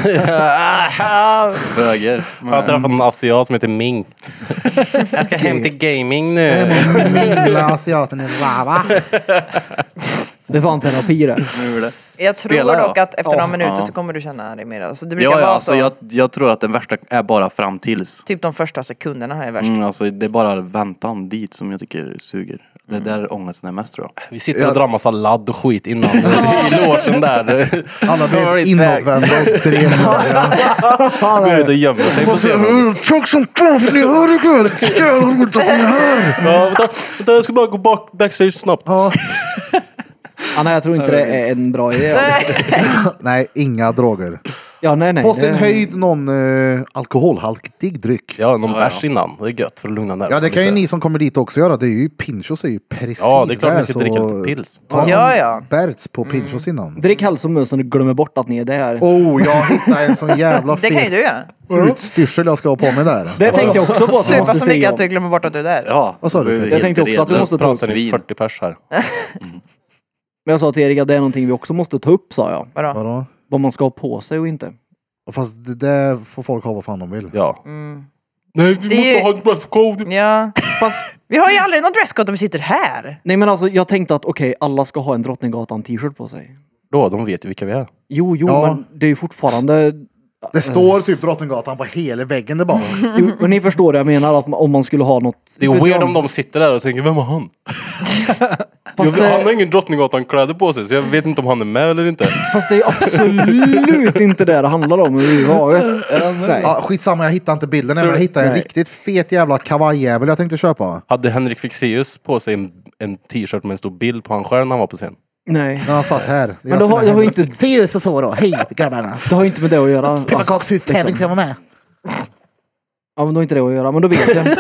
Böger. Jag har träffat en asiat som heter Ming. Jag ska hem till gaming nu. Mingla asiaten i rava. det är fan terapi det. Nu är det. jag tror Spelar jag? dock att efter några Ja. minuter Ja. så kommer du känna dig mer. Alltså, det brukar Ja, ja, vara alltså så. jag, jag tror att den värsta är bara fram tills. Typ de första sekunderna är värst. Mm, alltså det är bara väntan dit som jag tycker suger. Det är där ångesten är mest tror jag. Vi sitter och drar massa ladd och skit innan i logen där. Alla De har blir blivit inåtvända och drevnödiga. Går ut och gömmer sig på scenen. Tjock som kaffel, ni hör det gött. Jävlar roligt att ni är här. Ja, vänta, vänta, jag ska bara gå bak, backstage snabbt. Ja. Ah, nej, jag tror inte det är en bra idé. Nej, inga droger. Ja, nej, nej. På sin det- höjd någon uh, alkoholhaltig dryck. Ja, någon Ja, bärs ja. innan. Det är gött för att lugna nerverna Ja, det kan ju lite. ni som kommer dit också göra. Det är ju Pinchos är ju precis Ja, det är klart där, ni ska dricka så lite pils. ta Ja, ja. Berts på Pinchos innan. Drick hälsomöss så du glömmer bort att ni är där. Oh, jag hittade en sån jävla Det kan ju fet du göra. utstyrsel jag ska ha på mig där. Det tänkte jag också på att vi Supa måste så mycket stiga att du om. glömmer bort att du är där. Ja, Vad sa du, då är vi Peter? Jag helt tänkte också att vi redo. måste ta Pratar ni Svin. fyrtio pers här? Men jag sa till Erik att det är någonting vi också måste ta upp, sa jag. Vadå? Vadå? Vad man ska ha på sig och inte. Fast det där får folk ha vad fan de vill. Ja. Mm. Nej, vi Det är ju- ha ett dresscode. Ja. Fast, Vi har ju aldrig någon dresscode om vi sitter här. nej men alltså jag tänkte att okej, alla ska ha en Drottninggatan t-shirt på sig. Då, de vet ju vilka vi är. Jo, jo, Ja. men det är ju fortfarande... Det står typ Drottninggatan på hela väggen där bak. Jo, men ni förstår det jag menar, att om man skulle ha något... Det är Vet weird jag- om de sitter där och tänker, vem är han? Fast Jag, han det, har ingen Drottninggatan-kläder på sig, så jag vet inte om han är med eller inte. fast det är absolut inte det det handlar om överhuvudtaget. Nej. Ja, skitsamma, jag hittade inte bilden än, men jag hittade en Nej. riktigt fet jävla kavajjävel jag tänkte köpa. Hade Henrik Fexeus på sig en, en t-shirt med en stor bild på han själv när han var på scen? Nej. När han satt här. Det är Men det har, det har ju inte, Se ut så så då, hej grabbarna. det har ju inte med det att göra. Pepparkakshus-tävling får jag vara med. Ja, men då har inte det att göra, men då vet jag.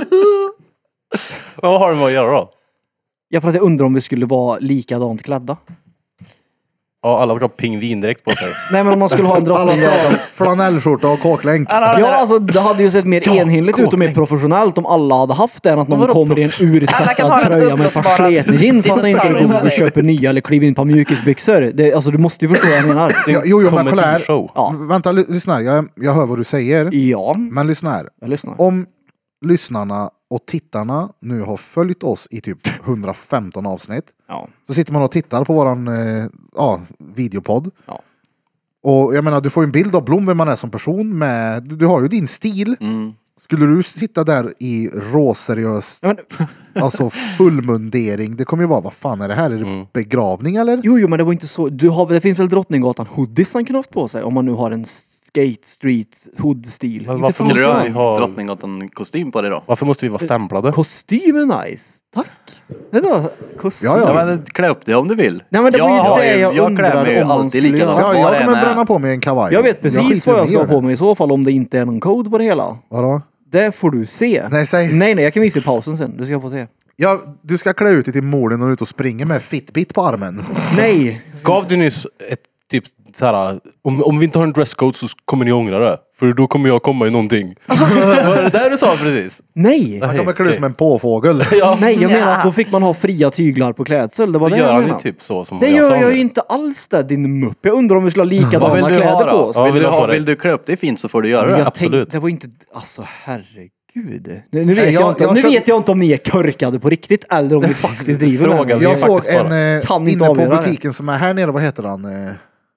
Vad har det med att göra då? Jag för att jag undrar om vi skulle vara likadant klädda. Ja, alla ska ha pingvindräkt på sig. Nej, men om man skulle ha en Alla Drottninggatan... ska ha flanellskjorta och kåklänk. Ja, alltså det hade ju sett mer enhetligt ut och mer professionellt om alla hade haft det än att någon vadå kommer i en Alla kan ha urtvättad en tröja med ett par uppblåsbara sletjeans så att man inte dinosaurier går ut på och sig. köper nya eller kliver in på mjukisbyxor. Det, alltså du måste ju förstå vad jag menar. Ja, jo, jo, men kolla här. Comedy-show. Ja. Vänta, ly- lyssna här. Jag, jag hör vad du säger. Ja, Men lyssna här. jag lyssnar. Om lyssnarna och tittarna nu har följt oss i typ hundrafemton avsnitt. Ja. Så sitter man och tittar på våran eh, ja, videopodd. Ja. Och jag menar, du får ju en bild av Blom, vem man är som person. Med, du, du har ju din stil. Mm. Skulle du sitta där i råseriös, Ja, men, alltså fullmundering. Det kommer ju vara, vad fan är det här? Är det Mm. begravning eller? jo, jo, men det var inte så. Du har, det finns väl Drottninggatan hoodies han kunnat haft på sig om man nu har en skate street hood-stil. Men Inte varför för Skulle du måste ha vi en ha- Drottninggatan-kostym på dig då? Varför måste vi vara stämplade? Kostym är nice. Tack. Det var kostym. Ja, ja. Ja, men klä upp dig om du vill. Nej, men det var ju har det jag jag undrade klär mig ju om man alltid skulle likadant. göra. Ja, Vad jag det kommer än är. bränna på mig en kavaj. Jag vet precis skiter vad jag i ska ha det. på mig i så fall om det inte är någon kod på det hela. Vadå? Det får du se. Nej, säg. Nej, nej, jag kan visa i pausen sen. Du ska få se. Ja, du ska klä ut dig till morden och ut och springa med Fitbit på armen. Nej! Gav du nyss ett typ såhär, om, om vi inte har en dresscode så kommer ni ångra det. För då kommer jag komma i någonting. Var det där du sa precis? Nej! Han kommer klä ut okej. som en påfågel. Ja, Nej, jag Ja. menar att då fick man ha fria tyglar på klädsel. Det var då det gör jag han ju menade. typ så som Det jag gör sa jag nu. ju inte alls det, din mupp. Jag undrar om vi skulle ha Vad likadana vill du kläder ha på då? oss. Ja, vill, vill du du ha ha, det? vill du klä upp dig fint så får du göra Men det. jag absolut. tänkte, det var inte... Alltså herregud. Nu, nu, vet, Nej, jag, jag- inte, jag nu kör- vet jag inte om ni är körkade på riktigt eller om ni faktiskt driver med Fråga. mig. Vi är Jag såg faktiskt en bara- eh, Kan inte inne på avgöra det. butiken som är här nere, vad heter han? Eh,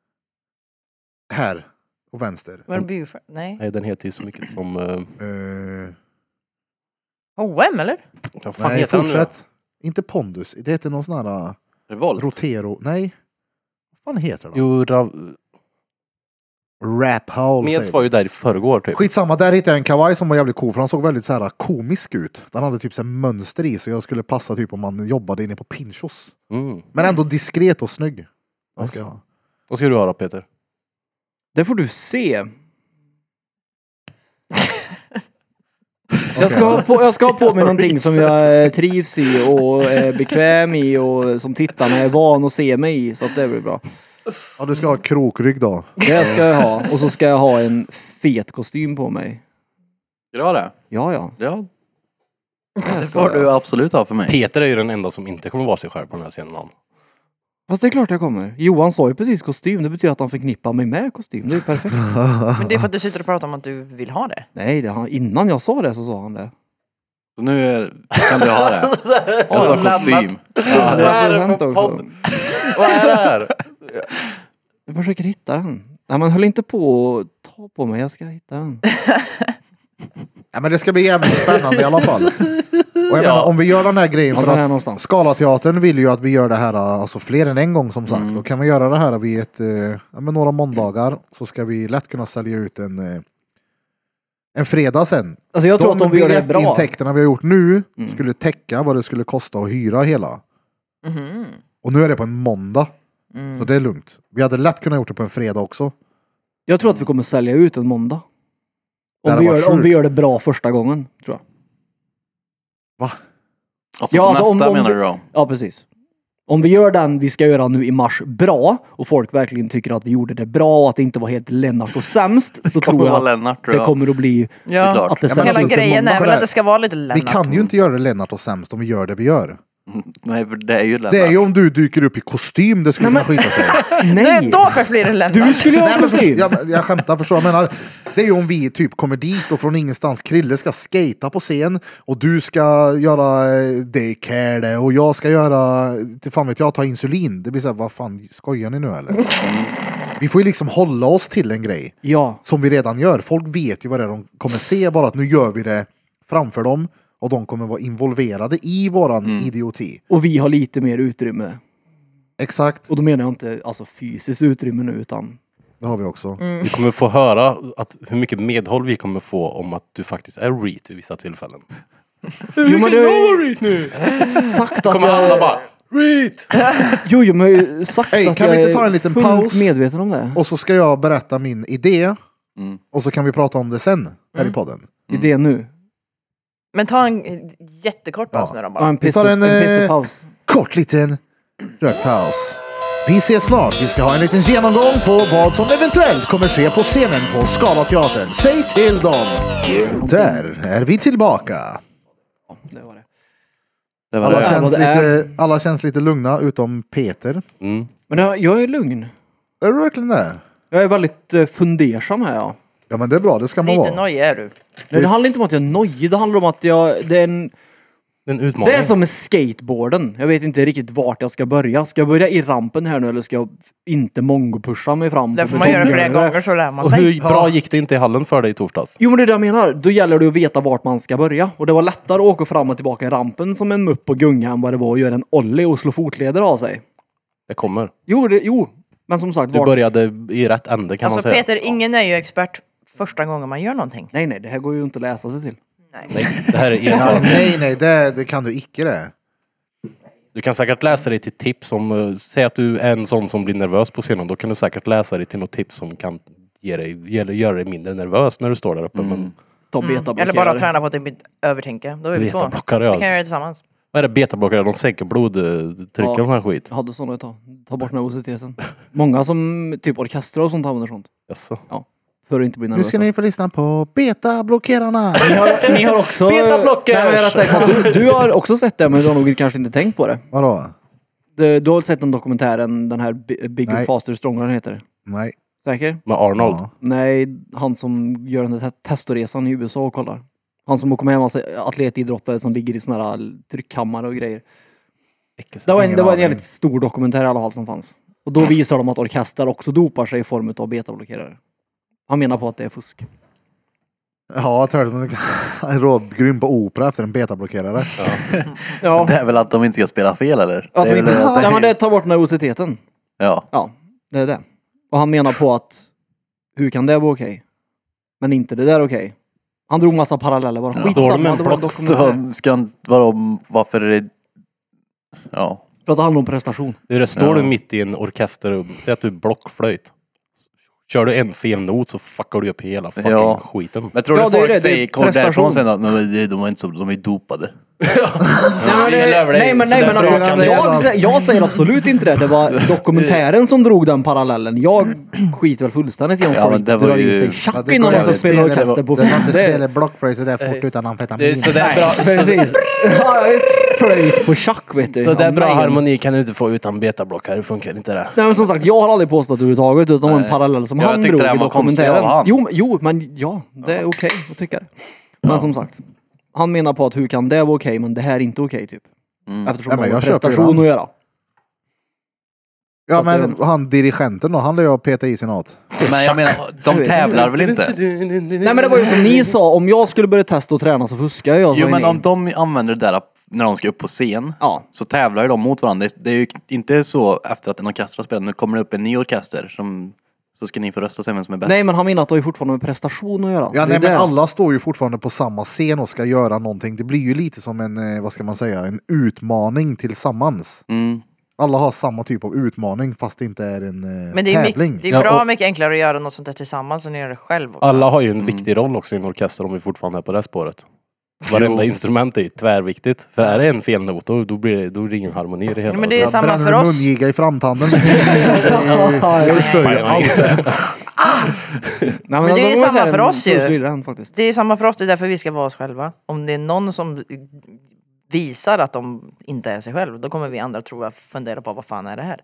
här, och vänster. Var det Buford? Nej. Nej, den heter ju så mycket som... Uh, Eh, H och M eller? vad fan nej, heter han nu då? fortsätt. Inte Pondus, det heter någon sån här uh, Revolt. Rotero. Nej. Vad fan heter det? Jo, Rav... Rap Howl. Meds säger var de. ju där i förrgår typ. Skitsamma, där hittade jag en kavaj som var jävligt cool för han såg väldigt så här komisk ut. Den hade typ så här mönster i så jag skulle passa typ om man jobbade inne på Pinchos. Mm. Men ändå diskret och snygg. Vad ska jag ha? Vad ska du ha då, Peter? Det får du se. Jag ska, ha på, jag ska ha på mig någonting som jag eh, trivs i och är bekväm i och som tittarna är van att se mig i. Så att det blir bra. Ja, du ska ha krokrygg då. Det ska jag ha. Och så ska jag ha en fet kostym på mig. Ska du ha det? Ja, ja. Ja, Det det ska får jag. du absolut ha för mig. Peter är ju den enda som inte kommer vara sig själv på den här scenen. Han. Fast det är klart jag kommer. Johan sa ju precis kostym. Det betyder att han förknippar mig med kostym. Det är ju perfekt. Men det är för att du sitter och pratar om att du vill ha det. Nej, det, han, innan jag sa det så sa han det. Så nu är, kan du ha det. Och så kostym. Ja, Vad är det hänt för också. podd? Vad är det här? Jag försöker hitta den. Nej, man höll inte på att ta på mig. Jag ska hitta den. Ja, men det ska bli jävligt spännande i alla fall. Och jag menar, om vi gör den här grejen Ja, för den här att någonstans. Scalateatern vill ju att vi gör det här alltså fler än en gång som sagt. Mm. Då kan vi göra det här vid ett, eh, ja, men några måndagar så ska vi lätt kunna sälja ut en eh, en fredag sen. Alltså jag tror att om vi gör det bra. intäkterna vi har gjort nu Mm. skulle täcka vad det skulle kosta att hyra hela. Mhm. Och nu är det på en måndag. Mm. Så det är lugnt. Vi hade lätt kunnat gjort det på en fredag också. Jag tror att vi kommer sälja ut en måndag. Det Om hade vi, varit gör, om sjukt. vi gör det bra första gången, tror jag. Va? Alltså Ja, på alltså, om- nästa om menar vi- du då? Ja, precis. Om vi gör den vi ska göra nu i mars bra och folk verkligen tycker att vi gjorde det bra och att det inte var helt Lennart och sämst, så Det kommer tror jag vara att Lennart tror det jag. kommer att bli Ja, klart. att det Ja, men säljs hela ut en grejen måndag. är väl Kolla. att det ska vara lite Lennart. Vi kan ju inte göra det Lennart och sämst om vi gör det vi gör. Nej, för det är ju Lennart. Det är ju om du dyker upp i kostym, det skulle man skita sig. Nej, Nej! då först blir det Lennart. Du skulle ju Nej, ha men för, kostym! jag, jag skämtar, förstår jag menar. Det är ju om vi typ kommer dit och från ingenstans Krille ska skata på scen och du ska göra eh, daycare och jag ska göra, till fan vet jag, ta insulin. Det blir så här, vad fan, skojar ni nu eller? Vi får ju liksom hålla oss till en grej Ja, som vi redan gör. Folk vet ju vad det är de kommer se, bara att nu gör vi det framför dem och de kommer vara involverade i våran idioti. och vi har lite mer utrymme. Exakt, Och då menar jag inte alltså fysiskt utrymme nu, utan det har vi också. Vi kommer få höra att hur mycket medhåll vi kommer få om att du faktiskt är reet vid vissa tillfällen. Jo, men det är nu. Sagt att Kommer alla jag... bara reet! Jo, jo, men jag har ju sagt Hej, att kan jag vi inte är ta en liten fullt paus? medveten om det. Och så ska jag berätta min idé Mm. och så kan vi prata om det sen här i podden. I det nu. Men ta en jättekort paus Ja. nu då Ja, bara. en piss tar en, en eh, pissepaus. Kort liten rökpaus. Vi ses snart. Vi ska ha en liten genomgång på vad som eventuellt kommer ske på scenen på Scalateatern. Säg till dem! Där är vi tillbaka. Det var det. Det var Alla det. är känns, vad det är. lite, alla känns lite lugna utom Peter. Mm. Men jag, jag är lugn. Är du verkligen det? Jag är väldigt eh, fundersam här, ja. Ja men det är bra, det ska man Lite vara. nojig är du. Nej, det handlar inte om att jag är nojig, det handlar om att jag... Det är, en, Det är en utmaning. det är som med skateboarden. Jag vet inte riktigt vart jag ska börja. Ska jag börja i rampen här nu eller ska jag inte mongo-pusha mig fram? Det på får man göra flera betonggolvet? gånger så lär man Och sig. hur bra gick det inte i hallen för dig i torsdags? Jo, men det är det jag menar. Då gäller det att veta vart man ska börja. Och det var lättare att åka fram och tillbaka i rampen som en mupp och gunga än vad det var att göra en ollie och slå fotleder av sig. Det kommer. Jo, det, jo. Men som sagt, Du vart... började i rätt ände kan Alltså man säga. Peter, ingen är ju expert första gången man gör någonting. Nej, nej, det här går ju inte att läsa sig till. Nej. Nej, det här är Ja, erfarenhet. nej nej, det, det kan du icke det. Du kan säkert läsa dig till tips om, uh, säg att du är en sån som blir nervös på scenen, då kan du säkert läsa dig till något tips som kan ge dig, ge, göra dig mindre nervös när du står där uppe. Men Ta betablockerare. Eller bara träna på att inte övertänka. Då är vi två. Det betablockare, kan jag göra ja. tillsammans. Vad är det betablockare? De sänker blodtrycket Ja. och sån här skit. Jag hade sådana ett tag. Ta bort nervositeten. Många som typ orkestrar och sånt använder sånt. Jaså. För att inte bli Nu nervösa. ska ni få lyssna på betablockerarna. Ni har, ni har också... Betablockers! Nej, men jag är rätt säker på att du, du har också sett det, men du har nog kanske inte tänkt på det. Vadå? Du, du har sett den dokumentären, den här Bi- Bigger, Nej. Faster, Stronger heter det. Nej. Säker? Med Arnold. Ja. Nej, han som gör den där te- testoresan i U S A och kollar. Han som åker med en massa atletidrottare som ligger i såna här tryckkammare och grejer. Det var en, Ingen det var en aning. jävligt stor dokumentär i alla fall som fanns. Och då visar de att orkester också dopar sig i form av betablockerare. Han menar på att det är fusk. Ja, jag tror att en rådgrym på opera efter en betablockerare. Ja, Det är väl att de inte ska spela fel eller? att det de är inte, väl att ja men det tar bort nervositeten. Ja. Ja, det är det. Och han menar på att hur kan det vara okej? Men inte det där okej. Han drog massa paralleller bara. Då har de Skitsamma, en det var en plats dokumentär. Så ska han vara om varför är det... Ja. För att det handlar om prestation. Det är det, står Ja. du mitt i en orkester och säg att du är blockflöjt. Kör du en fel not så fuckar du upp hela fucking Ja. skiten. Men tror Ja, du det är folk det, det är säger kommer prestation. därifrån sen att men, de är inte så, de är dopade? Nej men, det, nej, men, nej, men alltså, bra kan det jag, vara. sä- jag säger absolut inte det. Det var dokumentären som drog den parallellen. Jag skiter väl fullständigt i om Ja, men folk det var drar ju- i sig Ja, tjack det innan går de ska inte spela spela- orkester på Det var film. inte Det- spela blockphrase så där fort utan amfetamin. Så det är bra, så, Precis. Ja, jag är flöjt på tjack vet du. så det är bra Nej. harmoni kan du inte få utan betablockare, det funkar inte det. Nej men som sagt, jag har aldrig påstått överhuvudtaget utan det var en parallell som Ja, jag han tyckte drog det i var konstigt av dokumentären. han. Jo, men- jo, men ja, det är okej att tycka det. Men som sagt, han menar på att hur kan det vara okej men det här är inte okej typ. Mm. Eftersom Ja, det men har jag med köper ju prestation den. att göra. Ja men han dirigenten då, han lär jag peta i sin något. Men jag menar, de tävlar väl inte? Nej men det var ju som ni sa, om jag skulle börja testa och träna så fuskar jag. Jo sa men ni. om de använder det där när de ska upp på scen Ja. så tävlar ju de mot varandra. Det- Det är ju inte så efter att en orkester har spelat, nu kommer det upp en ny orkester som så ska ni få rösta sen vem som är bäst. Nej men han menar att det har ju fortfarande med prestation att göra. Ja Det är nej men det. alla står ju fortfarande på samma scen och ska göra någonting. Det blir ju lite som en, eh, vad ska man säga, en utmaning tillsammans. Mm. Alla har samma typ av utmaning fast det inte är en eh, Men det är, tävling. mycket, det är Ja, bra och- mycket enklare att göra något sånt där tillsammans än att göra det själv också. Alla har ju en viktig roll också i en orkester om vi fortfarande är på det spåret. Varenda instrument är ju tvärviktigt. För är det en fel not då, då, blir det, då är det ingen harmoni i det hela. Men det är Jag samma bränner för en oss. mungiga i framtanden. Det stör ju allt det. Nej, Men det är ju var samma här för en oss ju. pulsliraren faktiskt. Det är samma för oss, det är därför vi ska vara oss själva. Om det är någon som visar att de inte är sig själv, då kommer vi andra tro att fundera på vad fan är det här?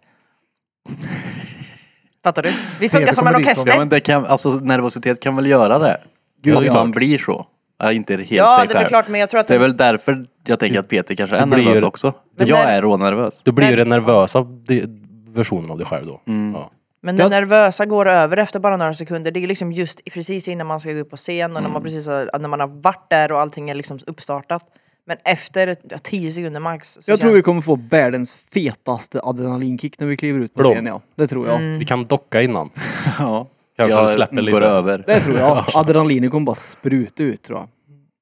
Fattar du? Vi funkar Peter som en kommer dit som- orkester. Ja men det kan, alltså nervositet kan väl göra det? Gud, Att ja. man blir så. Ja, inte helt Ja, sig det är väl själv. klart, men jag tror att Det är väl därför jag tänker att Peter kanske är Det blir nervös ju- också. Men jag när- är rånervös. Då blir ju Nej. den nervösa de- versionen av dig själv då. Ja. Men det Ja. nervösa går över efter bara några sekunder. Det är liksom just precis innan man ska gå upp på scen och när man precis har, när man har varit där och allting är liksom uppstartat. Men efter ja, tio sekunder max. Så Jag tror känns- vi kommer få världens fetaste adrenalinkick när vi kliver ut på Blom. scen, ja. Det tror jag. Mm. Vi kan docka innan. Ja. Kanske jag släpper går lite. över. Det tror jag. Adrenalinet kommer bara spruta ut, tror jag.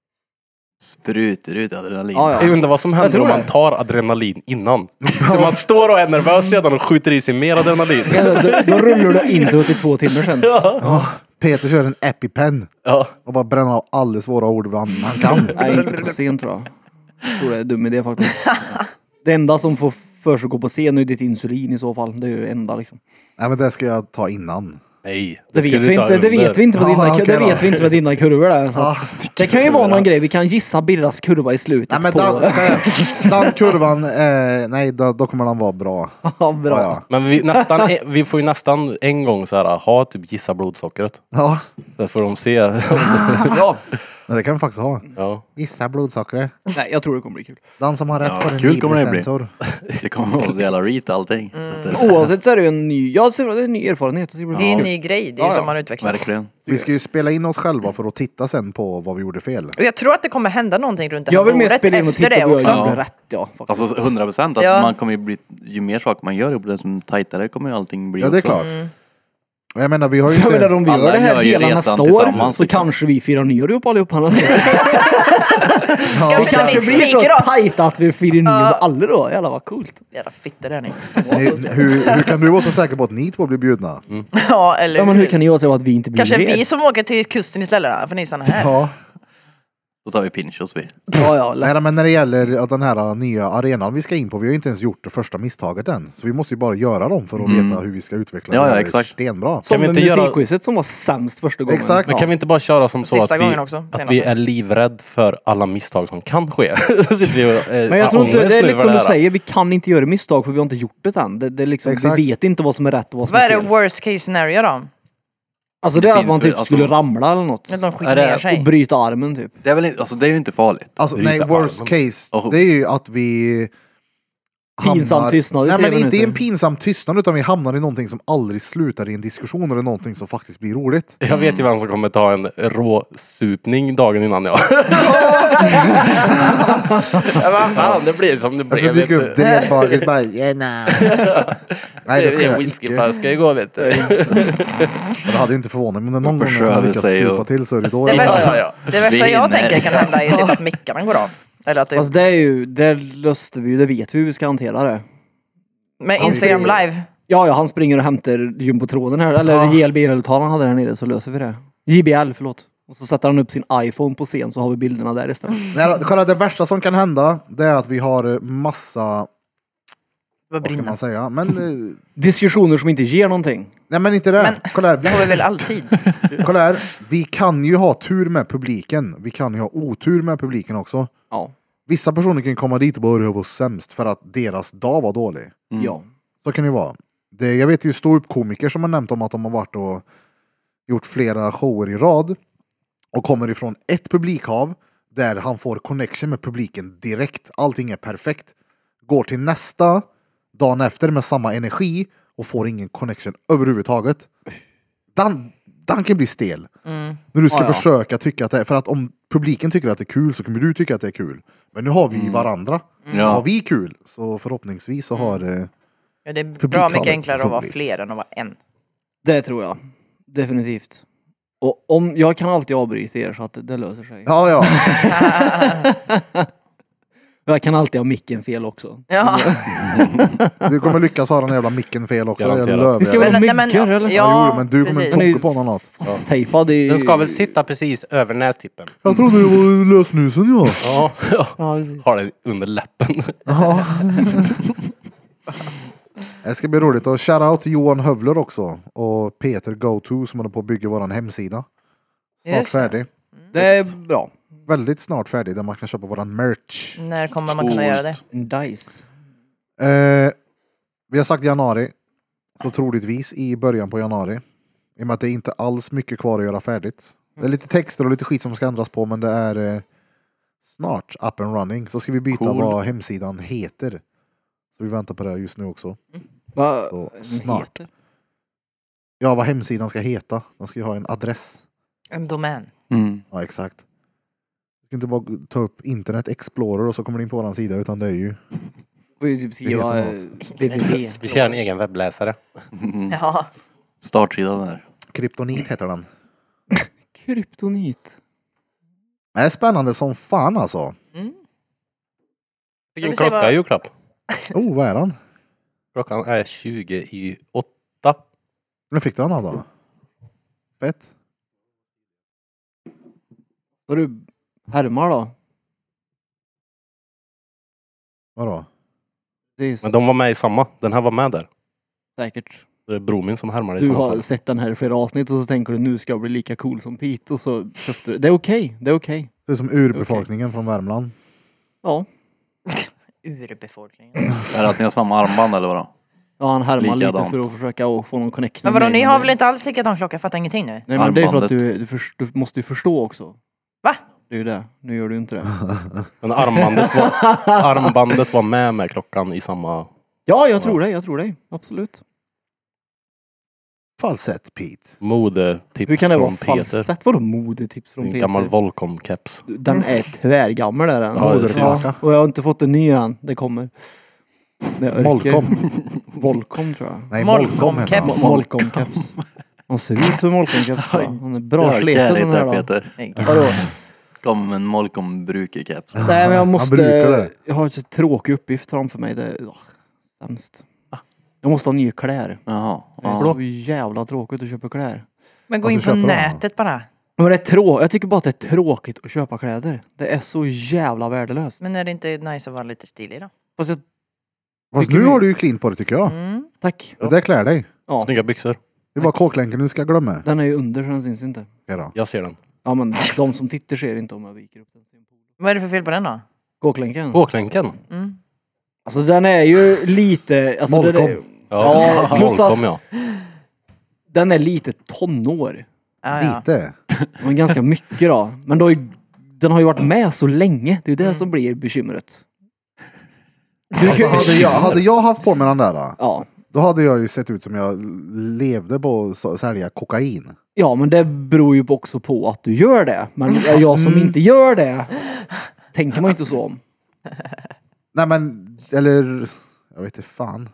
Spruter ut adrenalin. Ja, ja. Jag undrar vad som Jag händer tror om man det. tar adrenalin innan. Man står och är nervös redan och skjuter i sig mer adrenalin. Ja, då, då rullar du introt i två timmar sen. Ja, Peter kör en EpiPen Ja. och bara bränner av alla svåra ord han han kan. Nej, inte på scen tror jag. Jag tror det är en dum idé faktiskt. Det enda som får för sig att gå på scen är ditt insulin i så fall. Det är ju det enda liksom. Nej men det ska jag ta innan. Nej. Det, ska vet du vi ta inte, det under. vet vi inte med Ja, dina, okej det då. vet vi inte med dina kurvor där. Så att, det kan ju vara någon grej. Vi kan gissa Birras kurva i slutet Nej men på... den, den kurvan, eh, nej då, då kommer den vara bra. Ja, bra. Ja, ja. Men vi, nästan, vi får ju nästan en gång så här ha typ gissa blodsockret. Ja, Där får de se. Ja. men det kan vi faktiskt ha. Ja. Gissa blodsockret. Nej, jag tror det kommer bli kul. Den som har rätt Ja, får en kul kommer det bli. sensor. Det kommer vara så jävla reet allting. Men oavsett så är det ju en ny, ja, det är en ny erfarenhet. Det blir Det är en kul. ny grej, det är Ja, som ja. man utvecklas. Verkligen. Vi ska ju spela in oss själva för att titta sen på vad vi gjorde fel. Och jag tror att det kommer hända någonting runt det Jag här vill mer bordet spela in och efter titta det på vad också. jag Ja. gjorde rätt. Ja, faktiskt. Alltså hundra procent att Ja. man kommer ju bli, ju mer saker man gör ihop, det som tajtare kommer ju allting bli Ja det är också. klart. Jag menar vi har ju Så jag inte... menar, om vi alla gör det här gör ju hela resan nästa år tillsammans, så liksom. kanske vi firar nyår ihop allihopa. Det Kanske kanske inte ni blir så sviker oss. tajt att vi firar nyår med alla då. Jävlar vad coolt. Jävla fitter är ni. Nej, hur, hur kan du vara så säker på att ni två blir bjudna? Ja, eller Ja, men hur kan ni vara så att vi inte blir Kanske med? vi som åker till kusten istället då, för ni stannar här. Ja. Då tar vi pinchos vi. Ja, ja, lätt. Nej, men när det gäller att den här nya arenan vi ska in på, vi har ju inte ens gjort det första misstaget än. Så vi måste ju bara göra dem för att veta hur vi ska utveckla Ja, det ja, här exakt. stenbra. Som Kan vi med inte göra- musikquizet som var sämst första gången. Exakt. Men kan vi inte bara köra som så Sista att vi, gången också, att senaste. vi är livrädd för alla misstag som kan ske? Så sitter vi och, eh, Men jag tror har inte, ångest det är nu lite för som det du här. säger, vi kan inte göra misstag för vi har inte gjort det än. Det, det är liksom, Exakt. vi vet inte vad som är rätt och vad som Vad är är det fel. worst case scenario då? Alltså det Det är att finns man väl, typ alltså- skulle ramla eller något. Att de skiter Är det- ner Och sig? bryta armen typ. Det är väl inte, alltså det är ju inte farligt. Alltså Bryta nej, worst armen. case, Oh. det är ju att vi Pinsam hamnar- tystnad i Nej tre men inte i en minuter. pinsam tystnad utan vi hamnar i någonting som aldrig slutar i en diskussion eller någonting som faktiskt blir roligt. Jag vet ju vem som kommer ta en råsupning dagen innan jag. Ja, vad fan, det blir som det blir. Alltså dyker upp dredbaget bara, yeah, nah. Nej det ska det är jag icke. whiskyflaska igår vet du. Det hade ju inte förvånat mig, men någon gång när försöver man lyckas sig och- supa till så är det då. Det jag- värsta, ja, det värsta Vi jag hinner. tänker kan hända är typ att mickarna går av. Eller att typ, Alltså det är ju, det löste vi ju, det vet vi hur vi ska hantera det. med Instagram live. Ja, ja, han springer och hämtar jumbotronen här, eller Ja. J L B-högtalaren hade där nere så löser vi det. J B L, förlåt. Och så sätter han upp sin iPhone på scen så har vi bilderna där istället. Nej, kolla, det värsta som kan hända det är att vi har eh, massa, Vad vad ska brinner. man säga, men eh, Diskussioner som inte ger någonting. nej men inte det. Men- Kolla Det här, har vi väl alltid. kolla här, vi kan ju ha tur med publiken, vi kan ju ha otur med publiken också. Ja. Vissa personer kan komma dit och bara "Jag var sämst för att deras dag var dålig. Ja. Så kan det vara. Det, jag vet ju ståuppkomiker som har nämnt om att de har varit och gjort flera shower i rad och kommer ifrån ett publikhav där han får connection med publiken direkt. Allting är perfekt. Går till nästa dagen efter med samma energi och får ingen connection överhuvudtaget. Den, den kan bli stel. Mm. När du ska Ja, ja. försöka tycka att det är, för att om publiken tycker att det är kul så kommer du tycka att det är kul. Men nu har vi varandra. Ja. Har vi kul så förhoppningsvis så har eh, Ja, det är bra Publikhavet mycket enklare att vara roligt. fler än att vara en. Det tror jag. Definitivt. Och om, jag kan alltid avbryta er så att det, det löser sig. ja ja. Jag kan alltid ha micken fel också. Ja. Du kommer lyckas ha den jävla micken fel också. Garanterat. Det ska vara Men- nej, myggor men- eller? ja. Ja, jo, men du kommer precis. koka på något annat. Fasttejpad i... Den ska väl sitta precis över nästippen. Jag trodde det var lösnusen, ja. Ja, ja. Ja, precis. Har den under läppen. Ja. Det ska bli roligt. Och shoutout till Johan Hövler också. Och Peter GoTo som håller på att bygga våran hemsida. Snart Just det. färdig. Det är bra. Väldigt snart färdig där man kan köpa våran merch. När kommer man kunna göra det? Dice. Eh, vi har sagt januari. Så troligtvis i början på januari. I och med att det är inte alls mycket kvar att göra färdigt. Det är lite texter och lite skit som ska ändras på. Men det är eh, snart up and running. Så ska vi byta Cool. vad hemsidan heter. Så vi väntar på det just nu också. Vad Så den snart. heter? Ja, vad hemsidan ska heta. Den ska ju ha en adress. En domän. Mm. Ja, exakt. Du ska inte bara ta upp Internet Explorer och så kommer du in på våran sida. Utan det är ju... Får ju typ skriva Det heter eh, något. B B B. Vi ska göra en egen webbläsare. Mm. Ja. Startsidan där. Kryptonit heter den. Kryptonit. Det är spännande som fan alltså. Mm. Fick Ska en vi se klocka vad- i julklapp. Oh, vad är den? Klockan är tjugo i åtta. Vem fick du den av då? Fett. Har du härmar då? Vadå? Det är Men de var med i samma. Den här var med där. säkert. Det är bror min som härmar i Du samma har fall. sett den här i flera avsnitt och så tänker du nu ska jag bli lika cool som Pete och så köpte du. Det är okej, det är okej. Du är som urbefolkningen från Värmland. Ja. Urbefolkningen. Är det att ni har samma armband eller vadå? Ja, han härmar lite Likadant. för att försöka att få någon connection. Men vadå, med ni mig. har väl inte alls likadan klocka? Jag fattar ingenting nu. Nej, men det är för att Armbandet. du, du, först, du måste ju förstå också. Va? Det är ju det. Nu gör du inte det. Men armbandet var, armbandet var med med klockan i samma... Ja, jag tror det. Jag tror det. Absolut. Falsett Pete. Modetips Hur kan det vara från Peter. falsett? Vadå modetips från En Peter? gammal Volcom-keps. Den är tvärgammal är den. Ja, det syns. ja, och jag har inte fått en ny än. Det kommer. Det är Molkom. Volcom tror jag. Nej, Molkom Molkom heter han. keps. Molkom keps. Han ser ut som Molkom keps. va? Han är bra Ja, sleten kärligt den här där då. Peter. Vadå? Kom en Molkom brukerkeps. Nej men jag måste, brukar det. jag har en tråkig uppgift framför mig. Det är åh, sämst. Jag måste ha nya kläder. Jaha. Det är Ja. så jävla tråkigt att köpa kläder. Men gå Och så in på köper de. nätet bara. Men det är trå jag tycker bara att det är tråkigt att köpa kläder. Det är så jävla värdelöst. Men är det inte nice att vara lite stilig då? Fast jag, Fast Tycker nu vi- har du ju clean på det tycker jag. Mm. tack. Och det klär dig. Ja, Snygga byxor. Det är bara kåklänken du ska glömma. den är ju under så den syns inte. Okej då. Jag ser den. Ja men de som tittar ser inte om jag viker upp den. Vad är det för fel på den då? Gåklänken. Gåklänken. Mm. Alltså den är ju lite, alltså den är, Molkom. Ja, plus att- Molkom ja. den är lite tonår. Ah, ja. Lite. Men ganska mycket då. Men då är, den har ju varit med så länge. Det är det som blir bekymret. Alltså, hade, jag, hade jag haft på mig den där, Ja. då hade jag ju sett ut som jag levde på att s- sälja kokain. Ja, men det beror ju också på att du gör det. Men jag som inte gör det tänker man inte så om. Nej men, eller, jag vet inte fan.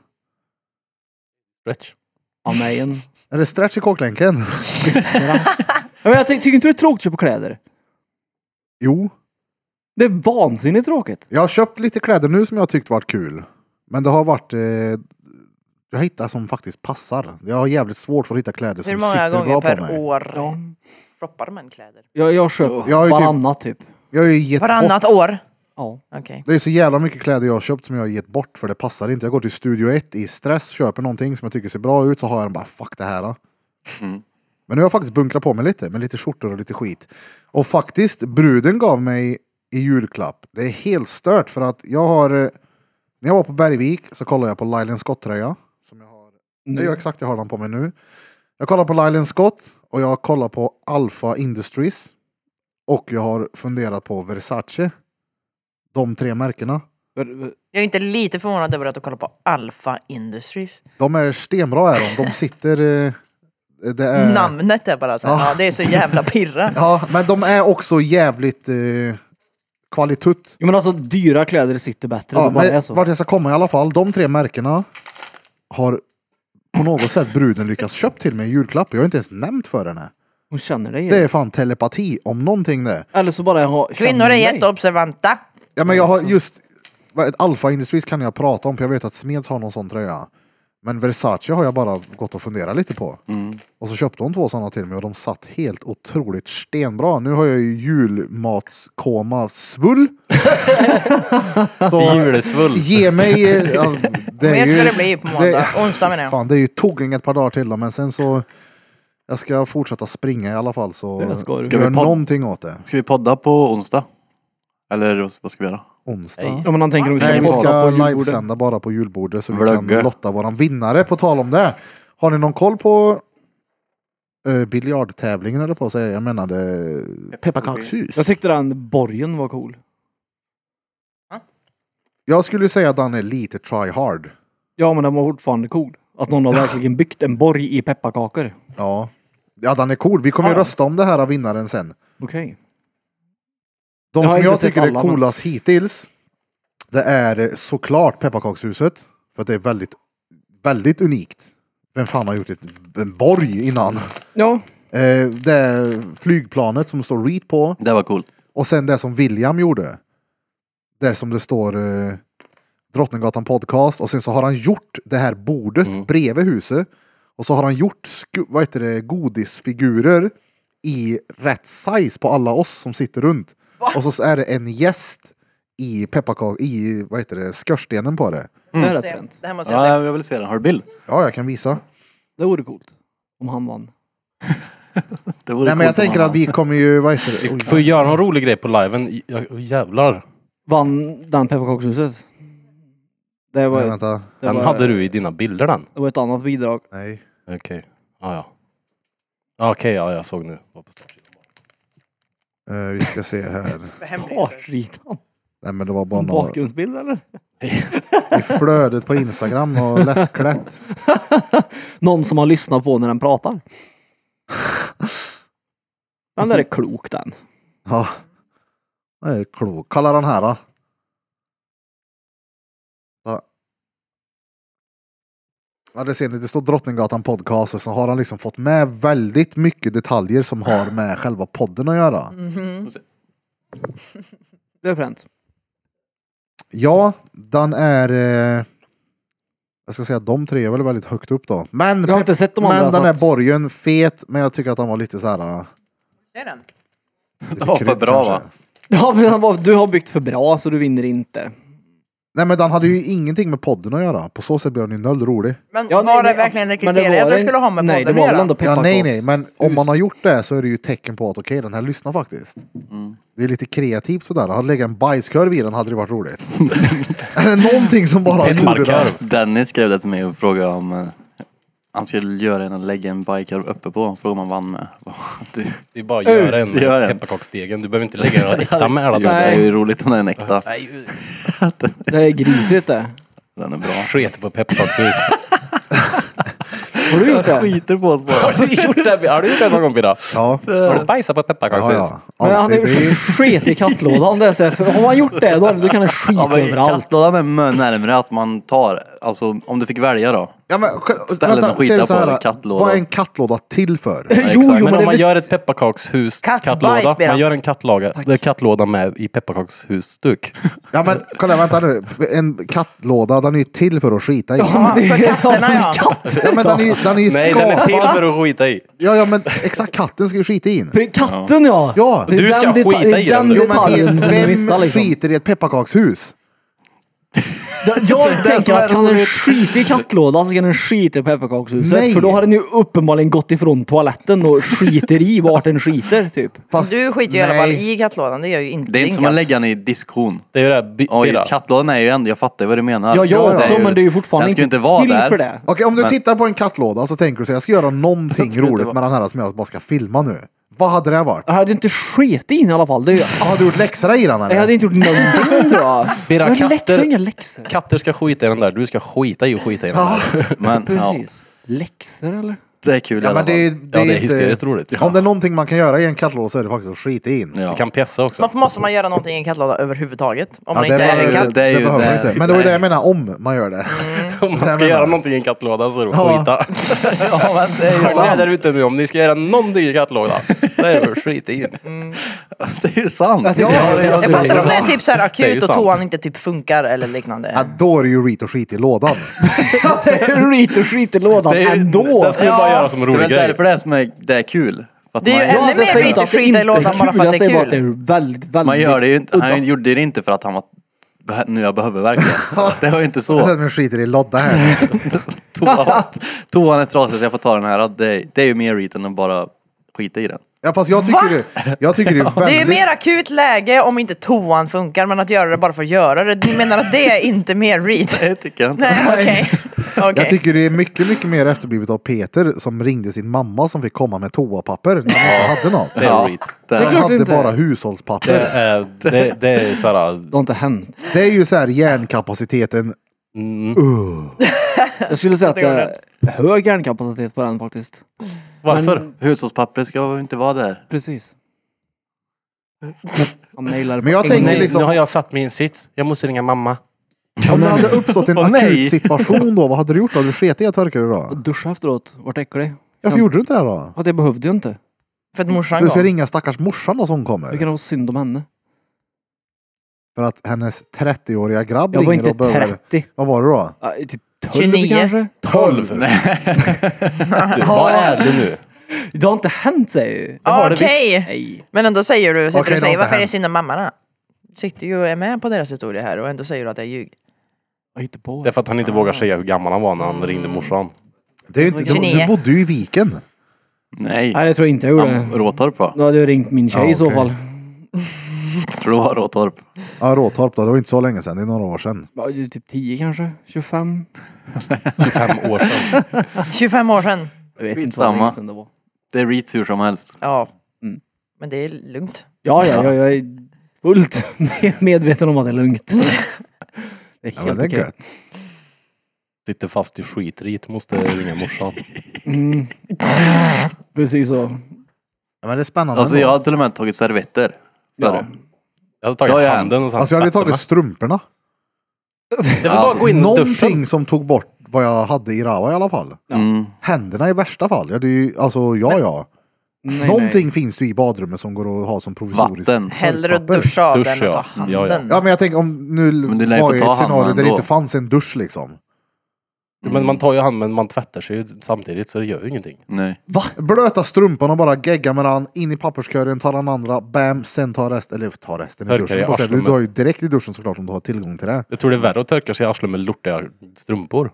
Stretch. Amen. Är det stretch i kåklänken? Ja, men jag ty tycker inte det är tråkigt att köpa kläder. Jo. Det är vansinnigt tråkigt. Jag har köpt lite kläder nu som jag har tyckt varit kul. Men det har varit... Eh, jag hittar som faktiskt passar. Jag har jävligt svårt för att hitta kläder som Hur många sitter gånger bra på per mig. år Ja. shoppar man kläder? Jag, jag har köpt Jag har ju typ- varannat typ. Jag har ju gett Varannat bort. år? Ja. Okej. Det är så jävla mycket kläder jag har köpt som jag har gett bort för det passar inte. Jag går till Studio ett i stress, köper någonting som jag tycker ser bra ut så har jag den bara fuck det här. Mm. Men nu har jag faktiskt bunkrat på mig lite med lite skjortor och lite skit. Och faktiskt, bruden gav mig i julklapp. Det är helt stört för att jag har... eh, När jag var på Bergvik så kollade jag på Lylan Scott-tröja. Som jag har... Det är ju exakt jag har den på mig nu. Jag kollar på Lylan Scott och jag kollar på Alpha Industries. Och jag har funderat på Versace. De tre märkena. Jag är inte lite förvånad över att du kollar på Alpha Industries. De är stenbra är de. De sitter... eh, Det är... Namnet är bara så här. Ja. Ja, det är så jävla pirra. Ja, men de är också jävligt eh, kvalitet. Jo, men alltså dyra kläder sitter bättre. Ja, det bara är men så. vart jag ska komma i alla fall, de tre märkena har på något sätt bruden lyckats köpt till mig i julklapp. Jag har inte ens nämnt för henne. Hon känner dig. Det är fan telepati om någonting det. Eller så bara ha, Kvinnor är jätteobservanta. Ja men jag har just vad- Alpha Industries kan jag prata om, för jag vet att Smeds har någon sån tröja. Men Versace har jag bara gått och funderat lite på. Mm. Och så köpte hon två sådana till mig och de satt helt otroligt stenbra. Nu har jag ju julmatskoma svull. Så Julesvull. ge mig... eh, Ja, det är Mer ju, ska det bli på måndag. Onsdag menar jag. fan, det är ju tog ett par dagar till då, men sen så... Jag ska fortsätta springa i alla fall så... Det ska du. Ska vi vi pod- någonting åt det. Ska vi podda på onsdag? Eller vad ska vi göra? Onsdag. Nej. Ja men han tänker om vi Nej, ska vi podda ska på julbordet. livesända bara på julbordet så vi Vlogga. kan lotta våran vinnare. På tal om det. Har ni någon koll på uh, biljardtävlingen eller på att säga? Jag menade pepparkakshus. Jag tyckte den borgen var cool. Jag skulle säga att den är lite try hard. Ja men den var fortfarande cool. Att någon har verkligen byggt en borg i pepparkakor. Ja. Ja, den är cool. Vi kommer ju Ja. rösta om det här av vinnaren sen. Okej. De Jag har som inte jag sett tycker är alla, men- coolast hittills, det är såklart pepparkakshuset. För att det är väldigt, väldigt unikt. Vem fan har gjort ett, en borg innan? Ja. Eh, det är flygplanet som står Reet på. Det var coolt. Och sen det som William gjorde. Där som det står eh, Drottninggatan podcast. Och sen så har han gjort det här bordet Mm. bredvid huset. Och så har han gjort sku- vad heter det, godisfigurer i rätt size på alla oss som sitter runt. Och så är det en gäst i pepparkak i vad heter det, skorstenen på det. Det är rätt Se, fränt. Det här måste jag Ja, säga. jag vill se den. Har du bild? Ja, jag kan visa. Det vore coolt. Om han vann. Det vore Nej, men jag coolt om tänker han- att vi kommer ju, vad heter det? Vi Oj, får ju göra någon rolig grej på liven. Ja, jävlar. Vann den pepparkakshuset. Det var, Nej, vänta. det, Den var, hade du i dina bilder den. det var ett annat bidrag. Nej. Okej. Ah, ja. Ah, Okej, ja jag såg nu. Var på startsidan. Eh, vi ska se här. Parritan. Nej, men det var bara Som några bakgrundsbild eller? i flödet på Instagram och lättklätt. Någon som har lyssnat på när den pratar. Den där är klok den. Ja. Det är klok. Kalla den här då. Ja. Ja, det ser ni. Det står Drottninggatan podcast och så har han liksom fått med väldigt mycket detaljer som har med själva podden att göra. Det är fränt. Ja, den är... Eh, jag ska säga att de tre är väl väldigt högt upp då. Men, Jag har inte sett de andra. men den så är att- borgen fet, men jag tycker att den var lite så här... eh, Är den? lite Det var för krydd bra, kanske. va? Ja, men han var- du har byggt för bra så du vinner inte. Nej, men den hade ju ingenting med podden att göra. På så sätt blir den ju noll rolig. Men Ja, var nej, det verkligen men det rekrytering var att det en- skulle ha med Nej, det podden var att väl göra? ändå Ja, pepparkaks. nej, nej. Men om man har gjort det så är det ju tecken på att okej, den här lyssnar faktiskt. Mm. Det är lite kreativt sådär. Hade legat en bajskorv i den hade det varit roligt. Eller någonting som bara gjorde det. Pepparkorv. Dennis skrev det till mig och frågade om eh, han skulle göra en och lägga en bajkorv uppe på. Frågade om han vann med. Du, Det är bara att göra en Gör en. pepparkaksdegen. Du behöver inte lägga några äkta med alla jo, det där. är ju roligt om den är äkta. Nej, Det är grisigt det. Den är bra. sket på pepparkakshus. Har du gjort det? Skiter på oss bara. Har du gjort det? Har du gjort det någon gång Bira? Ja. Har du bajsat på ett Ja, pepparkakshus? ja. Men han är Alltid. ju Det är- sket i kattlådan. Det är så här, för har man gjort det då, då kan det skita Ja, men överallt. kattlådan är mö- närmare att man tar, alltså om du fick välja då. Ja, men, Ställen vänta, att skita ser du så på, här, eller kattlåda. Vad är en kattlåda till för? Jo, exakt. jo, Men men om det man är gör ett pepparkakshus, Kattbajs, kattlåda, Bira. man gör en kattlåda, där kattlådan med i pepparkakshusduk. Ja, men kolla, vänta nu. En kattlåda, den är ju till för att skita i. Ja, för katterna ja. Ja, men den är ju, den är ju Nej, den är skapad. till för att skita i. Ja, ja, men exakt, katten ska ju skita in. För katten ja. Ja. Det är Du den ska deta- skita det är i den, den du. Jo, men detaljen som du vem missar liksom. skiter i ett pepparkakshus? Jag tänker som är att kan den roligt. skita i kattlådan så kan den skita i pepparkakshuset. Nej. För då har den ju uppenbarligen gått ifrån toaletten och skiter i vart den skiter typ. Fast, Du skiter ju i alla nej. fall i kattlådan, det gör ju inte Det är din inte som att katt. lägga den i diskhon. Det är ju det här bi- Oj, Bira. kattlådan är ju ändå, jag fattar vad du menar. Ja, jag Det också, ju- men det är ju fortfarande den ska ju inte inte vara till där. för det. Okej, om du Men- tittar på en kattlåda så tänker du så här, jag ska göra någonting ska inte roligt vara- med den här som jag bara ska filma nu. Vad hade det varit? Jag hade inte skitit in i alla fall. Det är ju... Har du gjort läxorna i den eller? Jag hade inte gjort någonting tror jag. Bira, Jag har katter- läxor, inga läxor. Katter ska skita i den där, du ska skita i och skita i den där. Men ja, Precis. Läxor eller? det är kul i Ja, alla men fall. det, Ja, det är inte- hysteriskt roligt. Om det är någonting man kan göra i en kattlåda så är det faktiskt att skita in. Ja. Du kan pjässa också. Varför måste man göra någonting i en kattlåda överhuvudtaget? Om Ja, man det, inte är en behöver- katt? det är det ju behöver det- inte. Men det var ju det nej. jag menar, om man gör det. Om Det man jag ska menar. göra någonting i en kattlåda så är det Ja. att skita. Ja, men det är ju Vad är sant. där ute nu? Om ni ska göra någonting i kattlådan, då är det att skita in. Det är ju sant. Ja, ja, Jag det fattar är om det är sant. typ så här Det är akut ju och sant. toan inte typ funkar eller liknande. Ja, då är det ju reet och skit i lådan. Reet och skit i lådan Det är ju- ändå. Det ska vi bara göra som en Det är rolig väl grej. därför det är som är, det är kul. För att Det är ju man, ännu alltså, jag mer säger reet inte och att det skita i inte är lådan bara för att kul. det Jag säger bara är att det kul. är väldigt, väldigt man gör det ju inte, udda. han gjorde det inte för att han var "Beh- nu jag behöver verkligen. Det var ju inte Jag så. sätter mig och skiter i lodda här. Toan, toan är trasig så jag får ta den här. Det, det är ju mer reet än att bara skita i den. Ja, fast jag tycker det, jag tycker det är väldigt... Det är ju mer akut läge om inte toan funkar, men att göra det bara för att göra det. Ni menar att det är inte mer reet? Det tycker jag inte. Nej, okej. Jag Okej. tycker det är mycket, mycket mer efterblivet av Peter som ringde sin mamma som fick komma med toapapper när han inte hade något. Det är reet. det Han är, klart hade inte. bara hushållspapper. Det är, det, det är såhär... Det har inte hänt. Det är ju så här hjärnkapaciteten. Mm, Uh. Jag skulle säga att det Det är hög hjärnkapacitet på den faktiskt. varför? Men- hushållspapper ska ju inte vara där. Precis. Han nailar det Men på jag en tänker gång. Nej, liksom- nu har jag satt mig i en sits. Jag måste ringa mamma. Om det hade uppstått en Åh, akut nej. situation då, vad hade du gjort? Hade du sket i att torka det då? Duscha efteråt. Vart äcklig. Varför gjorde du inte det då? Ja, det behövde ju inte. För att morsan Du ska kom. ringa stackars morsan då som Det kommer. kan vara synd om henne. För att hennes trettioåriga grabb Jag var ringer inte och behöver... trettio. Vad var det då? Ja, typ tolv tjugonio. kanske. tolv! Du, var ärlig nu. Det har inte hänt säger jag ju. Det har det Okej. visst. Nej. Men ändå säger du, sitter Okej, och det har säger inte varför är det hänt. synd om mamma då? Du sitter ju och är med på deras historia här och ändå säger du att det är ljug. Jag hittar på. Det är för att han inte vågar säga hur gammal han var när han ringde morsan. Det är ju inte, du, tjugonio. du bodde ju i viken. Nej. Nej, det tror jag inte jag gjorde. Ja, Råtorp va? Då hade jag ringt min tjej Ja, i så okej. fall. Tror du det var Råtorp? Ja, Råtorp då. Det var inte så länge sedan. Det är några år sedan. Ja, det är typ tio kanske. tjugofem. tjugofem år sedan. tjugofem år sedan. Jag vet inte Skitsamma. så länge sedan det var. Det är reet hur som helst. Ja. Mm. Men det är lugnt. Ja, ja, ja, jag är fullt medveten om att det är lugnt. Det är Ja, men helt det är okej. gött. Sitter fast i skitrit, måste ringa morsan. Mm. Precis så. Ja, men det är spännande Alltså ändå. jag har till och med tagit servetter. Ja. Förr. Jag hade Det har tagit ju handen och sen Alltså jag hade tvättat tagit mig. strumporna. Det var bara att gå in i Någonting duschen. som tog bort vad jag hade i Rava i alla fall. Mm. Händerna i värsta fall. Ja, det är ju, alltså ja, ja. Nej, Någonting nej. finns det i badrummet som går att ha som provisoriskt. Vatten. Hellre att torkpapper. duscha av Dusch, den än ja. att ta Ja, handen. ja. Ja, men jag tänker om nu Men du lär ju var få jag i ta ett scenario handen där det ändå. inte fanns en dusch liksom. Men man tar ju hand, men man tvättar sig ju samtidigt så det gör ju ingenting. Nej. Blöta strumpan och bara gegga med den in i papperskorgen, tar den andra, bam, sen tar resten, eller tar resten i Torkar duschen. i På sig. Du arslet tar ju direkt i duschen såklart om du har tillgång till det. Jag tror det är värre att torka sig i arslet med lortiga strumpor.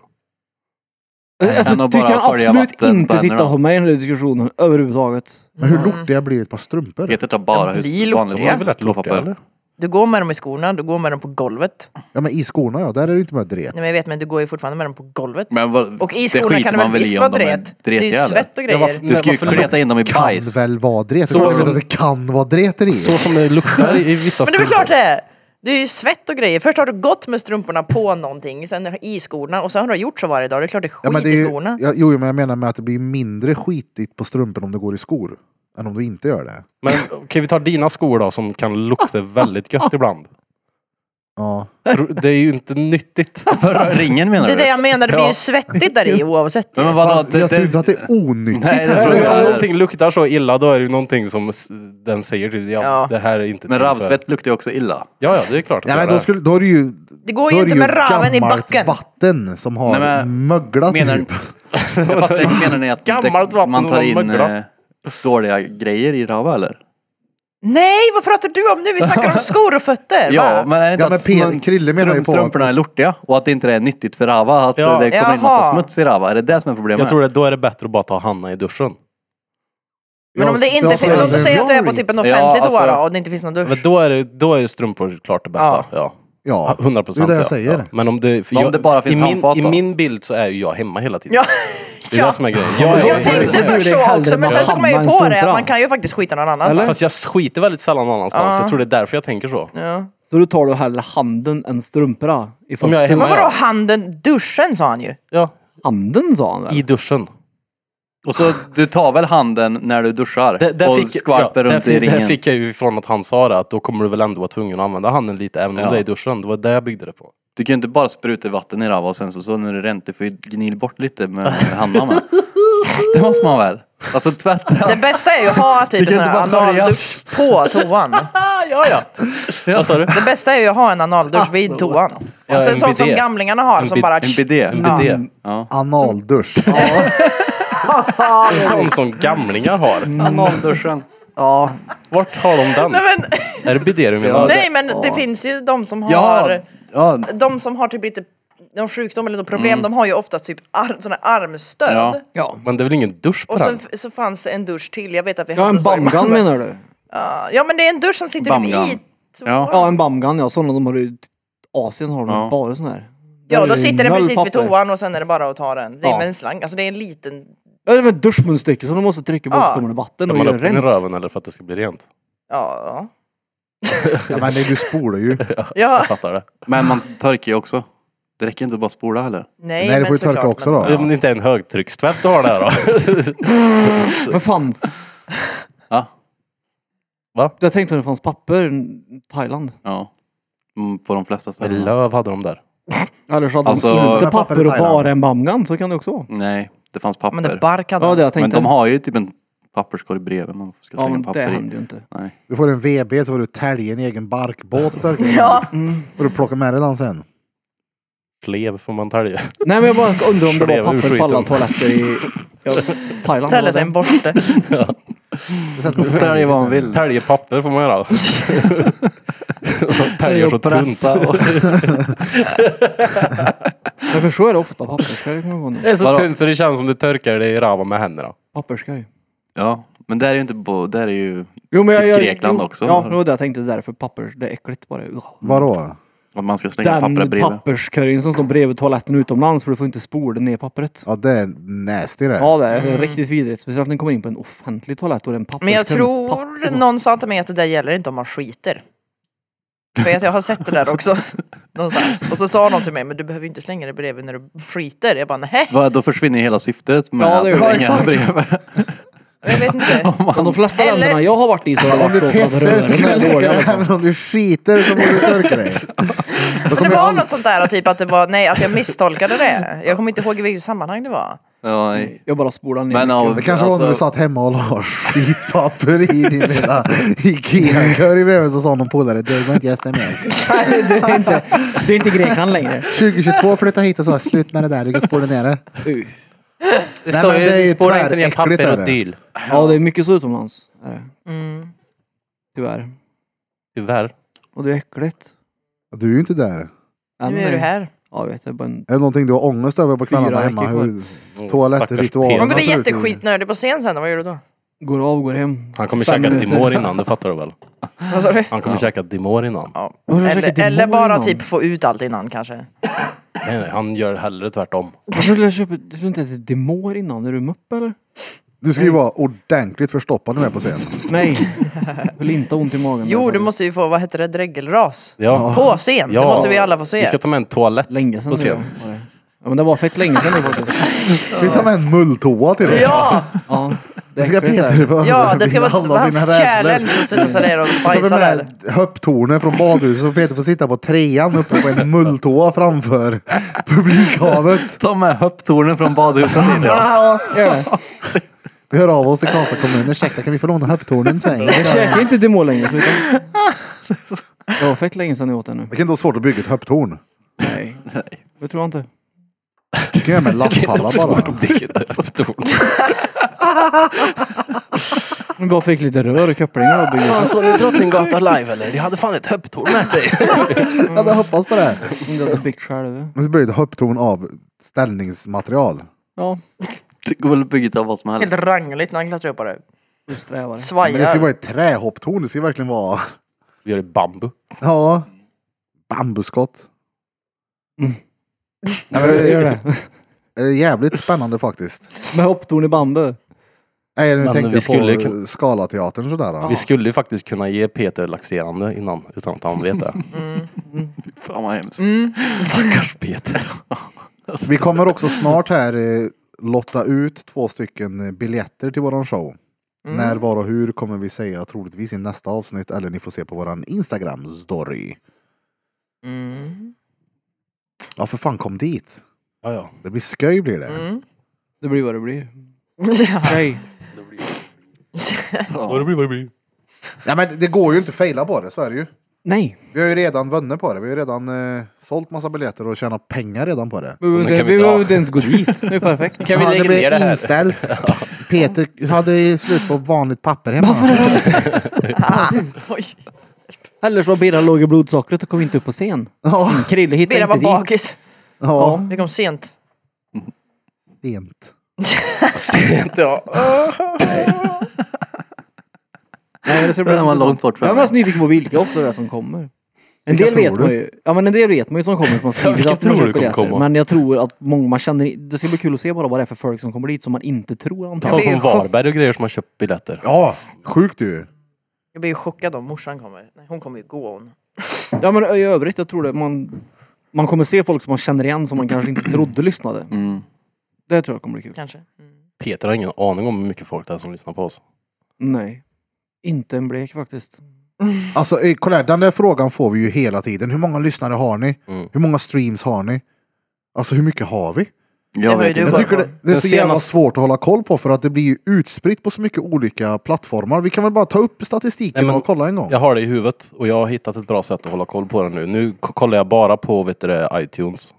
Alltså, Än att du bara kan skölja absolut vatten på inte titta händerna. på mig i den här diskussionen överhuvudtaget. Men hur lortiga blir ett par strumpor? Peter tar bara De blir hus, vanligt lortiga. Det är väl rätt lortiga, toapapper. eller? Du går med dem i skorna, du går med dem på golvet. Ja, men i skorna ja, där är det ju inte med dret. Nej men jag vet, men du går ju fortfarande med dem på golvet. Men vad, Och i det skorna skiter kan det man väl i visst om vara de är dret? Det är ju dretiga, eller? svett och grejer. varför- Du ska ju Varför kleta in dem i Kan bajs. väl vara dret? Så Så som- som... Det kan vara dreter i. Så som det luktar i, i vissa Men det är väl strumpor. klart det är! Det är ju svett och grejer. Först har du gått med strumporna på någonting, sen i skorna och sen har du gjort så varje dag. Det är klart det är skit Ja, men det är i ju, skorna. ja, jo, men jag menar med att det blir mindre skitigt på strumpen om du går i skor. Än om du inte gör det. Men okej, vi tar dina skor då som kan lukta väldigt gött ibland. Ja. Det är ju inte nyttigt. För ringen menar Det är du? det jag menar, det blir Ja. ju svettigt där i oavsett. Men vadå? Fast Det, jag tror det, inte att det är onyttigt. Nej, det här. tror Om jag- någonting luktar så illa då är det ju någonting som s- den säger typ, ja, Ja. det här är inte men till för- ravsvett luktar ju också illa. Ja, ja, det är klart att Nej, det men gör då, det. skulle, då är det ju... Det går då ju är det inte med raven i gammalt backen. vatten som har Nej, men- möglat Menar- typ. Jag fattar inte, menar ni att Gammalt det, vatten man tar som in möglar. eh, dåliga grejer i rava eller? Nej, vad pratar du om nu? Vi snackar om skor och fötter. Ja, va? men är det inte Ja, men att Pe- man- Krille menar ju strum- på strumporna att- är lortiga och att det inte är nyttigt för rava, att Ja. det kommer in massa Jaha. smuts i rava. Är det det som är problemet? Jag tror att då är det bättre att bara ta handen i duschen. Men om det inte Ja, finns, för- låt oss säga att du är på typ en Ja, offentlig alltså- toa då, och det inte finns någon dusch. Men då är, det, då är ju strumpor klart det bästa. Ja. Ja, hundra procent. det är det jag ja. säger. Ja. Men om det, för Om jag, det bara finns i, min, handfat i då? min bild så är ju jag hemma hela tiden. Ja, Det är ja. det som är grejen. Jag, Jag jag, tänkte Hur är först det så hellre också, men med sen så kom jag ju hamna i på det strumpan? att man kan ju faktiskt skita någon annanstans. Fast jag skiter väldigt sällan någon annanstans. Ja. Jag tror det är därför jag tänker så. Ja. Så då tar du hellre handen än strumporna? Ifall Om jag är hemma, Men vadå ja. handen? Duschen sa han ju. Ja, Handen sa han väl? i duschen. Och så du tar väl handen när du duschar Det, där och fick, skvalper ja, runt där, i fick- där ringen. fick jag ju ifrån att han sa det, att då kommer du väl ändå vara tvungen att använda handen lite även om Ja. det är i duschen. Det var det jag byggde det på. Du kan ju inte bara spruta vatten i rava och sen så, så när det är rent, du får ju gnil bort lite med handen med. Det måste man väl? Alltså tvätta. Det bästa är ju att ha typ en sån här analdusch på toan. ja, ja. Vad sa du? Det bästa är ju att ha en analdusch vid toan. Ja, Alltså en en sån som bidé. gamlingarna har En som bid- bara... En bidé. En Ja. bidé. Ja. Analdusch. En sån som gamlingar har. Analduschen. Ja. Vart har de den? Nej, men, Är det bidé du menar? nej men det finns ju de som har... Ja. Ja. De som har typ lite någon sjukdom eller något problem, de har ju ofta typ ar- såna armstöd. Ja. Ja. Men det är väl ingen dusch på Och så, den? så fanns det en dusch till. Jag vet att vi Ja, hade en så i bamgan Malmö. menar du? Ja, ja men det är en dusch som sitter Bamgan. i. Ja. Ja, en bamgan, ja. Sådana de har i Asien har de Ja. bara sån här. Ja, Där då är sitter den noll precis vid papper. toan och sen är det bara att ta den. Det är Ja. med en slang. Alltså det är en liten... Ja, det är ett duschmunstycke som de måste trycka på Ja. så kommer det vatten Tar och man gör upp den i rent. röven eller för att det ska bli rent? Ja. Ja, men det, du spolar ju. Ja. Jag fattar det. Men man torkar ju också. Det räcker inte att bara spola heller. Nej, Nej, det men får du torka såklart, också men- då. Ja. Men inte en högtryckstvätt du har där då? Men fanns... Ja. Jag tänkte att det fanns papper i Thailand. Ja. Mm, på de flesta Med ställen. löv hade de där. Eller så hade Alltså- de inte Papper i papper och Thailand. bara en bamgan. Så kan det också vara. Nej, det fanns papper. Men det bark hade Ja, han. det jag Men tänkte. de har ju typ en papperskorg bredvid man ska Ja, slänga men det papper händer i. ju inte. Nej. Du får en V B så får du tälja en egen barkbåt och torka. Ja. Och du plockar med dig den sen. Slev får man tälja. Nej, men jag bara undrar om det Slev var ur papper på alla skiten. toaletter i ja, Thailand. Tälla sig en borste. Det sätter du Tälja vad man vill. Tälja papper får man göra. Täljer så Och pressa tunt. och- Jag förstår det ofta. Papperskorg kan vara Det nu. är så Vadå? tunt så det känns som du törkar det i rava med händerna. Papperskorg. Ja, men där är ju inte bo, där är ju Jo, men jag, Typ jag, Grekland jo, också. Ja, det var det jag tänkte därför. Papper, det är äckligt bara. Ugh. Vadå? att man ska slänga pappret Den bredvid. papperskorgen som står bredvid toaletten utomlands för du får inte spola ner pappret. Ja, det är nasty det. Ja, det är riktigt vidrigt. Speciellt när den kommer in på en offentlig toalett och det är en papperskorg. Men jag med tror papper på. någon sa till mig att det där gäller inte om man skiter. För att jag har sett det där också. Någonstans. Och så sa någon till mig, men du behöver inte slänga det bredvid när du skiter. Jag bara, nej. Va, då försvinner ju hela syftet med Ja, det att gör det. slänga Exakt. bredvid. Jag vet inte. Men de flesta Eller- länderna jag har varit i så har Om det du varit så att pissar så kan rören du är lägga dåliga. det. Liksom. Även om du skiter så får du torka dig. Då Men kommer det jag var all- något sånt där, typ att det var, nej, att jag misstolkade det. Jag kommer inte ihåg i vilket sammanhang det var. Ja, nej. Jag bara spolar ner Men mycket. av- Det kanske var när du Alltså- satt hemma och la skitpapper i din lilla Ikea-curry bredvid, så sa någon polare, det går inte gäster med. Nej, det är inte, det är inte Grekland längre. tjugohundratjugotvå flytta hit och så, slut med det där, du kan spola ner det. Uh. Det Nej, står men det är ju, ju spåra inte ner tväräckligt papper är och det. dyl. Ja, det är mycket så utomlands. Är det. Mm. Tyvärr. Tyvärr. Och det är äckligt. Du är ju inte där. Än Nu är du här. Ja, jag vet. Det är bara en... Är det någonting du har ångest över på kvällarna Fyra hemma? veckor Hur Åh, toalett, stackars ritual. Peter. Om du blir ser ut i- jätteskitnödig på scen sen, vad gör du då? Går av, går hem. Han kommer Fem käka minuter. Dimor innan, det fattar du väl? Vad sa du? Han kommer käka Dimor innan. Ja. Vad har du käkat Eller, i eller morgon bara innan? typ få ut allt innan kanske. Nej, nej, han gör hellre tvärtom. Varför vill jag köpa... Du skulle inte äta Dimor innan? Är du mupp eller? Du ska ju vara ordentligt förstoppad när du är på scen. Nej. Jag vill inte ha ont i magen. Jo, du måste ju få, vad heter det, dräggelras. Ja. På scen, Ja. det måste vi alla få se. Vi ska ta med en toalett Länge sedan på nu, scen. var det. Ja, men det var fett länge sedan nu faktiskt. Vi tar med en mulltoa till dig. Ja, Ja. Det Det ska är äckligt Peter där. behöva ja, det ska övervinna vara alla sina hans rädslor. challenge att sätta sig där och Så tar vi bajsa där. med höpptornet från badhuset så Peter får sitta på trean uppe på en mulltoa framför publikhavet. Ta med höpptornen från badhuset in. Ja. Ja, gör det. Vi hör av oss till Karlstad kommun. Ursäkta, kan vi få låna höpptornen en sväng? Jag käkar inte Dimor längre. Sluta. Det var fett länge sedan jag åt den nu. Det kan inte vara svårt att bygga ett höpptorn. Nej. Det tror jag inte. Du kan göra med lastpallar bara. Men bara fick lite rör och kopplingar och bygga. Såg ni Drottninggatan live eller? De hade fan ett höpptorn med sig. Jag hade hoppats på det. Som du hade byggt själv. Men så bygger ett höpptorn av ställningsmaterial. Ja. Det går väl att bygga av vad som helst. Helt rangligt när han klättrar upp på det. Du strävar. Men det ska ju Svajar. vara ett trähopptorn. Det ska ju verkligen vara... Vi gör det bambu. Ja. Bambuskott. Mm. Nej, men det Gör är det. är jävligt spännande faktiskt. Med hopptorn i bambu. Nej, nu Men tänkte vi jag skulle på kun- Scalateatern sådär. Vi skulle ju faktiskt kunna ge Peter laxerande innan utan att han vet det. Fan vad hemskt. Stackars Peter. Vi kommer också snart här eh, lotta ut två stycken eh, biljetter till våran show. När, var och hur kommer vi säga troligtvis i nästa avsnitt, eller ni får se på våran Instagram-story. Mm. Ja, för fan, kom dit. Ja, ja. Det blir sköj blir det. Mm. Det blir vad det blir. Ja. Nej. Vad det blir, vad det blir. Ja, men det går ju inte att fejla på det, så är det ju. Nej. Vi har ju redan vunnit på det. Vi har ju redan eh, sålt massa biljetter och tjänat pengar redan på det. Men kan det, vi vi dra? behöver inte ens gå dit. Det är perfekt. Kan vi Ja, lägga det blev ner det här? inställt. Peter hade slut på vanligt papper hemma. Oj. Eller så var Birra låg i blodsockret och kom inte upp på scen. Ja. Krille hittade Birra var inte dit. bakis. Ja, Det kom sent. sent. Sent, ja. Nej, det ska bli Den var intressant. långt bort Jag är fram. mest nyfiken på vilka också det är som kommer. En Vilka del vet tror man du? ju. Ja, men en del vet man ju som kommer som har skrivit vilka att man tror köper du kommer biljetter. komma? Men jag tror att många man känner, det ska bli kul att se bara vad det är för folk som kommer dit som man inte tror Folk antagligen. blir ju från Varberg och grejer som har köpt biljetter. Ja, sjukt ju. Jag blir ju chockad om morsan kommer. Nej, hon kommer ju gå hon. Ja, men i övrigt, jag tror det. Man, man kommer se folk som man känner igen som man kanske inte trodde lyssnade. Mm. Det tror jag kommer bli kul. Kanske. Mm. Peter har ingen aning om hur mycket folk det är som lyssnar på oss. Nej. Inte en blek faktiskt. Alltså, eh, kolla här, den där frågan får vi ju hela tiden. Hur många lyssnare har ni? Mm. Hur många streams har ni? Alltså, hur mycket har vi? Jag var ju vet du inte. Jag tycker det, det är Den så jävla senaste- svårt att hålla koll på för att det blir ju utspritt på så mycket olika plattformar. Vi kan väl bara ta upp statistiken Nej, men och kolla en gång. Jag har det i huvudet och jag har hittat ett bra sätt att hålla koll på det nu. Nu k- kollar jag bara på vet du, det, iTunes,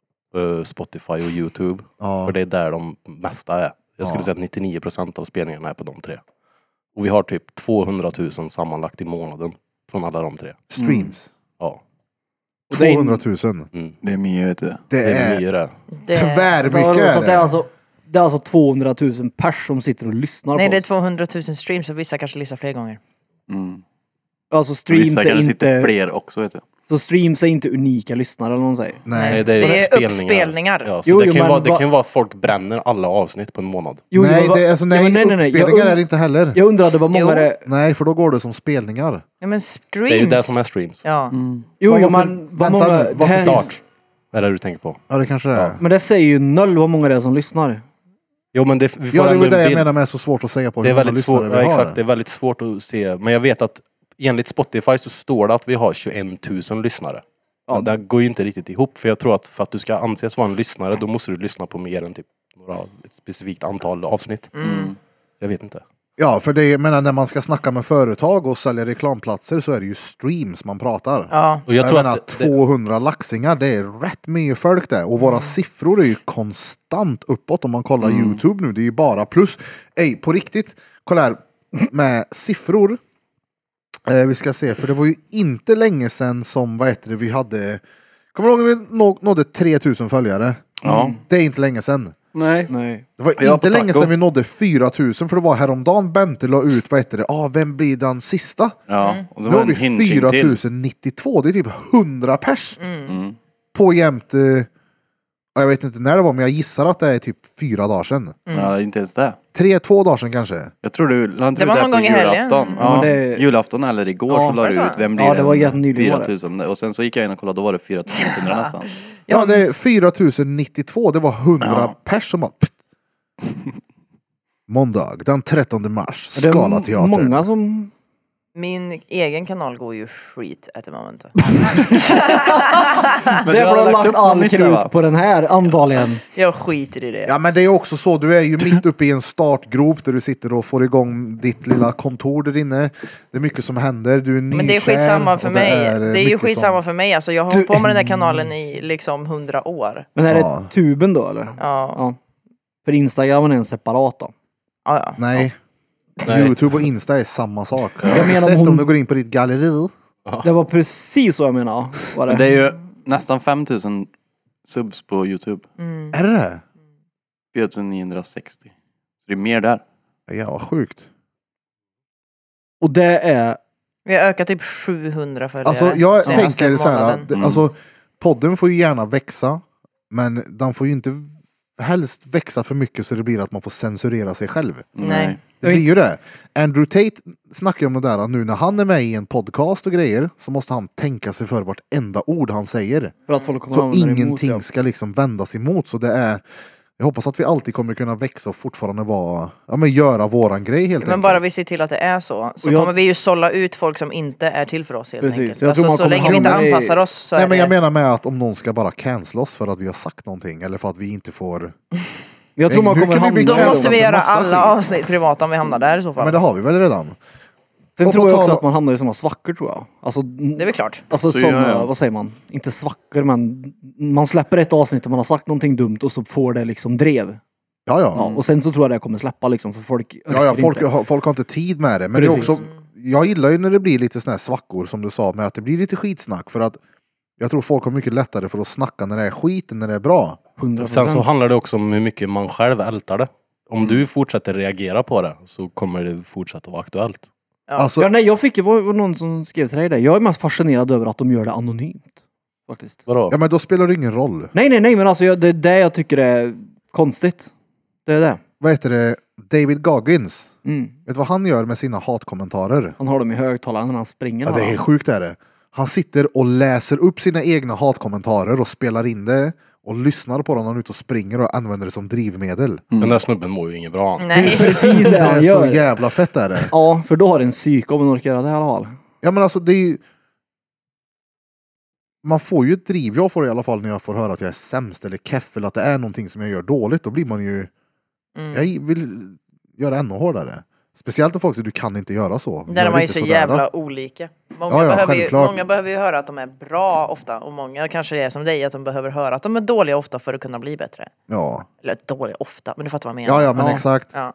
eh, Spotify och YouTube. Ja. För det är där de mesta är. Jag skulle Ja. säga att nittionio procent av spelningarna är på de tre. Och vi har typ tvåhundratusen sammanlagt i månaden från alla de tre. Streams. Ja. Och det är- tvåhundratusen. Mm. Det är mycket, vet du. Det Det är är mycket det. Det... tvärmycket Ja, så är att det, är det. alltså, det är alltså tvåhundratusen pers som sitter och lyssnar Nej, på det är oss. tvåhundratusen streams och vissa kanske lyssnar fler gånger. Mm. Alltså streams Vissa är kanske sitter inte... fler också, vet du. Så streams är inte unika lyssnare eller vad man säger. Nej. Nej, det är, Det är spelningar. uppspelningar. Ja, så Jo, det, jo, kan ju men vara, det va- kan ju vara att folk bränner alla avsnitt på en månad. Jo, nej, var- det, alltså, nej, ja, men nej, nej, nej. Jag, uppspelningar är und- det inte heller. jag undrade vad många Jo. det... Nej, för då går det som spelningar. Ja men streams. Det är ju det som är streams. Ja. Jo, Vad jo, var för- men vad vänta många... nu, det vad för här är- Start. Är det du tänker på? Ja, det kanske det är. Men det säger ju noll vad många det är som lyssnar. Jo men det, vi får Ja, det ändå var det en jag bild. menar med så svårt att säga på Det är hur många väldigt lyssnare svårt, vi ja, har. exakt, det är väldigt svårt att se. Men jag vet att enligt Spotify så står det att vi har tjugoett tusen lyssnare. Ja. Men det går ju inte riktigt ihop. För jag tror att för att du ska anses vara en lyssnare då måste du lyssna på mer än typ några, ett specifikt antal avsnitt. Mm. Jag vet inte. Ja, för det är, jag menar, när man ska snacka med företag och sälja reklamplatser så är det ju streams man pratar. Ja. Och jag, Jag, tror menar, att det, tvåhundra laxingar, det är rätt mycket folk det. Och våra siffror är ju konstant uppåt om man kollar YouTube nu. Det är ju bara plus. Ej, på riktigt, kolla här. Med siffror. Eh, vi ska se, för det var ju inte länge sedan som, vad heter det, vi hade... Kommer du ihåg när vi nå- nådde tre tusen följare? Ja. Det är inte länge sedan. Nej. Nej. Det var Ja, inte på länge taco. sedan vi nådde fyra tusen, för det var häromdagen Bente la ut, vad heter det, ah, vem blir den sista? Ja. Och Nu så har var vi en hinching fyra till. tusen nittiotvå, det är typ hundra pers Mm. på jämt, eh, ja, jag vet inte när det var, men jag gissar att det är typ fyra dagar sedan. Ja, inte ens det. Tre, två dagar sedan kanske. Jag tror du la inte Det ut var det någon på gång i helgen. julafton. Ja, Ja, men det- julafton eller igår Ja, så la var du det ut så? vem blir Ja, det var den jättenyligen var det. fyra tusen. Och sen så gick jag in och kollade, då var det fyra tusen etthundra nästan. Ja, det är fyra tusen nittiotvå, det var hundra Ja. pers som var... Måndag, den trettonde mars, Det är Skala m- teater. många som... Min egen kanal går ju skit at the moment. Men Det har får du ha lagt lagt upp något all nytt där, va? krut på den här antagligen. Jag skiter i det. Ja, men det är också så, du är ju mitt uppe i en startgrop där du sitter och får igång ditt lilla kontor där inne. Det är mycket som händer, du är nykär. Men det är skitsamma för och mig. är, Det eh, är ju mycket skitsamma som- för mig. Alltså, jag har hållit på med den där kanalen i liksom hundra år. Men är Ja. det tuben då eller? Ja, Ja. För Instagram är en separat då. ja. ja. Nej. Nej. YouTube och Insta är samma sak. Jag Jag har menar sett om hon- om du går in på ditt galleri. Det var precis så jag menade. Var det? Men det är ju nästan fem tusen subs på YouTube. Mm. Är det det? fyra tusen niohundrasextio. Så det är mer där. Ja, vad sjukt. Och det är... Vi har ökat typ sjuhundra följare. Alltså jag senaste tänker så här, månaden. det- Mm. alltså podden får ju gärna växa, men den får ju inte helst växa för mycket så det blir att man får censurera sig själv. Nej. Det blir ju det. Andrew Tate snackar ju om det där, nu när han är med i en podcast och grejer så måste han tänka sig för vartenda ord han säger. För att folk kommer Så använda det emot, ingenting ja. ska liksom vändas emot. Så det är, jag hoppas att vi alltid kommer kunna växa och fortfarande vara, ja men göra våran grej helt Men enkelt. bara vi ser till att det är så, så Och jag- kommer vi ju sålla ut folk som inte är till för oss helt Precis. enkelt. Jag tror Alltså, man så kommer länge vi inte hamna i- anpassar oss så Nej är men jag det... menar med att om någon ska bara cancella oss för att vi har sagt någonting eller för att vi inte får Jag tror Nej, man nu kommer kan vi bli hamna... Då krävda måste vi för göra massa alla skit. avsnitt privata om vi hamnar där i så Ja, fall. men det har vi väl redan. Sen Och tror på jag också tal- att man hamnar i sådana svackor tror jag. Alltså, Det är väl klart. alltså Så som, gör jag. vad säger man? Inte svackor men man släpper ett avsnitt och man har sagt någonting dumt och så får det liksom drev. Ja, Ja, ja. och sen så tror jag det kommer släppa liksom för folk Ja, ja orkar folk, inte. har, folk har inte tid med det. Men det är Precis. också, jag gillar ju när det blir lite såna här svackor som du sa, med att det blir lite skitsnack. För att jag tror folk har mycket lättare för att snacka när det är skit än när det är bra. hundra Sen procent. så handlar det också om hur mycket man själv ältar det. Om du fortsätter reagera på det så kommer det fortsätta vara aktuellt. Ja. Alltså, Ja, nej, jag fick ju, var var någon som skrev till dig det. Jag är mest fascinerad över att de gör det anonymt. Faktiskt. Vadå? ja, men då spelar det ingen roll. Nej, nej, nej, men alltså jag, det är det jag tycker är konstigt. Det är det. Vad heter det? David Goggins. Mm. Vet du vad han gör med sina hatkommentarer? Han har dem i högtalaren när han springer. Ja, det är sjukt är det. Han sitter och läser upp sina egna hatkommentarer och spelar in det och lyssnar på dem när han är ute och springer och använder det som drivmedel. Den där snubben mår ju inget bra. Nej. Precis det Det han är gör. så jävla fett är det. Ja, för då har en psyk om man orkar göra det i alla fall. Ja, men alltså det är ju... Man får ju ett driv, jag får det i alla fall när jag får höra att jag är sämst eller keff eller att det är någonting som jag gör dåligt. Då blir man ju... Mm. Jag vill göra ännu hårdare. Speciellt om folk säger du kan inte göra så. Där Gör är man ju inte så sådär. jävla olika. Många, Ja, ja, behöver ju, självklart. många behöver ju höra att de är bra ofta. Och många kanske är som dig, att de behöver höra att de är dåliga ofta för att kunna bli bättre. Ja, Eller dåliga ofta, men du fattar vad jag menar. ja, ja men Ja. exakt. Ja.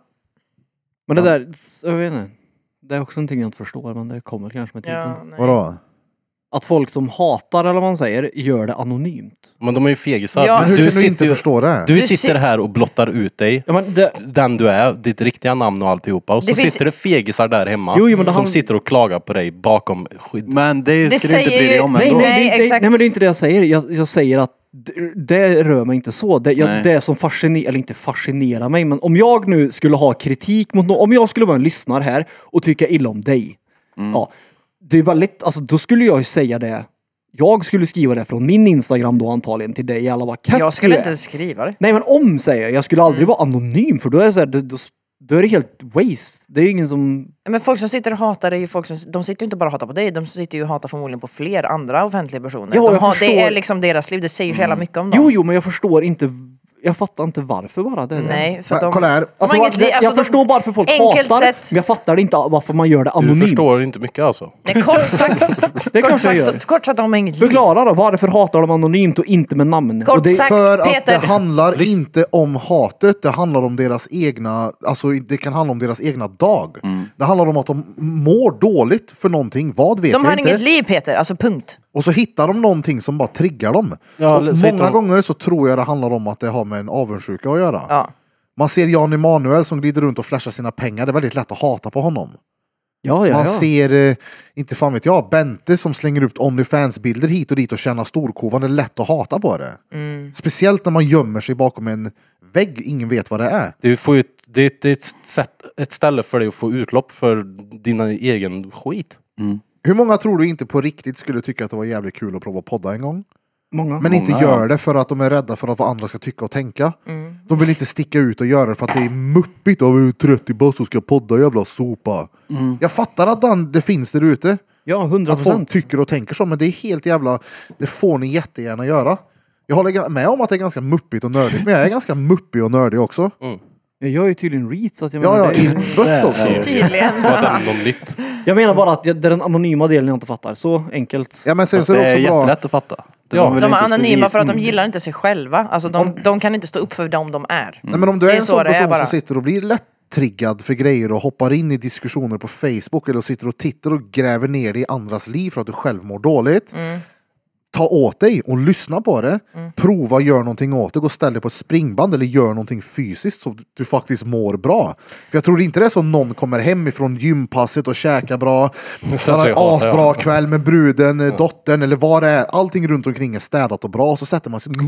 Men det Ja. där, jag vet inte. Det är också någonting jag inte förstår, men det kommer kanske med tiden. Ja, nej. Vadå? Att folk som hatar, eller vad man säger, gör det anonymt. Men de är ju fegisar. Ja. Men hur du kan du inte sitter, ju, förstå det? du Du sitter sit- här och blottar ut dig. Ja, men det, Den du är, ditt riktiga namn och alltihopa. Och så Det finns- sitter det fegisar där hemma. Jo, jo, men det som han- sitter och klagar på dig bakom skydd. Men det, Det ska du inte säger bry dig ju- om nej, ändå. nej, Nej, det, det, exakt. nej, men det är inte det jag säger. Jag, jag säger att det, det rör mig inte så. Det, jag, Nej. det som fascinerar, eller inte fascinerar mig, men om jag nu skulle ha kritik mot någon, om jag skulle vara en lyssnare här och tycka illa om dig. Ja, det är väldigt, alltså då skulle jag ju säga det. Jag skulle skriva det från min Instagram då antagligen till dig. Jävlar vad keff Jag skulle du är. inte skriva det. Nej, men om säger jag. Jag skulle aldrig vara anonym, för då är det så här, då, då, då är det helt waste. Det är ju ingen som... Men folk som sitter och hatar är ju folk som, de sitter ju inte bara och hatar på dig, de sitter ju och hatar förmodligen på fler andra offentliga personer. Ja, de jag har, förstår. det är liksom deras liv, det säger så jävla mycket om dem. Jo, jo, men jag förstår inte. Jag fattar inte varför bara. Det är det. Nej, för att Men, de... kolla här. de Alltså, har inget det, liv, alltså jag de- förstår varför folk enkelt hatar, sätt- men jag fattar inte varför man gör det Du anonymt. förstår inte mycket alltså. Nej, kort sagt, Det är kort, klart jag gör. sagt kort sagt, de har inget liv. Förklara då, varför hatar de anonymt och inte med namn? Kort och det, sagt, För att Peter. det handlar Lys- inte om hatet, det handlar om deras egna, alltså det kan handla om deras egna dag. Det handlar om att de mår dåligt för någonting, vad vet De jag har inte. inget liv, Peter, alltså punkt. Och så hittar de någonting som bara triggar dem. Ja, och så hittar många de- gånger så tror jag det handlar om att det har med en avundsjuka att göra. Ja. Man ser Jan Emanuel som glider runt och flashar sina pengar, det är väldigt lätt att hata på honom. ja, ja, Man ja. ser, eh, inte fan vet jag, Bente som slänger upp OnlyFans-bilder hit och dit och tjänar storkovan, det är lätt att hata på det. Mm. Speciellt när man gömmer sig bakom en vägg, ingen vet vad det är. Du får ju ett, det, det är ett, sätt, ett ställe för dig att få utlopp för dina egen skit. Hur många tror du inte på riktigt skulle tycka att det var jävligt kul att prova podda en gång? Många. Men inte Många, gör ja. det för att de är rädda för att vad andra ska tycka och tänka. Mm. De vill inte sticka ut och göra det för att det är muppigt av trettio bast och ska podda, jävla sopa. Jag fattar att den, det finns där ute. Ja, hundra Att folk procent. tycker och tänker så, men det är helt jävla... Det får ni jättegärna göra. Jag håller med om att det är ganska muppigt och nördigt, men jag är ganska muppig och nördig också. Jag gör ju tydligen reads. Så att jag, Ja, menar, ja, det är i ju- bött också. Tydligen. Var det något nytt? jag menar bara att det är den anonyma delen jag inte fattar. Så enkelt. Ja, men sen Fast så är det det är också bra... jättelätt att fatta. Det Ja, var väl De är inte så anonyma vis- för att de gillar inte sig själva. Alltså de, de kan inte stå upp för dem de är. Nej, men om du Det är är en så sån det är person bara. som sitter och blir lätt triggad för grejer och hoppar in i diskussioner på Facebook eller sitter och tittar och gräver ner dig i andras liv för att du själv mår dåligt. Mm. Ta åt dig och lyssna på det. Prova, gör någonting åt det. Gå och ställ dig på ett springband eller gör någonting fysiskt så du faktiskt mår bra. För jag tror inte det är så någon kommer hem ifrån gympasset och käkar bra. Man Så har jag en hatar, asbra ja. kväll med bruden, ja. dottern eller vad det är. Allting runt omkring är städat och bra och så sätter man sig...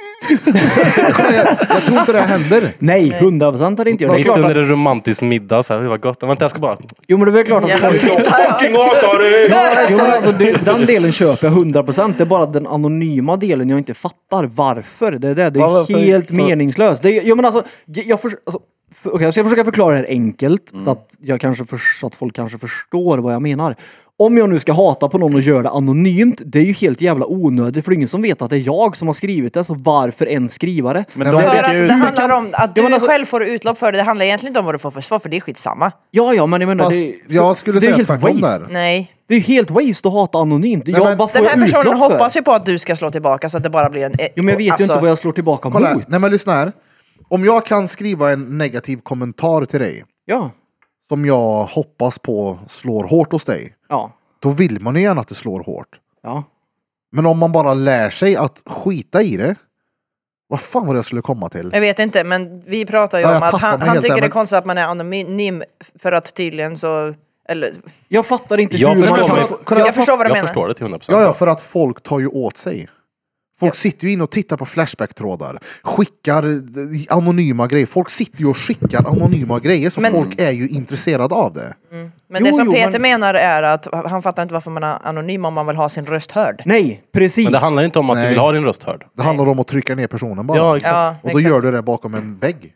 jag, jag tror inte det händer. Nej, hundra procent är det inte jag. Det är Mitt klart under att, en romantisk middag så här, det var gott. Vänta, jag ska bara... jo, men det är väl klart att... Jävla Jo, Fucking hatar dig! men alltså, det, den delen köper jag hundra procent. Det är bara den anonyma delen jag inte fattar. Varför? Det är det. Det är Ja, varför- helt meningslöst. Det är, jag, men alltså, jag för, alltså, Okej, okay, jag ska försöka förklara det här enkelt mm. så, att jag kanske för, så att folk kanske förstår vad jag menar. Om jag nu ska hata på någon och göra det anonymt, det är ju helt jävla onödigt för ingen som vet att det är jag som har skrivit det, så varför ens skriva det? Men för att ju... det handlar om att du men alltså... själv får utlopp för det, det handlar egentligen inte om vad du får för svar, för det är skitsamma. Ja, ja, men jag menar, Fast det, jag skulle det är säga helt waste. Där. Nej. Det är ju helt waste att hata anonymt. Nej, jag, den här personen hoppas ju på att du ska slå tillbaka så att det bara blir en... Jo, men jag vet alltså... ju inte vad jag slår tillbaka Kolla, mot. Nej, men lyssna här. Om jag kan skriva en negativ kommentar till dig. Ja. Som jag hoppas på slår hårt hos dig. Ja. Då vill man ju gärna att det slår hårt. Ja. Men om man bara lär sig att skita i det. Vad fan var det jag skulle komma till? Jag vet inte, men vi pratar ju ja, om att han, han tycker där, det är men... konstigt att man är anonym för att tydligen så... Eller... Jag fattar inte jag hur... Förstår jag, jag, jag, jag förstår vad du jag menar. Förstår det till hundra procent. Ja, ja, för att folk tar ju åt sig. Folk ja. sitter ju in och tittar på Flashback-trådar. Skickar anonyma grejer. Folk sitter ju och skickar anonyma grejer. Så men, folk är ju intresserade av det. Mm. Men jo, det som jo, Peter men... menar är att han fattar inte varför man är anonym om man vill ha sin röst hörd. Nej, precis. Men det handlar inte om att Nej. du vill ha din röst hörd. Det Nej. handlar om att trycka ner personen bara. Ja, exakt. Ja, och då exakt. gör du det bakom en vägg.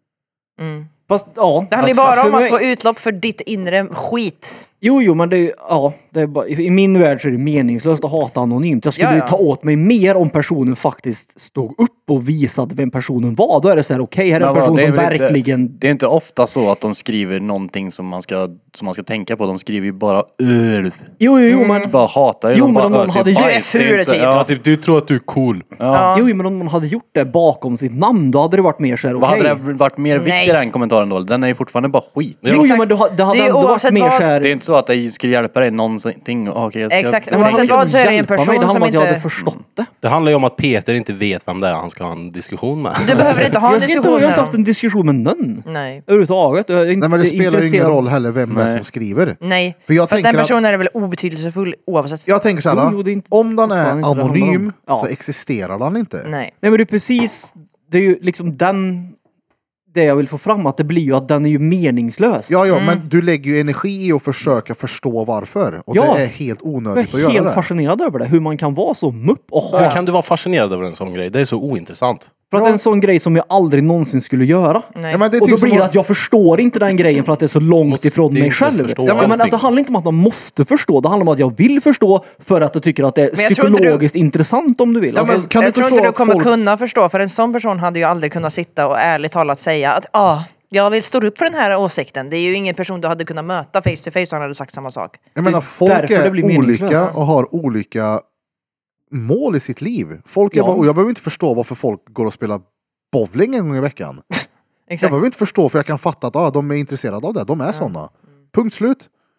Mm. Fast, ja, det handlar ju bara om att få utlopp för ditt inre skit. Jo, jo, men det är, ja, det är bara, i min värld så är det meningslöst att hata anonymt. Jag skulle ja, ja. ta åt mig mer om personen faktiskt stod upp och visade vem personen var. Då är det så här, okej, okay, här är en person är som verkligen... Inte, det är inte ofta så att de skriver någonting som man ska, som man ska tänka på. De skriver ju bara öl. Jo, jo, jo, men... Bara hatar ju. Jo, de men bara om någon hade gjort... Du är ful, typ. Ja, typ. Du tror att du är cool. Ja. Ja. Jo, men om någon hade gjort det bakom sitt namn, då hade det varit mer så här, okej. Okay. Vad hade det varit mer viktigt i den kommentaren då? Den är ju fortfarande bara skit. Jo, jo men det hade, det hade det ändå varit mer så här... Det är inte så att det skulle hjälpa dig någonting. Okay, jag ska... Exakt, men oavsett vad så är det en person mig, det som inte... Jag hade förstått det. Det handlar ju om att Peter inte vet vem det är han ska ha en diskussion med. Du behöver inte ha en jag diskussion inte, med Jag har inte haft en diskussion med någon. Nej. Överhuvudtaget. Jag är inte Nej, men det spelar intresserad... ingen roll heller vem det är som skriver. Nej, för, jag för den personen att... är väl obetydelsefull oavsett. Jag tänker så här, jo, jo, inte... om den är anonym ja. så existerar den inte. Nej. Nej, men det är precis, det är ju liksom den... Det jag vill få fram, att det blir ju att den är ju meningslös. Ja, ja, mm. men du lägger ju energi i att försöka förstå varför. Och ja. det är helt onödigt att göra det. Jag är helt fascinerad över det. Hur man kan vara så mupp och ha... Hur kan du vara fascinerad över en sån grej? Det är så ointressant. För att ja. det är en sån grej som jag aldrig någonsin skulle göra. Ja, men det och typ då blir det att... att jag förstår inte den grejen för att det är så långt måste ifrån mig själv. Ja, men alltså, det handlar inte om att man måste förstå. Det handlar om att jag vill förstå för att jag tycker att det är psykologiskt du... intressant om du vill. Ja, alltså, men kan jag du tror inte du kommer folk... kunna förstå. För en sån person hade ju aldrig kunnat sitta och ärligt talat säga att ah, jag vill stå upp för den här åsikten. Det är ju ingen person du hade kunnat möta face to face och han hade sagt samma sak. Jag menar, folk är olika och har olika mål i sitt liv. Folk är ja. bara, och jag behöver inte förstå varför folk går och spelar bowling en gång i veckan. Exakt. Jag behöver inte förstå, för jag kan fatta att ah, de är intresserade av det. De är ja. sådana. Punkt slut.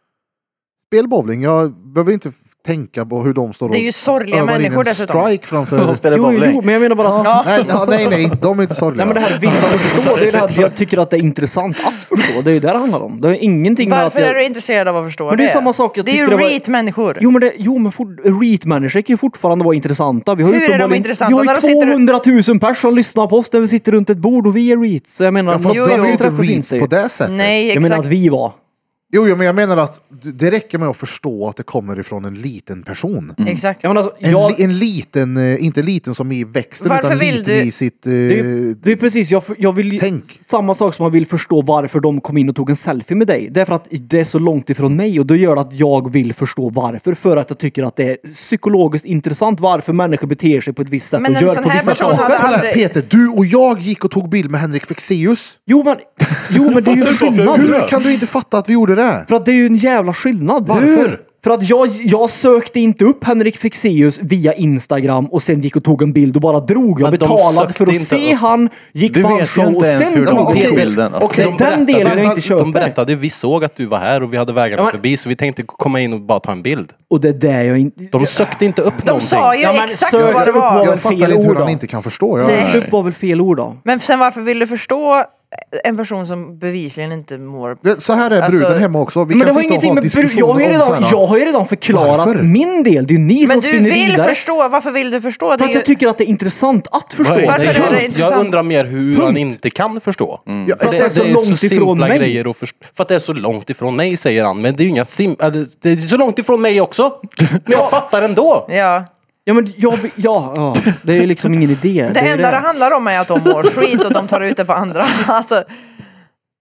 Spel bowling. Jag behöver inte tänka på hur de står och det är ju sorgliga människor dessutom. Strike framför. De spelar bowling. Jo, jo, men jag menar bara att... Ja. Nej, ja, nej, nej, de är inte sorgliga. Nej, men det här vill man förstå. Det är det här att jag tycker att det är intressant att förstå. Det är ju det det handlar om. Det är ingenting Varför med att jag... är du intresserad av att förstå men det? är samma sak. Jag det är ju det var... reet-människor. Jo, men, det... jo, men for... reet-människor kan ju fortfarande vara intressanta. Vi har hur ju är de intressanta? Vi har ju tvåhundratusen personer som lyssnar på oss när vi sitter runt ett bord och vi är reet. Så jag menar... Ja, fast jo, de är jo. ju inte reet på det sättet. Nej, exakt. Jag menar att vi var... Jo, jo, men jag menar att det räcker med att förstå att det kommer ifrån en liten person. Mm. Exakt. Jag menar, alltså, en, jag... en liten, inte liten som i växten, varför utan vill liten du... i sitt... Uh, det, är, det är precis, jag, jag vill... Tänk. Samma sak som man vill förstå varför de kom in och tog en selfie med dig. Det är för att det är så långt ifrån mig och då gör det att jag vill förstå varför. För att jag tycker att det är psykologiskt intressant varför människor beter sig på ett visst sätt men och gör på vissa saker. Aldrig... Peter, du och jag gick och tog bild med Henrik Fexeus. Jo, men, jo, men det är ju skillnad. Hur kan du inte fatta att vi gjorde det? För att det är ju en jävla skillnad. Varför? Hur? För att jag, jag sökte inte upp Henrik Fexeus via Instagram och sen gick och tog en bild och bara drog. Jag betalade för att se upp. Han, gick du på hans show och sen drog Peter. bilden. Alltså, okay, de den delen jag inte köper. De berättade, vi såg att du var här och vi hade vägarna ja, men, förbi så vi tänkte komma in och bara ta en bild. Och det är där jag inte... De sökte inte upp de någonting. De sa ju ja, exakt vad det var. Jag fattar inte hur han inte kan förstå. Jag sökte upp var väl fel ord då. Men sen varför vill du förstå en person som bevisligen inte mår... Så här är bruden alltså, hemma också. Vi men kan det var ingenting med bruden. Jag har ju redan, jag har ju redan förklarat varför? Min del. Det är ju ni men som spinner vidare. Men du vill förstå. Varför vill du förstå? För att ju... jag tycker att det är intressant att förstå. Varför är det jag, intressant? Jag undrar mer hur Punkt. Han inte kan förstå. Mm. Ja, för det, att det är så, det är långt så ifrån mig. Grejer att förstå. För att det är så långt ifrån mig, säger han. Men det är ju inga sim... Det är så långt ifrån mig också. Men jag fattar ändå. Ja. Ja, men jag, ja, ja, det är ju liksom ingen idé. Det, det enda det. det handlar om är att de mår skit och de tar ut det på andra. Alltså...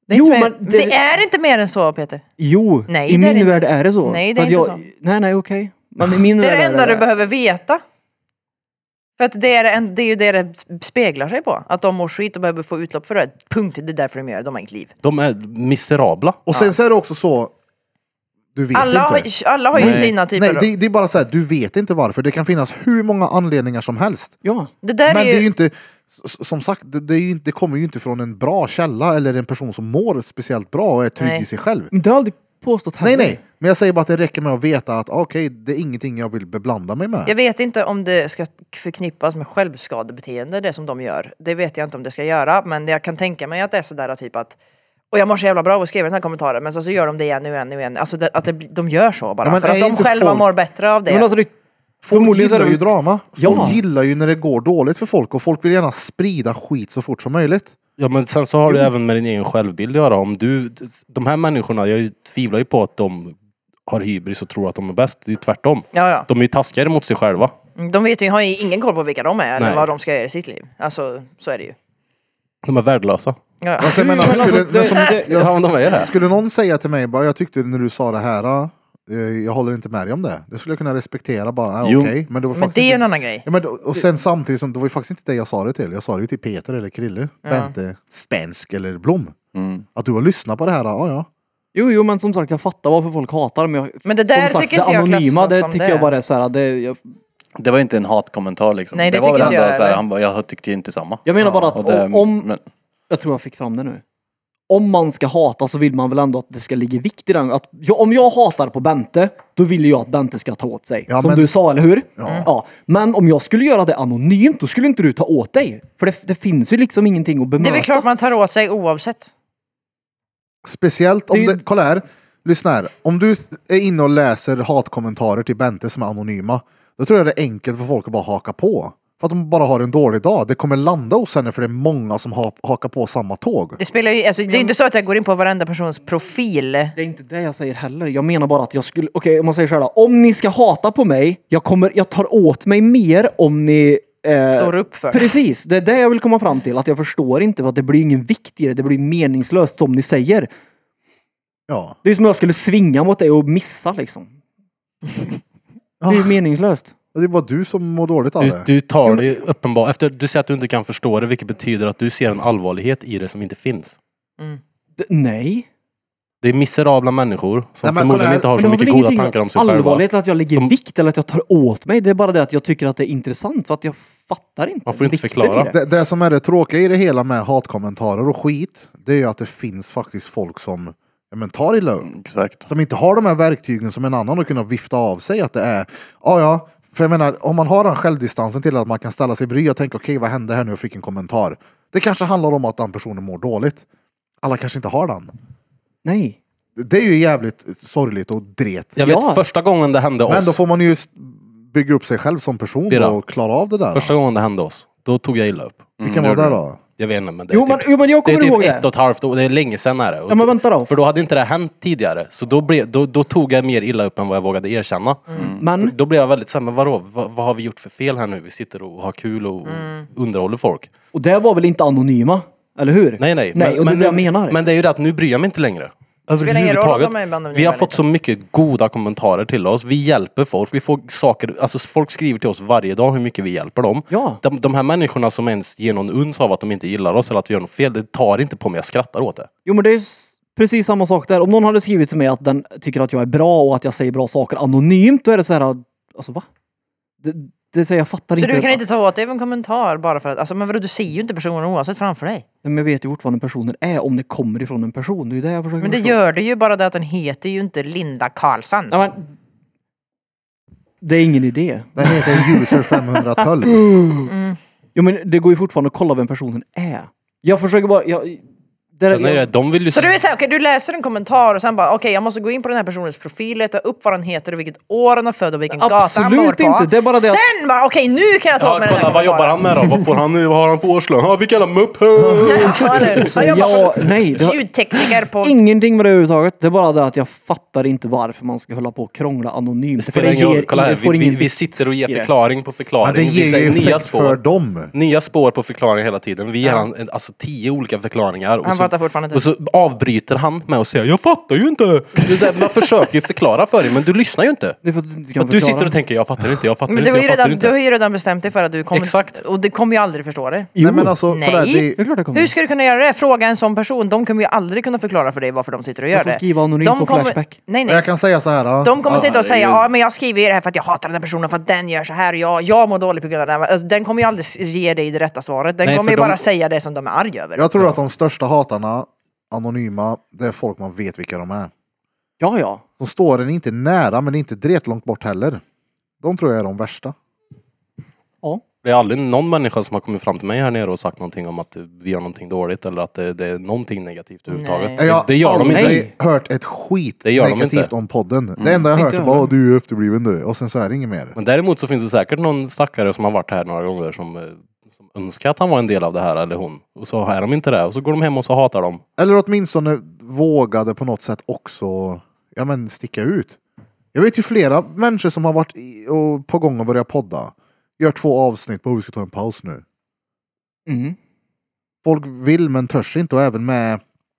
Det är, Jo, inte mer, men det... det- det är inte mer än så, Peter. Jo, Nej, i det är min det värld är det så. Nej, det är För att inte jag, så. Nej, nej, okej. Men i min Det är värld det enda är du behöver veta. För att det är, en, det är ju det det speglar sig på. Att de mår skit och behöver få utlopp för det. Punkt. Det är därför de gör det. De har inget liv. De är miserabla. Och sen så är det också så, du vet Alla har, inte. alla har ju Nej. sina typer Nej, av... det, det är bara så här, du vet inte varför. Det kan finnas hur många anledningar som helst. Ja. Det där Men är det är ju ju... inte, s- som sagt, det, det, är ju inte, det kommer ju inte från en bra källa eller en person som mår speciellt bra och är trygg Nej. i sig själv. Men det har jag aldrig påstått heller. Nej, nej. Men jag säger bara att det räcker med att veta att okej, det är ingenting jag vill beblanda mig med. Jag vet inte om det ska förknippas med självskadebeteende, det som de gör. Det vet jag inte om det ska göra, men jag kan tänka mig att det är sådär typ att och jag mår så jävla bra och skriver den här kommentaren, men så, så gör de det igen och igen och igen. Alltså det, att det, de gör så bara. Ja, men för är att de inte själva folk- mår bättre av det. Men alltså det, Folk förmodligen så är gillar det ju väl- drama. Folk Ja. gillar ju när det går dåligt för folk och folk vill gärna sprida skit så fort som möjligt. Ja, men sen så har det även med din egen självbild att göra. Om du, de här människorna, jag tvivlar ju på att de har hybris och tror att de är bäst. Det är ju tvärtom. Ja, ja. De är ju taskigare mot sig själva. De vet ju, har ju ingen koll på vilka de är eller Nej. vad de ska göra i sitt liv. Alltså, så är det ju. De är värdelösa. Ja. Alltså, jag menar, Men skulle, alltså, det- men som, det- jag, Ja, men de är det. skulle någon säga till mig, bara, jag tyckte när du sa det här, eh, jag håller inte med dig om det. Det skulle jag kunna respektera bara, ah, Jo. okej. Men det var Men faktiskt det är ju inte, en annan grej. ja, men, då- och sen samtidigt som, det var ju faktiskt inte det jag sa det till. Jag sa det ju till Peter eller Krille, Bente, Spensk eller Blom. Mm. Att du har lyssnat på det här, ja ja. Jo, jo, men som sagt, jag fattar varför folk hatar. Men, jag, Men det där som sagt, tycker inte det jag anonyma, klassas det som tycker det. jag bara är så här, det, jag, Det var inte en hatkommentar liksom. Nej, det var väl tycker inte ändå jag så här, heller. han bara, jag tyckte inte samma. jag menar bara att Och det, om, men, jag tror jag fick fram det nu. Om man ska hata så vill man väl ändå att det ska ligga vikt i den. Att, ja, om jag hatar på Bente, då vill jag att Bente ska ta åt sig. Ja, som men- du sa, eller hur? Ja. Ja. Men om jag skulle göra det anonymt, då skulle inte du ta åt dig. För det, det finns ju liksom ingenting att Det bemöta. är väl klart man tar åt sig oavsett. Speciellt om Det är ju- det, kolla här, lyssna här. Om du är inne och läser hatkommentarer till Bente som är anonyma, då tror jag det är enkelt för folk att bara haka på. För att de bara har en dålig dag. Det kommer landa hos henne för det är många som ha, hakar på samma tåg. Det spelar ju, alltså, det är inte så att jag går in på varenda persons profil. Det är inte det jag säger heller. Jag menar bara att jag skulle, okej om man säger så här då. Om ni ska hata på mig, jag kommer, jag tar åt mig mer om ni eh, Står upp för det. Precis, det är det jag vill komma fram till. Att jag förstår inte, för att det blir ingen vikt i det. Det blir meningslöst som ni säger. Ja. Det är som om jag skulle svinga mot det och missa liksom. Det är ju meningslöst. Det är bara du som mår dåligt av Du, det. du tar det uppenbart. Efter du säger att du inte kan förstå det, vilket betyder att du ser en allvarlighet i det som inte finns. D- nej. Det är miserabla människor som Nej, men kolla förmodligen här. inte har Men så det har mycket väl goda ingenting tankar om sig själva. allvarligt att jag lägger Som- vikt eller att jag tar åt mig. Det är bara det att jag tycker att det är intressant för att jag fattar inte. Man får inte vikten förklara. i det. Det, det som är det tråkiga i det hela med hatkommentarer och skit, det är ju att det finns faktiskt folk som ja, men, tar illa upp. exakt. Som inte har de här verktygen som en annan att kunna vifta av sig att det är, ja ja, för jag menar om man har den självdistansen till att man kan ställa sig bry och tänka okej vad hände här nu, jag fick en kommentar. Det kanske handlar om att den personen mår dåligt. Alla kanske inte har den. Nej. Det är ju jävligt sorgligt och dret. Jag vet Ja. första gången det hände Men då oss. får man ju bygga upp sig själv som person Bira. och klara av det där. Första gången det hände oss. Då tog jag illa upp. Vilken Mm, var det det gjorde då? Jag vet inte, men det är Jo, men, typ, jo men jag det är kommer typ ihåg ett det. och ett halvt år. Det är länge sedan är det. Och Ja men vänta då. För då hade inte det hänt tidigare. Så då, blev, då, då tog jag mer illa upp än vad jag vågade erkänna. Men Då blev jag väldigt såhär, men vadå? Vad, vad har vi gjort för fel här nu? Vi sitter och har kul och, och underhåller folk. och det var väl inte anonyma? Eller hur? Nej, nej. Nej, och det är det jag nu- menar. Men det är ju det att nu bryr jag mig inte längre. spelar ingen roll om Överhuvudtaget. de är bland de Vi har nya fått så mycket goda kommentarer till oss. Vi hjälper folk. Vi får saker, alltså folk skriver till oss varje dag hur mycket vi hjälper dem. Ja. De, de här människorna som ens ger någon uns av att de inte gillar oss eller att vi gör något fel, det tar inte på mig. Jag skrattar åt det. Jo men det är s- precis samma sak där. Om någon hade skrivit till mig att den tycker att jag är bra och att jag säger bra saker anonymt, då är det så här, alltså va? Det, det säger jag fattar Så inte. du kan det. inte ta åt dig av en kommentar bara för att, alltså men vadå, du ser ju inte personen oavsett framför dig. Men jag vet ju fortfarande personer är om det kommer ifrån en person. Det är ju det jag försöker Men det förstå. gör det ju, bara det att den heter ju inte Linda Karlsson. Ja, men, det är ingen idé. Den heter User femhundratolv. Jo men det går ju fortfarande att kolla vem personen är. Jag försöker bara... Jag, det där, Men nej, jag, de vill ju... Så du är såhär, okej du läser en kommentar och sen bara okej jag måste gå in på den här personens profil, leta upp vad han heter och vilket år han är född och vilken gata han Absolut bor på. inte, det är bara det att- Sen bara okej nu kan jag ta Ja, åt mig den här kolla, vad jobbar han med då? Vad får han nu? Vad har han för årslön? Ja, vi kallar mupp. Ja, eller? Han jobbar ja, som nej, det har ljudtekniker på... ingenting med det överhuvudtaget. Det är bara det att jag fattar inte varför man ska hålla på och krångla anonymt. Det spelar ingen roll. Kolla här, det får vi, vi, ingen vi vikt sitter och ger i det. förklaring på Men förklaring. det Vi ger säger ju nya effekt för spår. dem. Nya spår på förklaring hela tiden. Vi ger han en- alltså tio olika förklaringar och Han så fattar fortfarande inte. Och så avbryter han med att säga jag fattar ju inte. Det är så här, man försöker ju förklara för dig men du lyssnar ju inte. Det är för att du inte För kan att du förklara. sitter och tänker jag fattar inte, jag fattar Men inte, du har, ju jag fattar redan, du har inte. ju redan bestämt dig för att du kommer... Exakt. Och det kommer ju aldrig förstå det. Jo, Nej men alltså, Nej. kolla, det det, är klart det kommer. Hur ska du kunna göra det? Fråga en sån person. De kommer ju aldrig kunna förklara för dig varför de sitter och gör Jag får det. skriva anonymt de på kommer, Flashback. Nej, nej. jag kan säga så här. ja. De kommer Ja, sitta och säga herregud. ja men jag skriver ju det här för att jag hatar den här personen för att den gör så här och jag, jag mår dåligt på grund av det. Alltså, den kommer ju aldrig ge dig det rätta svaret. Den Nej, kommer för ju de- bara säga det som de är arg över. Jag tror att de största hatarna, anonyma, det är folk man vet vilka de är. Ja, ja. De står en inte nära men inte direkt långt bort heller. De tror jag är de värsta. Ja. Det är aldrig någon människa som har kommit fram till mig här nere och sagt någonting om att vi gör någonting dåligt eller att det, det är någonting negativt överhuvudtaget. Nej. Det, Jag det gör de har inte. aldrig hört ett skit Det gör de negativt inte. om podden. Det enda jag har hört Inte är jag bara heller. "Åh, du är efterbliven du." Och sen så är det inget mer. Men däremot så finns det säkert någon stackare som har varit här några gånger som, eh, som önskar att han var en del av det här eller hon. Och så är de inte det. Och så går de hem och så hatar de. Eller åtminstone vågade på något sätt också ja, men sticka ut. Jag vet ju flera människor som har varit i, och på gång att börja podda. Gör två avsnitt på hur vi ska ta en paus nu. Mm. Folk vill men törs inte och även med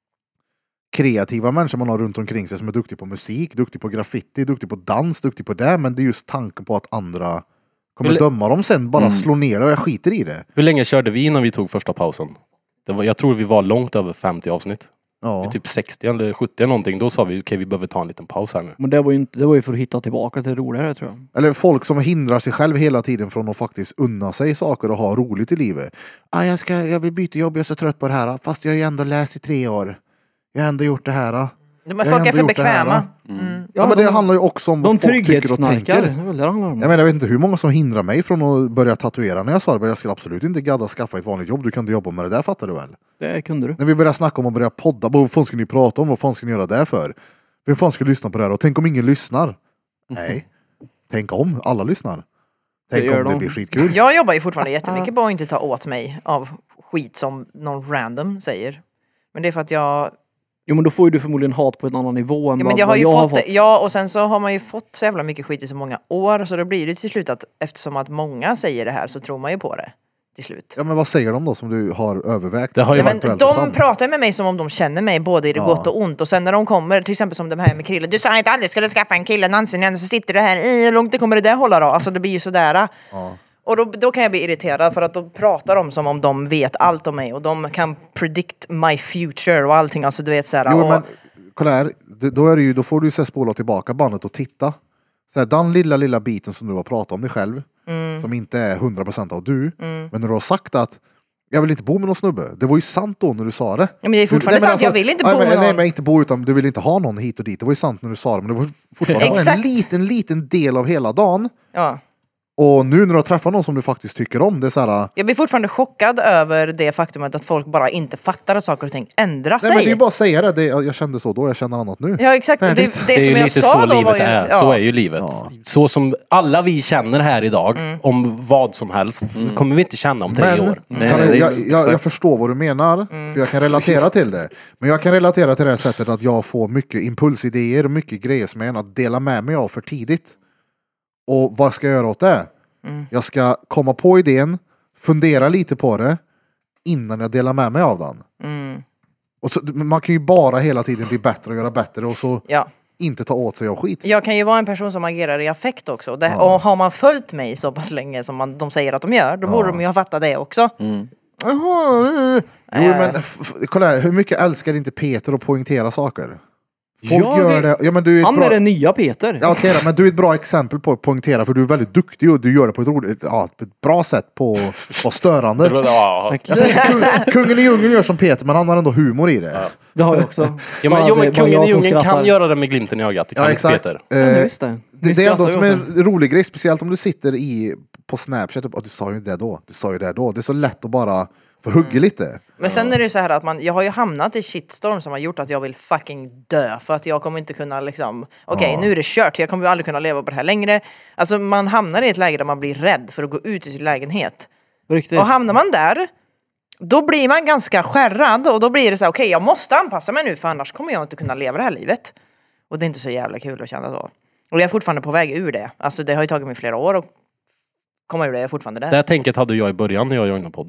kreativa människor man har runt omkring sig som är duktiga på musik, duktiga på graffiti, duktiga på dans, duktiga på det. Men det är just tanken på att andra kommer Eller- döma dem sen, bara Mm. slå ner det och jag skiter i det. Hur länge körde vi innan vi tog första pausen? Det var, jag tror vi var långt över femtio avsnitt. Ja. Typ sextio eller sjuttio någonting. Då sa vi okej okay, vi behöver ta en liten paus här nu. Men det var ju inte, det var ju för att hitta tillbaka till det roligare tror jag. Eller folk som hindrar sig själv hela tiden från att faktiskt unna sig saker och ha roligt i livet. Ah, jag, ska, jag vill byta jobb, jag är så trött på det här. Fast jag har ju ändå läst i tre år. Jag har ändå gjort det här. Men Jag har folk är ändå för gjort det här, bekväma. Mm. Mm. Ja, men det handlar ju också om De vad folk tycker och trygghetsknarkar. Det tänker. är väl det det handlar om. Jag menar, jag vet inte hur många som hindrar mig från att börja tatuera när jag sa det. Men jag skulle absolut inte gadda skaffa ett vanligt jobb. Du kan inte jobba med det där, fattar du väl? Det kunde du. När vi börjar snacka om att börja podda, vad fan ska ni prata om? Vad fan ska ni göra det för? Vem fan ska lyssna på det här? Och tänk om ingen lyssnar? Nej. Tänk om alla lyssnar. Tänk Det gör om det de. blir skitkul. Jag jobbar ju fortfarande jättemycket på att inte ta åt mig av skit som någon random säger. Men det är för att jag... Jo men då får ju du förmodligen hat på en annan nivå än Ja, vad, men jag har vad ju jag fått, har fått. det. Ja, och sen så har man ju fått så jävla mycket skit i så många år. Så då blir det till slut att eftersom att många säger det här så tror man ju på det. Till slut. Ja, men vad säger de då som du har övervägt? Det har ju Ja, varit men eventuellt de sant? pratar med mig som om de känner mig både i det Ja. gott och ont. Och sen när de kommer, till exempel som de här med Krille. Du sa inte aldrig skulle skaffa en kille någonsin igen. Så sitter du här, "Ih, hur långt det kommer det där hålla då? Alltså det blir ju sådär. Ja. Och då, då kan jag bli irriterad för att då pratar de som om de vet allt om mig. Och de kan predict my future och allting. Alltså du vet såhär. Jo, och, men kolla här. Det- Då, är det ju, då får du ju så här spola tillbaka bandet och titta. Så här, den lilla, lilla biten som du har pratat om dig själv. Mm. Som inte är hundra procent av du. Men när du har sagt att jag vill inte bo med någon snubbe. Det var ju sant då när du sa det. Ja, men det är fortfarande Nej, men sant, jag vill inte nej, bo men, med Nej någon. men inte bo utan du vill inte ha någon hit och dit. Det var ju sant när du sa det. Men det var fortfarande bara en Exakt. liten, liten del av hela dagen. ja. Och nu när du har träffat någon som du faktiskt tycker om. Det är så här. Jag blir fortfarande chockad över det faktumet att folk bara inte fattar att saker och ting ändrar sig. Nej men det är ju bara att säga det. det. Jag kände så då, jag känner annat nu. Ja exakt, det, det, Färdigt. det, Det är som ju jag lite sa så då var livet ju, är. ja. Så är ju livet. Ja. Så som alla vi känner här idag om vad som helst kommer vi inte känna om tre Men år. Nej, kan nej, jag, det är- jag, jag, jag exakt. förstår vad du menar, för jag kan relatera till det. Men jag kan relatera till det här sättet att jag får mycket impulsidéer och mycket grejer som jag gärna delar med mig av för tidigt. Och vad ska jag göra åt det? Jag ska komma på idén, fundera lite på det innan jag delar med mig av den. Mm. Och så, man kan ju bara hela tiden bli bättre och göra bättre och så Ja. inte ta åt sig av skit. Jag kan ju vara en person som agerar i affekt också. Det, Och har man följt mig så pass länge som man, de säger att de gör, då borde de ju ha fattat det också. Mm. Jaha, uh. Jo, men f- f- kolla här, hur mycket älskar inte Peter att poängtera saker? Folk Jag gör är- det. Ja, men du är ett Han bra... är den nya Peter. Ja, okej då, men du är ett bra exempel på att poängtera för du är väldigt duktig och du gör det på ett, roligt, ja, på ett bra sätt på att vara störande. Ja, Jag tänker, kung, kungen i djungeln gör som Peter men han har ändå humor i det. Det har jag också. ja, men, Bara jo, det- men bara kungen jag i som djungeln kan skrattar. göra det med glimten i ögat. Det kan Ja, inte exakt. Peter. Eh, Ja, just det. det, Vi det är ändå skrattar som ju åt en rolig grej, speciellt om du sitter i på Snapchat och du sa ju det då, du sa ju det då. Det är så lätt att bara få hugga lite. Men sen är det ju så här att man, jag har ju hamnat i shitstorm som har gjort att jag vill fucking dö. För att jag kommer inte kunna liksom, okej Ja. nu är det kört, jag kommer ju aldrig kunna leva på det här längre. Alltså man hamnar i ett läge där man blir rädd för att gå ut i sin lägenhet. På riktigt. Och hamnar man där, då blir man ganska skärrad och då blir det så här, okej jag måste anpassa mig nu för annars kommer jag inte kunna leva det här livet. Och det är inte så jävla kul att känna så. Och jag är fortfarande på väg ur det. Alltså det har ju tagit mig flera år att komma ur det, jag är fortfarande där. Det här tänket hade jag i början när jag joinade podden.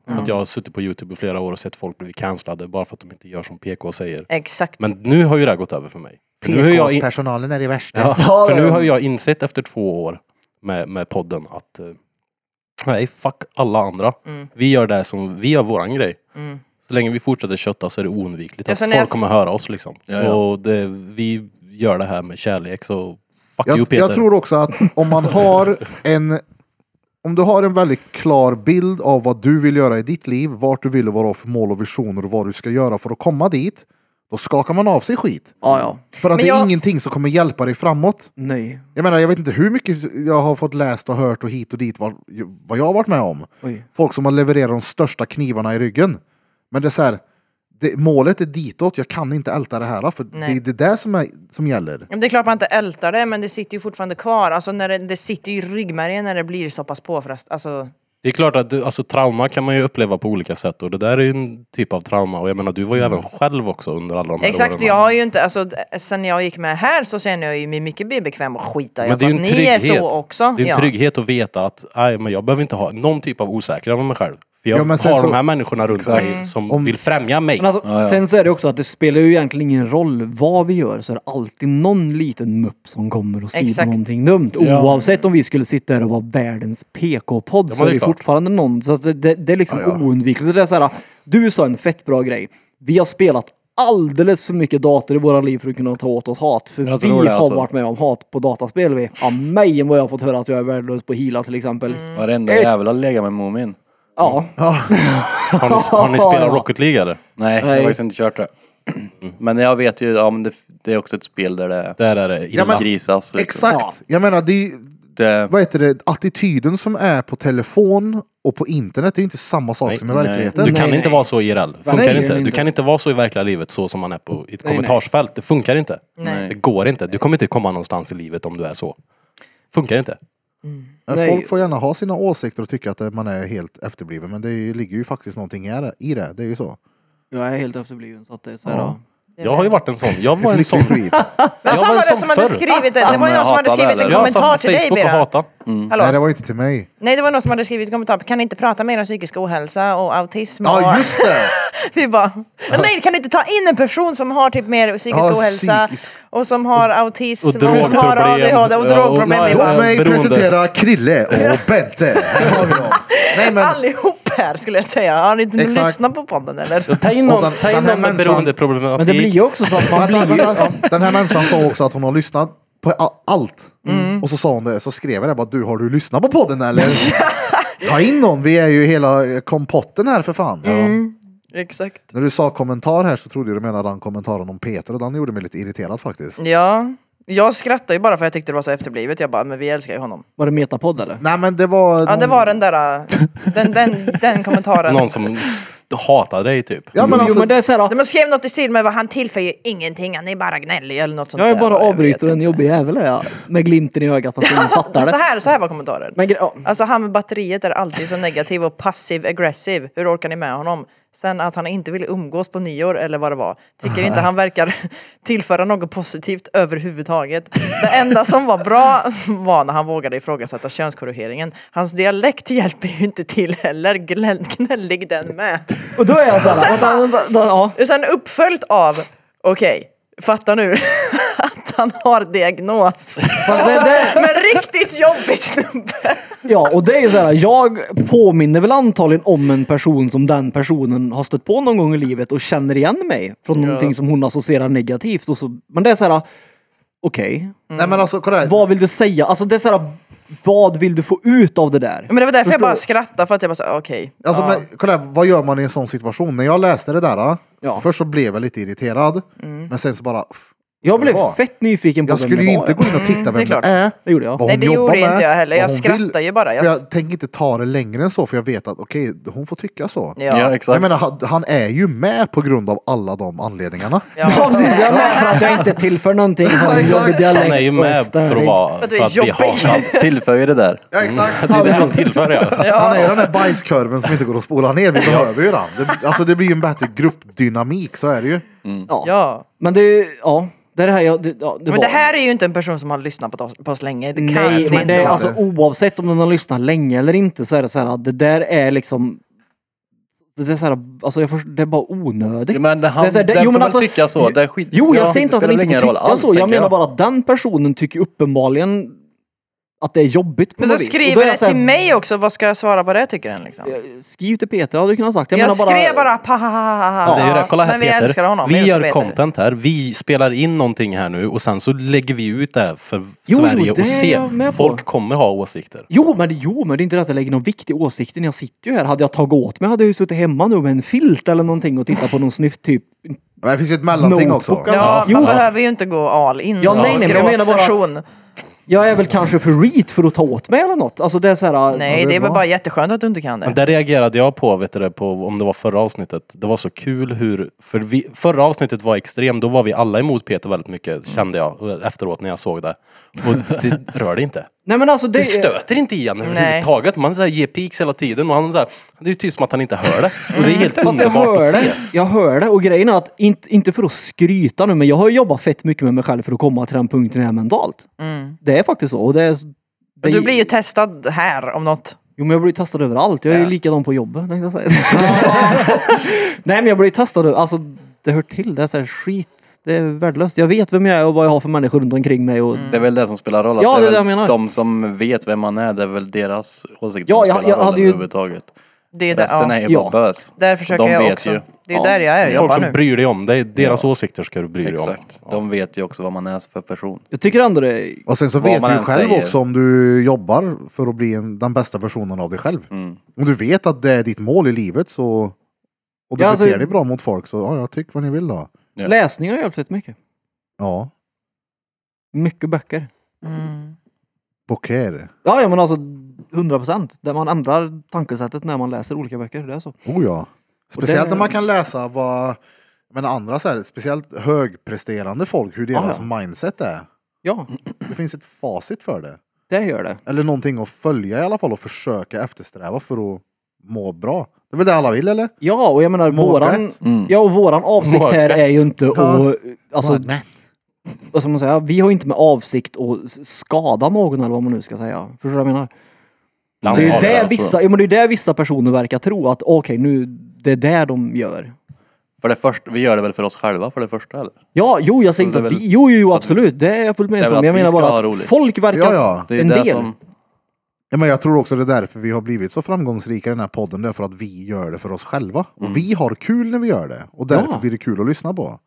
Mm. Att jag har suttit på YouTube i flera år och sett folk bli cancellade bara för att de inte gör som P K säger. Exakt. Men nu har ju det gått över för mig. För nu har jag in... P K-personalen är det värsta. Ja, Ja, för ja, nu ja. har jag insett efter två år med, med podden att uh, nej, fuck alla andra. Mm. Vi gör det som, vi gör våran grej. Mm. Så länge vi fortsätter kötta så är det oundvikligt Ja, att sen folk jag... kommer höra oss liksom. Ja, ja. Och det, vi gör det här med kärlek, så fuck you Jag, Peter. jag tror också att om man har en om du har en väldigt klar bild av vad du vill göra i ditt liv, vart du vill vara för mål och visioner och vad du ska göra för att komma dit, då skakar man av sig skit. Ja, ja. För att Men det är jag- ingenting som kommer hjälpa dig framåt. Nej. Jag menar, jag vet inte hur mycket jag har fått läst och hört och hit och dit vad, vad jag har varit med om. Oj. Folk som har levererat de största knivarna i ryggen. Men det är så här, det, målet är ditåt, jag kan inte älta det här, för Nej. det är det där som, är, som gäller. Men det är klart man inte ältar det, men det sitter ju fortfarande kvar. Alltså när det, det sitter ju i ryggmärgen när det blir så pass påfrest. Alltså, Det är klart att du, alltså, trauma kan man ju uppleva på olika sätt och det där är ju en typ av trauma och jag menar du var ju även själv också under alla de här exakt, åren. jag har ju inte, alltså sen jag gick med här så känner jag ju mig mycket mer bekväm och skita i Men att det är ju en ni är trygghet. så också. Det är en ja. trygghet att veta att nej, men jag behöver inte ha någon typ av osäkerhet om mig själv. För jag Ja, men sen har så- de här människorna runt mig Mm. som Om- vill främja mig. Men alltså, Ja, ja. sen så är det också att det spelar ju egentligen ingen roll vad vi gör, så är det alltid någon liten mupp som kommer och skriver Exakt. någonting dumt. Ja. Oavsett om vi skulle sitta där och vara världens P K-podd, Ja, så men är det är det klart. fortfarande någon. Så att det, det, det är liksom Ja, ja. oundvikligt. Det är så här, du sa en fett bra grej. Vi har spelat alldeles för mycket dator i våra liv för att kunna ta åt oss hat. För Jag vi tror det, har alltså. varit med om hat på dataspel. Vi. Ja, mig vad jag har fått höra att jag är värdelös på hila till exempel. Mm. Varenda Ett- jävel har legat med Moomin. Ja. Har ni, har ni spelat Rocket League eller? Nej, jag har Nej. faktiskt inte kört det. Men jag vet ju, ja men det, det är också ett spel där det Där är det illa. men- grisas. liksom. Exakt, Ja. jag menar det är, Det, vad heter det, attityden som är på telefon och på internet är ju inte samma sak Nej, som i nej. verkligheten. Du kan Nej, inte nej. vara så I R L. Funkar Nej, inte. Du inte. kan inte vara så i verkliga livet så som man är på i ett Nej, kommentarsfält. Det funkar inte. Nej. Det går inte. Du kommer inte komma någonstans i livet om du är så. Funkar inte. Men Nej. folk får gärna ha sina åsikter och tycka att man är helt efterbliven, men det är ju, ligger ju faktiskt någonting i det, i det. Det är ju så. Jag är helt efterbliven så att det är så här. Ja. Jag har ju varit en sån. Jag var en Lycklig sån. skit. Men Jag fan var en var det sån som hade förr. skrivit det? Det var ju någon som hade hatade skrivit en eller? Jag kommentar satt på till dig, Facebook och Bira. hata. Hallå? Nej, det var inte till mig. Nej, det var någon som hade skrivit en kommentar. Kan ni inte prata mer om psykisk ohälsa och autism? Ja, och... just det! Vi bara, nej, kan ni inte ta in en person som har typ mer psykisk Ja, ohälsa psykisk- och som har autism och och, som har drogproblem. A D H D och Ja, drogproblem? och- Vi Ja, bara, Låt mig beroende. presentera Krille och Bente. Här har vi dem. Nej, men, allihop här skulle jag säga. Har ni inte Exakt. lyssnat på podden eller? Ta in Och någon, den- ta in den här någon med människan- beroendeproblematik. Men det blir ju också så att man vänta, blir ju... vänta. Den här människan sa också att hon har lyssnat på a- allt. Mm. Och så sa hon det, så skrev jag det bara, du, har du lyssnat på podden eller? Ta in någon, vi är ju hela kompotten här för fan. Exakt. När du sa kommentar här så trodde jag du menade den kommentaren om Peter och den gjorde mig lite irriterad faktiskt. Ja, jag skrattar ju bara för att jag tyckte det var så efterblivet. Jag bara, men vi älskar ju honom. Var det metapodd eller? Nej men det var... Ja, det var den där, den, den, den kommentaren. Någon som s- hatar dig typ. Ja men Jo, alltså, men det är så här, De skrev något i stil med vad han tillför ju ingenting, han är bara gnällig eller något sånt jag är där. bara Jag vet avbryter en inte. jobbig jävel är jag. Med glimten i ögat fast ingen fattar Så det. här, så här var kommentaren. Men gre- ja. Alltså han med batteriet är alltid så negativ och passiv aggressiv. Hur orkar ni med honom? Sen att han inte vill umgås på nyår eller vad det var. Tycker inte han verkar tillföra något positivt överhuvudtaget. Det enda som var bra var när han vågade ifrågasätta könskorrigeringen. Hans dialekt hjälper ju inte till heller. Gnäll, gnällig den med. Och då är jag såhär, vänta, vänta, vänta, ja. Sen uppföljt av, okej, fatta nu att han har diagnos. Fast det, det, Men riktigt jobbig snubbe. ja, och det är så här, jag påminner väl antagligen om en person som den personen har stött på någon gång i livet och känner igen mig från någonting som hon associerar negativt. Och så, men det är så här, okej, nej men alltså kolla här. vad vill du säga? Alltså det är så här, vad vill du få ut av det där? Men det var därför jag Förstår- bara skrattade, för att jag bara sa okej. Alltså, ja. men, kolla här, vad gör man i en sån situation? När jag läste det där, Ja. först så blev jag lite irriterad, men sen så bara... pff, Jag blev det var. fett nyfiken på Jag vem skulle det ju var, inte ja. gå in och titta det är vem klart. det är. Det gjorde jag. vad Nej, hon det jobbar gjorde med, inte jag heller. vad Jag hon skrattar ju bara. Jag- För jag tänker inte ta det längre än så, för jag vet att okej, hon får tycka så. Ja. ja, Jag exakt. menar, han- han är ju med på grund av alla de anledningarna. Ja, Ja. precis. Jag är med för att jag inte tillför någonting. Har en exakt. jobbig dialekt Han är ju och med för störig. att vara... För att du För är att vi jobbig. hatar. Tillför ju det där. Ja, exakt. Det är det han tillför ja. Han är den där bajskurven som inte går att spola ner, vi behöver ju den. Det, alltså det blir ju en bättre gruppdynamik, så är det ju. Ja. Ja. Men det, ja, det är det här jag... Det, ja, det Men var. det här är ju inte en person som har lyssnat på oss, på oss länge. Det kan Nej, inte men det är vara. alltså oavsett om den har lyssnat länge eller inte så är det så här att det där är liksom Det är så här, alltså jag förstår, det är bara onödigt. Ja, men det, han, det är så här, det, den jo, men får alltså, väl tycka så. Det är skit, jo, jag ja, säger inte att det den inte spelar får ingen tycka roll så. alls, Jag menar tänker bara att den personen tycker uppenbarligen att det är jobbigt på Men då något vis. Och skriver är jag det så här, till mig också. Vad ska jag svara på det tycker den liksom? Skriv till Peter, hade du kunnat sagt. Jag, Jag menar skrev bara pa, ha, ha, ha, ha. Det är ju det. Kolla här Men vi Peter, älskar honom. vi älskar gör Peter. content här, vi spelar in någonting här nu och sen så lägger vi ut det här för Jo, Sverige jo, det och är se. jag med på. Folk kommer ha åsikter. Jo men, jo, men det är inte det att jag lägger någon viktig åsikt. Jag sitter ju här. Hade jag tagit åt mig hade jag ju suttit hemma nu med en filt eller någonting och tittat på någon snyft typ. Men det finns ju ett mellanting också. Notebook. Ja, Jo. man behöver ju inte gå all in. Ja, nej, nej, men jag menar bara att- Gråtsession. Jag är väl kanske för reet för att ta åt mig eller något. Alltså det är så här. Nej, det det är är väl bra. bara jätteskönt att du inte kan Men det. där reagerade jag på, vet du det, på om det var förra avsnittet. Det var så kul hur, för vi, förra avsnittet var extrem, då var vi alla emot Peter väldigt mycket, kände jag efteråt när jag såg det. Och det rör det inte. Nej men alltså det, Det stöter inte i han överhuvudtaget. Man så här, ger piks hela tiden och han så här, det är ju tyst som att han inte hör det. Och det är helt Fast jag underbart hör att det. se. Jag hör det och grejen är att, inte, inte för att skryta nu, men jag har jobbat fett mycket med mig själv för att komma till den punkten jag är mentalt. Mm. Det är faktiskt så. Och det är, det Och du är- blir ju testad här om något. Jo men jag blir testad överallt. Jag är ju Ja. likadan på jobbet, tänkte jag säga. Nej men jag blir testad, alltså det hör till. Det är så här skit. Det är värdelöst. Jag vet vem jag är och vad jag har för människor runt omkring mig. Och... Det är väl det som spelar roll. Att Ja, det är det är det väl jag menar. de som vet vem man är, det är väl deras åsikter Ja, som jag- spelar jag roll hade ju- överhuvudtaget. Det är ju där, Resten är ja. ju Ja. bara bös. Där försöker De jag vet också. ju. Det är ju Ja. där jag är. Jag Folk jobbar som nu. bryr dig om dig, deras Ja. åsikter ska du bry dig om. Exakt. De vet ju också vad man är för person. Jag tycker ändå det är... Och sen så Vad vet man du ju än själv säger. också om du jobbar för att bli en, den bästa versionen av dig själv. Mm. Om du vet att det är ditt mål i livet så och du Ja, alltså- beter dig bra mot folk så ja, jag tycker vad ni vill då. Ja. Läsning har hjälpt rätt mycket. Ja, Mycket böcker. Mm. böcker. Ja, ja men alltså hundra procent. Där man ändrar tankesättet när man läser olika böcker. Det är så. Oh ja. Speciellt det- när man kan läsa vad men andra så här, speciellt högpresterande folk, hur deras Ah, mindset är. Ja, Det finns ett facit för det. det gör det. Eller någonting att följa i alla fall och försöka eftersträva för att må bra. Det är väl det alla vill eller? Ja, och jag menar Må våran... rätt. Mm. Ja, och våran avsikt Må här rätt. är ju inte Ja. att... Alltså, Nej. vad ska man säga? Vi har ju inte med avsikt att s- skada någon eller vad man nu ska säga. Förstår du vad jag menar? Det är ju Ja, det alltså. vissa, ja, men det är det vissa personer verkar tro att okej, nu, det är det de gör. För det första, vi gör det väl för oss själva för det första eller? Ja, jo, jag säger Så inte det att är vi, väl- jo, jo, jo, absolut, det är jag fullt med Det är på. väl Men jag att vi menar ska bara ha att roligt. folk verkar Ja, ja. Det är en det del. som... Ja, men jag tror också det är därför vi har blivit så framgångsrika i den här podden. Det är för att vi gör det för oss själva. Och vi har kul när vi gör det. Och därför Ja. blir det kul att lyssna på.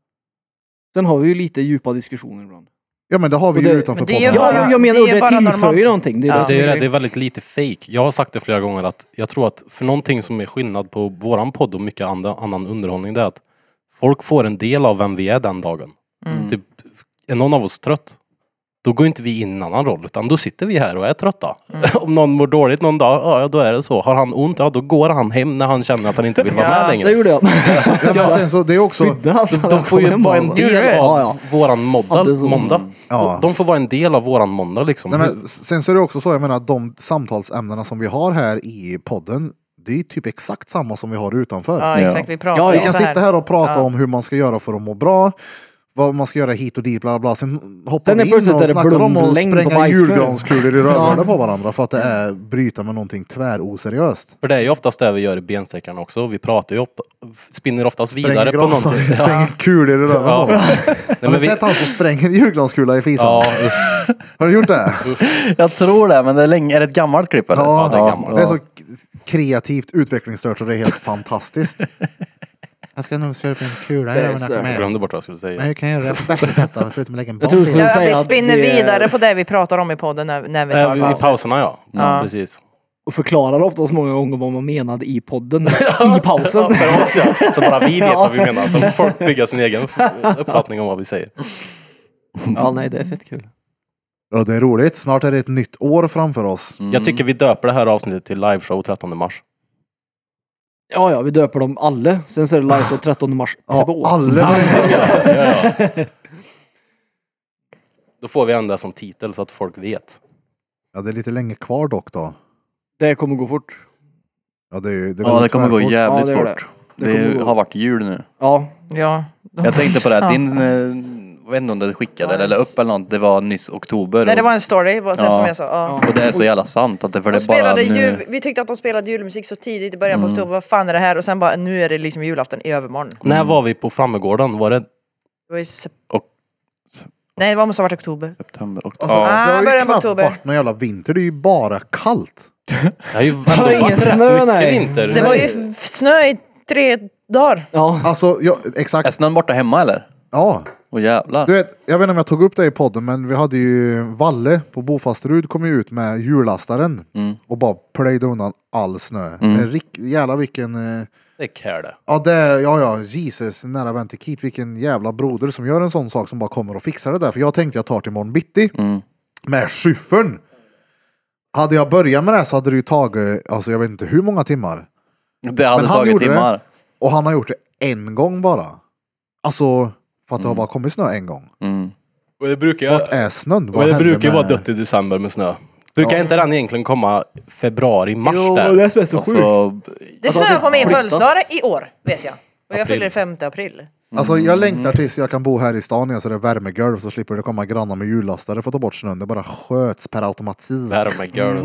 Sen har vi ju lite djupa diskussioner ibland. Ja men det har vi Och ju det- utanför men det är ju podden. bara- Ja, jag menar, det är och ju det bara tillför normalt. ju någonting. Det är Ja. det som Det är, är det, det är väldigt lite fake. Jag har sagt det flera gånger att jag tror att för någonting som är skillnad på våran podd och mycket andra, annan underhållning, det är att folk får en del av vem vi är den dagen. Mm. Typ, är någon av oss trött, då går inte vi in i en annan roll, utan då sitter vi här och är trötta. Mm. Om någon mår dåligt någon dag, ja då är det så. Har han ont, ja då går han hem när han känner att han inte vill vara Ja, med längre. Det gjorde jag. Ja, men sen så, det är också... Spydde alltså när De jag får kom ju hem vara en alltså. del Gjorde det? av Ja, ja. våran måndag. Ja, det är så- måndag. Ja. De får vara en del av våran måndag liksom. Nej, men sen så är det också så, jag menar de samtalsämnena som vi har här i podden, det är typ exakt samma som vi har utanför. Ja, exakt. Vi pratar Ja, Vi ju kan så sitta här och prata Ja. om hur man ska göra för att må bra, vad man ska göra hit och dit, bla bla bla. Sen hoppar Sen är vi in plötsligt och är det snackar om att blomlängd på spränga bajskorv. julgranskulor i röven Ja. på varandra för att det är bryta med någonting tväroseriöst. För det är ju oftast det vi gör i bensträckarna också. Vi pratar ju ofta, spinner oftast vidare Spränger på gran- någonting. Spränger kulor i röven Ja. på dem. Nej, Har men du vi, sett han som spränger en julgranskula i fisan? ja, usch. Har du gjort det? Jag tror det, men det är länge. Är det ett gammalt klipp eller? Ja, det är gammalt. Det är så k- kreativt utvecklingsstört så det är helt fantastiskt. Jag ska nog köra upp en kula Det är i röven. så- när jag kommer Jag hem. glömde bort vad jag skulle säga. Men hur kan jag göra det på bästa sätt då? Förutom att lägga en Jag tror bomb i du den. Ja, säga vi att spinner det är- vidare på det vi pratar om i podden när, när vi tar Äh, I paus. pauserna ja. ja. Ja. Precis. Och förklarar oftast många gånger vad man menade i podden. I pausen. Ja, för oss ja. Så bara vi vet Ja. vad vi menar. Så får folk bygga sin egen uppfattning om vad vi säger. Ja, nej, det är fett kul. Ja, det är roligt. Snart är det ett nytt år framför oss. Mm. Jag tycker vi döper det här avsnittet till liveshow trettonde mars. Ja, ja, vi döper dem alla. Sen så är det live på trettonde mars två. Ja, alla. Ja, ja. Då får vi ändra som titel så att folk vet. Ja, det är lite länge kvar dock då. Det kommer gå fort. Ja, det, är, ju- det, Ja, det kommer gå tvärfort. jävligt Ja, det gör det. fort. Det Det, kommer gå- har varit jul nu. Ja. Ja. Jag tänkte på det, din, eh, jag vet inte om det skickade eller, eller upp eller något. Det var nyss oktober. Nej, det och- var en story, vad- Ja. som jag sa. Ja. Och det är så jävla sant att det för De det bara spelade nu... jul, vi tyckte att de spelade julmusik så tidigt i början på oktober. Vad fan är det här? Och sen bara, nu är det liksom julafton i övermorgon. När var vi på Frammegården? Var det... Det var i sep- Och- Nej, det var måste ha varit oktober. September, oktober. Alltså, ja. det har Ah, ju början på knappt oktober. varit någon jävla vinter, det är ju bara kallt. Det har ju var ändå ingen varit rätt snö, mycket nej. vinter. Det var ju f- snö i tre dagar. Ja. Alltså, jag, Är exakt. snön borta hemma eller? Ja. Åh jävlar. Du vet, jag vet inte om jag tog upp det i podden, men vi hade ju Valle på Bofastrud kom ju ut med hjullastaren Mm. och bara plöjde undan all snö. Mm. Men Rick, jävla vilken... Eh, Det är kär det. ja, det, ja, ja, Jesus, nära vän till Kit, vilken jävla broder som gör en sån sak som bara kommer och fixar det där. För jag tänkte jag tar till imorgon bitti Mm. med skyffern. Hade jag börjat med det så hade det ju tagit, alltså jag vet inte hur många timmar. Det hade Men han tagit gjorde det. timmar. Och han har gjort det en gång bara. Alltså, för att det har Mm. bara kommit snö en gång. Mm. Och det brukar, Vart är snön? och Vad det hände brukar ju med- vara dött i december med snö. Brukar Ja. inte den egentligen komma februari, mars Jo, där? det är så sjukt. Alltså, Det snöar på min flyttat. födelsedag i år, vet jag. Och jag April. fyller femte april. Alltså jag Mm. längtar tills jag kan bo här i stan igen så det är värmegolv så slipper det komma grannar med hjullastare för att ta bort snön. Det bara sköts per automatik. Värmegolv.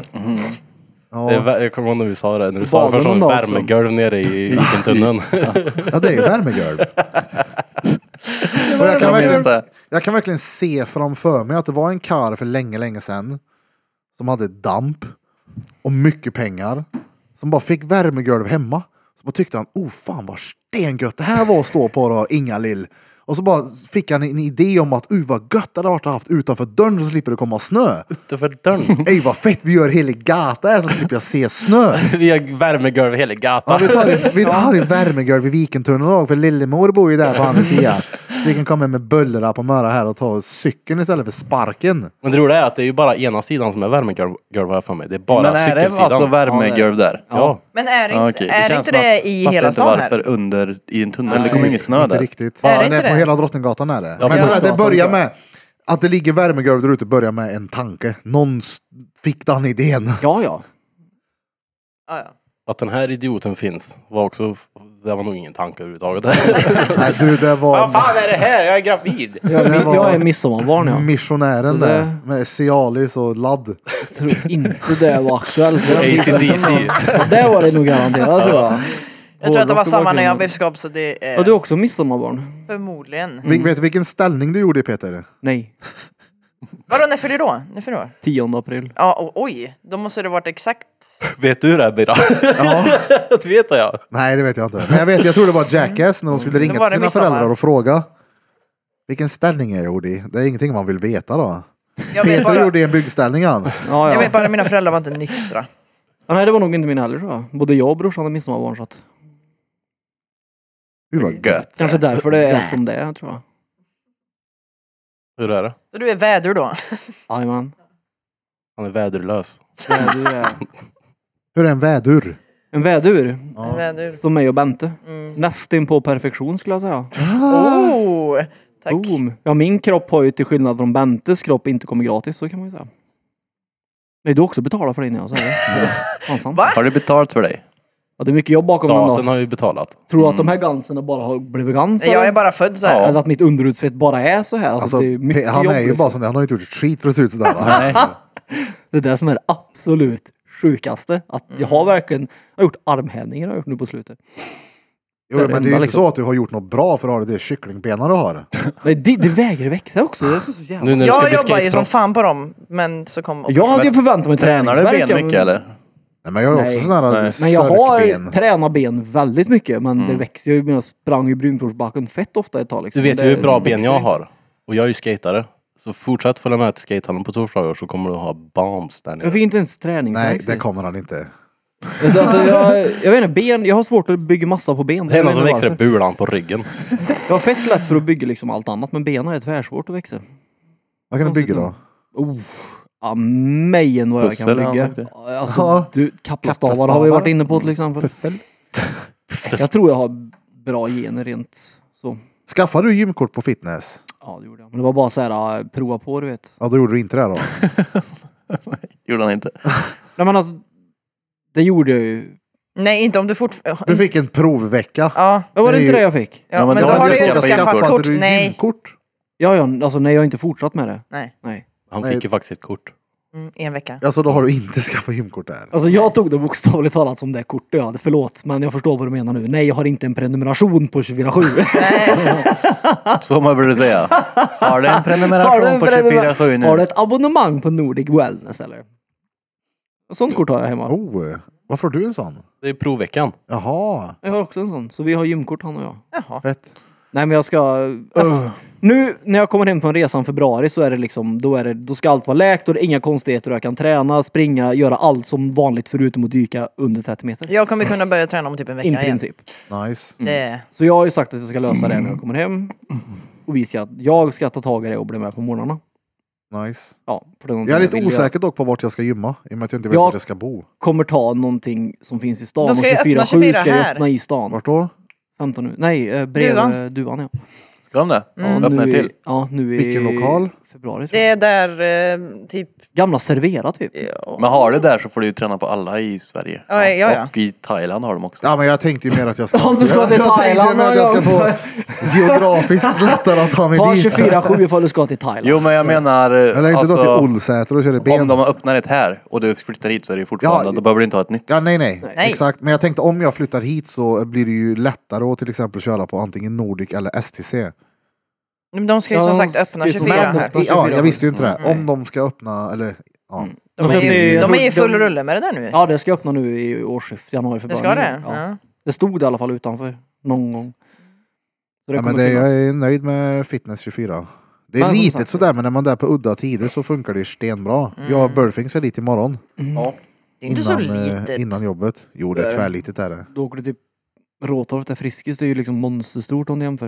Ja, Det är vä- Jag kommer ihåg när vi sa det, när du sa Badar det först någon som dag också? värmegolv nere i Vikentunneln. ja, det är ju värmegolv. Och jag, kan Jag minns verkligen, det. jag kan verkligen se framför mig att det var en kar för länge, länge sedan som hade damp och mycket pengar som bara fick värmegolv hemma. Så bara tyckte han, oh fan vad stengött det här var att stå på då, inga lill. Och så bara fick han en idé om att, uh vad gött det hade varit att haft utanför dörren så slipper det komma snö. Utanför dörren. Ej vad fett, vi gör hela gata här så slipper jag se snö. Vi har värmegolv hela Ja, gatan. vi tar, i- vi tar i värmegolv vid Vikentunneln då, för Lillemor bor ju där på andra sidan. Så vi kan komma med bullar på Möra här och ta cykeln istället för sparken. Men det roliga är att det är ju bara ena sidan som är värmegolv här för mig. Det är bara Men är det cykelsidan. alltså värmegolv där? Ja. Men är, Ja, inte, okej. är känns inte som det att- i fattar hela inte stan varför här? under i en tunnel. Det kommer ingen snö Inte där. riktigt. Är det Ja, inte nej, på det? hela Drottninggatan är det. Ja, Men på det, det Drottninggatan, börjar tror jag. med att det ligger värmegolv där ute börjar med en tanke. Någon s- fick den idén. Ja, ja. Ja, ja. Att den här idioten finns var också, det var nog ingen tanke överhuvudtaget. Nej du, det var Vad fan är det här? Jag är gravid. Jag, Det var- jag är midsommarbarn, ja. missionären Så det- där med Cialis och ladd. Jag tror inte det var aktuellt. A C D C. Ja, det var det nog garanterat, tror jag. Jag tror att det var Hårdrock samma när jag verkligen- blev skap så det är Ja, du är också midsommarbarn? förmodligen. Vi- Vet du vilken ställning du gjorde Peter? Nej. Vadå, när fyller du då? När fyller du år? tionde april. Ja, o- oj. Då måste det varit exakt... Vet du det här Birra? Ja. Det vet jag. Nej det vet jag inte. Men jag vet, jag tror det var Jackass när de skulle ringa Då var till det sina midsommar. föräldrar och fråga. Vilken ställning jag gjorde i. Det är ingenting man vill veta då. Jag vet, Peter bara, gjorde i en byggställning han. Ja, jag ja. vet bara att mina föräldrar var inte nyktra. Ja, nej, det var nog inte min heller, tror jag. Både jag och brorsan är midsommarbarn, så att... Gud vad Gött. Kanske därför det är som det är, tror jag. Hur är det? Så du är vädur då? Jajamän. Han är väderlös. Vädur är... Hur är en vädur? En vädur. Ja. Vädur. Som mig och Bente. Mm. Nästan på perfektion, skulle jag säga. Oh! Tack. Boom. Ja, min kropp har ju till skillnad från Bentes kropp inte kommit gratis, så kan man ju säga. Nej, du också betalar för det innan jag säger det. Fan, sant. Va? Har du betalt för dig? Ja, det är mycket jobb bakom den Staten då. har ju betalat. Tror du att de här ganserna bara har blivit gans? Jag eller? är bara född så här. Eller att mitt underutsvett bara är så här? Alltså, Alltså, det är mycket Pe- han jobb, är ju liksom. bara som det. Han har ju inte gjort ett skit för att se ut sådär. Nej. Det är det som är det absolut sjukaste. Att jag har verkligen jag har gjort armhävningar har jag gjort nu på slutet. Jo, Det är men det är enda ju inte liksom. så att du har gjort något bra för att ha det kycklingbenen du har. Nej, det, det vägrar växa också. Det är så jävla... Nu när du ska Jag bli jobbar ju som skateproffs. fan på dem, men så kom... Jag hade ju Men förväntat mig Tränar du träningsvärk, ben men- mycket eller? Nej, men jag har Nej. också sådana här Nej. Men jag har sörkben. tränat ben väldigt mycket, men Mm. det växer ju. Jag sprang i Brunflorsbacken fett ofta ett tag. Liksom. Du vet det, ju hur bra ben växer jag ju. har. Och jag är ju skatare. Så fortsätt följa med till skatehallen på torsdagar så kommer du ha bombs där Jag nere. fick inte ens träningsvärk. Nej, det sist. kommer han inte. Alltså, jag, jag vet inte, ben, jag har svårt att bygga massa på ben. Det enda Jag vet som inte växer är varför. bulan på ryggen. Jag har fett lätt för att bygga liksom allt annat, men benen är tvärsvårt att växa. Vad kan du bygga då? Oh, ja, mejen vad jag Pussel, kan har han bygga. sagt det? Alltså, Ja. du, kappastavar har vi varit inne på till exempel. Puffel. Jag tror jag har bra gener rent så. Skaffade du gymkort på fitness? Ja, det gjorde jag. Men det var bara så här, äh, prova på, du vet. Ja, då gjorde du inte det då. Gjorde han inte? Nej, men alltså, det gjorde jag ju. Nej, inte om du fortfarande... Du fick en provvecka. Ja, Men var det Det är inte ju- det jag fick? ja Ja, men men då då har har du du ju inte skaffat skaffat gymkort. kort. Skaffade du Nej. gymkort? Ja, ja, alltså nej jag har inte fortsatt med det. Nej. Nej. Han Nej. fick ju faktiskt ett kort. Mm, en vecka. Alltså då har du inte skaffat gymkort där. Alltså jag tog det bokstavligt talat som det kortet jag hade, förlåt. Men jag förstår vad du menar nu. Nej, jag har inte en prenumeration på tjugofyra sju. Så man borde säga. Har du en prenumeration på tjugofyra sju nu? Har du ett abonnemang på Nordic Wellness eller? Ett sånt kort har jag hemma. Oh, varför har du en sån? Det är provveckan. Jaha, Jag har också en sån. Så vi har gymkort han och jag. Jaha. fett. Nej men jag ska... Nu när jag kommer hem från resan februari så är det liksom, då är det, då ska allt vara läkt och det är inga konstigheter och jag kan träna, springa, göra allt som vanligt förutom att dyka under trettio meter. Jag kommer kunna börja träna om typ en vecka I igen. princip. Nice. Det, Så jag har ju sagt att jag ska lösa det när jag kommer hem. Och vi ska, jag ska ta tag i det och bli med på morgnarna. Nice. Ja, för det är Jag är lite vill göra. osäker dock på vart jag ska gymma. I och med att jag inte vet Jag- vart jag ska bo. Kommer ta någonting som finns i stan. De ska ju och öppna tjugofyra sju ska tjugofyra ju här. öppna i stan. Vart då? femton nu. Nej, eh, brev, Duvan. Duvan. Duvan ja. Ska de det? Ja, Öppna nu till? I, ja, nu i Vilken lokal? februari tror det jag. är där eh, typ... Gamla Servera typ. Ja, Men har det där så får du ju träna på alla i Sverige. Ja, ja, ja. Och i Thailand har de också. Ja men jag tänkte ju mer att jag ska... Om du ska till jag tänkte Thailand mer att jag ska få också. geografiskt lättare att ta mig Ta dit. tjugofyra sju ifall du ska till Thailand. Jo men jag menar, Eller inte alltså, då till Olsäter och köra ben. om de öppnar ett här och du flyttar hit så är det ju fortfarande, Ja. då behöver du inte ha ett nytt. Ja nej, nej Nej. exakt. Men jag tänkte om jag flyttar hit så blir det ju lättare att till exempel köra på antingen Nordic eller S T C. Men de ska ju Ja, som de sagt öppna ska ju som tjugofyra sagt här. öppna. Ja jag visste ju inte det. Mm. Om de ska öppna eller ja. Mm. De är ju, Det- de är ju i full de- rulle med det där nu. Ja, det ska öppna nu i årsskiftet, januari, Det februari. ska det? Ja. Ja. Det stod det i alla fall utanför. Någon gång. Så det Ja, men kommer det, finnas. jag är nöjd med Fitness tjugofyra. Det är Men som litet sagt- sådär men när man är där på udda tider så funkar det ju stenbra. Jag har Burfing ska dit imorgon. Ja. Det är inte så Innan, eh, litet. innan jobbet. Jo det Det är är- tvärlitet är det. Då åker du typ Råtorp till Friskis, det är ju liksom monsterstort om du jämför.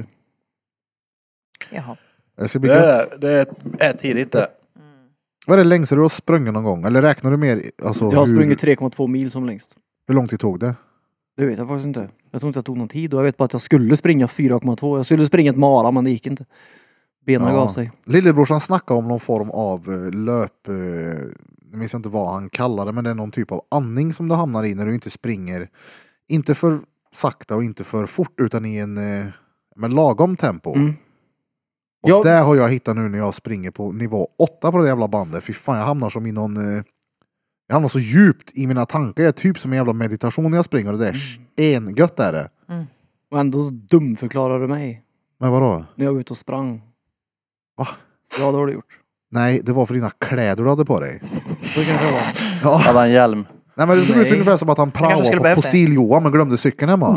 Jaha. Det ska bli Det gött. är, det är tidigt det. Vad är det längst du har sprungit någon gång? Eller räknar du mer? Alltså, Jag har hur, sprungit tre komma två mil som längst. hur lång tid tog det? Det vet jag faktiskt inte. Jag tror inte jag tog någon tid och jag vet bara att jag skulle springa fyra komma två. Jag skulle springa ett mara men det gick inte. Benen Ja. gav sig. Lillebrorsan snackade om någon form av eh, löp... Eh, jag minns inte vad han kallar det, men det är någon typ av andning som du hamnar i när du inte springer. Inte för sakta och inte för fort utan i en eh, men lagom tempo. Mm. Och Jag- det har jag hittat nu när jag springer på nivå åtta på det jävla bandet. Fy fan, jag hamnar som i någon... Eh, jag hamnar så djupt i mina tankar. Jag är typ som en jävla meditation när jag springer och det är stengött är det. Och ändå dumförklarar du mig. Men vadå? När jag var ute och sprang. Va? Ja det har du gjort. Nej, det var för dina kläder du hade på dig. Så kanske det var. Ja. Hade han hjälm? Nej men det såg ut Nej. ungefär som att han kanske praoade skulle på, behövt på det. Stil-Johan men glömde cykeln hemma.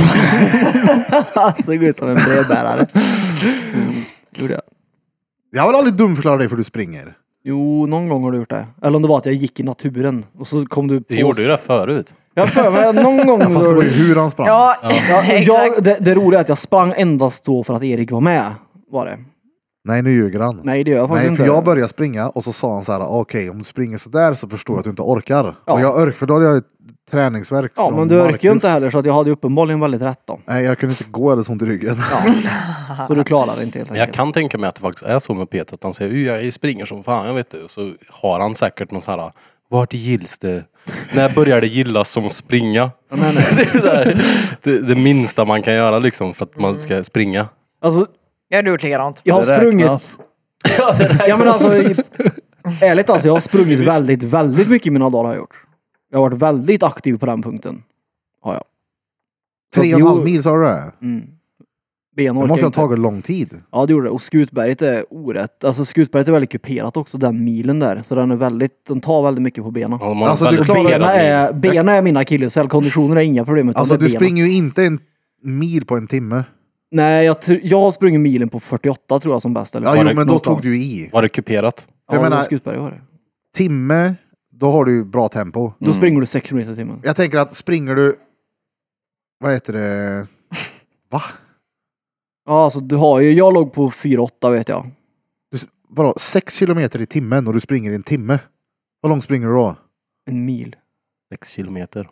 Såg ut som en brevbärare. Mm. Gjorde jag. Jag har aldrig dumförklarat dig för du springer. Jo, någon gång har du gjort det. Eller om det var att jag gick i naturen. Och så kom du på... Du gjorde ju det förut. Jag har för mig att någon gång... Ja, fast det var ju hur han sprang. Ja, Ja, jag, exakt. det, det roliga är att jag sprang endast då för att Erik var med. Var det. Nej nu ljuger han. Nej, det gör jag faktiskt Nej inte. för jag började springa och så sa han så här: okej om du springer så där så förstår jag att du inte orkar. Ja. Och jag orkar för då hade jag ett träningsverk. Ja, från men du orkar ju marklyft. inte heller så att jag hade ju uppenbarligen väldigt rätt då. Nej jag kunde inte gå eller sånt i ryggen. Ja. Så du klarar det inte helt Men jag enkelt. kan tänka mig att det faktiskt är så med Peter att han säger "Oj, jag springer som fan, jag vet det." Så har han säkert någon så här: vart gills det? När börjar det gillas som springa? Nej, nej. Det är det, där, det, det minsta man kan göra liksom för att man ska springa. Alltså, Jag hade gjort likadant. jag har Det sprungit... räknas. Ja men alltså, i- ärligt alltså, jag har sprungit väldigt, väldigt mycket i mina dagar har jag gjort. Jag har varit väldigt aktiv på den punkten. Har jag. Så Tre att, och en jo, halv mil sa du det? Mm. Ben Det orkar måste ha inte. tagit lång tid. Ja det gjorde det. Och Skutberget är orätt. Alltså Skutberget är väldigt kuperat också, den milen där. Så den är väldigt, den tar väldigt mycket på benen. Ja, de har Alltså, väldigt du klarar- flera Bena mil. är, bena är mina akilleshäl. Konditioner är inga problem utan Alltså det är du benen. springer ju inte en mil på en timme. Nej, jag, tr- jag har sprungit milen på fyrtioåtta tror jag som bäst. Eller Ja Var jo det men då någonstans. tog du i. Var det kuperat? Ja, jag jag menar- Skutberg var det. Timme, då har du ju bra tempo. Då springer du sex kilometer i timmen. Jag tänker att springer du... Vad heter det? Va? Ja, alltså du har ju, jag låg på fyra åtta vet jag. Du, s- bara sex kilometer i timmen och du springer i en timme. Hur långt springer du då? En mil. Sex kilometer.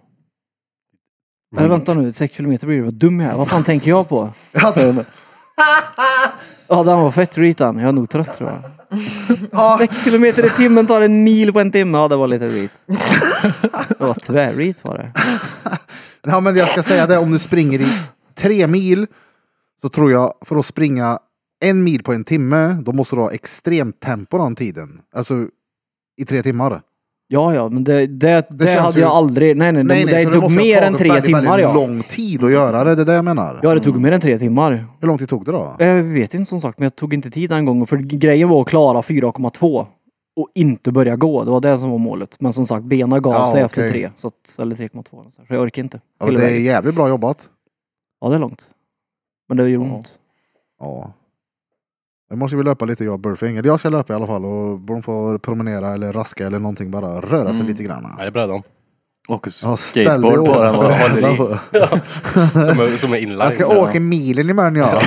Nej vänta nu, sex kilometer blir det. Vad dum jag är. Vad fan tänker jag på? Ja, Ja, den var fett ritan. Jag är nog trött tror jag. sex kilometer i timmen tar en mil på en timme. Ja, det var lite rit. Det var tvärrit var det. ja men jag ska säga det, om du springer i tre mil så tror jag för att springa en mil på en timme, då måste du ha extremt tempo den tiden. Alltså i tre timmar. Ja, ja, men det, det, det, känns hade ju- jag aldrig... Nej, nej, Nej, det, nej, det så tog måste ha mer än tagit tre väldigt, timmar, väldigt ja. lång tid att göra det, det är det jag menar. Ja, det tog mer än tre timmar. Hur lång tid tog det då? Jag vet inte som sagt, men jag tog inte tid den gången. För grejen var att klara fyra komma två och inte börja gå. Det var det som var målet. Men som sagt, benen gav Ja, sig okej. efter tre. Så att, eller tre komma två. Så jag orkar inte. Ja, Hela det är vägen. jävligt bra jobbat. Ja, det är långt. Men det gör Ja. ont. Ja. Jag måste ju löpa lite jag och Burfing. Eller jag ska löpa i alla fall och de får promenera eller raska eller någonting. Bara röra sig Mm. lite grann. Nej, det är brädan. Och Ja, ställ dig skateboard och på den och håller i. på. Som är, som är inline. Jag ska åka milen imorgon ja.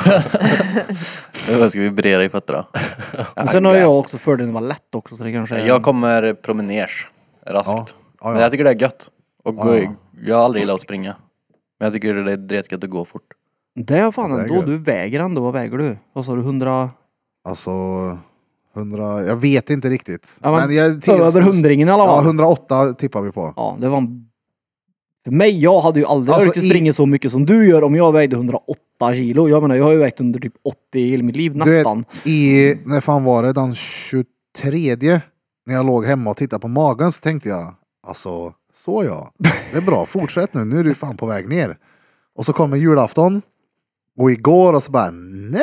Då ska vi breda i fötterna. Men sen har jag också fördelen att vara lätt också. Så det kanske är... Jag kommer promeners raskt. Ja. Ja, Men ja. jag tycker det är gött. Och Ja, gå, ja. jag har aldrig gillat att springa. Men jag tycker det är dretgött att gå fort. Det är fan Det är ändå. gött. Du väger ändå. Vad väger du? Vad sa du? hundra? Alltså hundra, jag vet inte riktigt. Ja, men jag, Över hundringen i alla Ja, fall. hundraåtta tippar vi på. Ja, det var en... För mig, jag hade ju aldrig Alltså, orkat i- springa så mycket som du gör om jag vägde hundraåtta kilo. Jag menar, jag har ju vägt under typ åttio i hela mitt liv Du vet, nästan. I, när fan var det? Den tjugotredje när jag låg hemma och tittade på magen så tänkte jag, alltså så ja. Det är bra, fortsätt nu. Nu är du fan på väg ner. Och så kommer julafton. Och igår och så bara, nej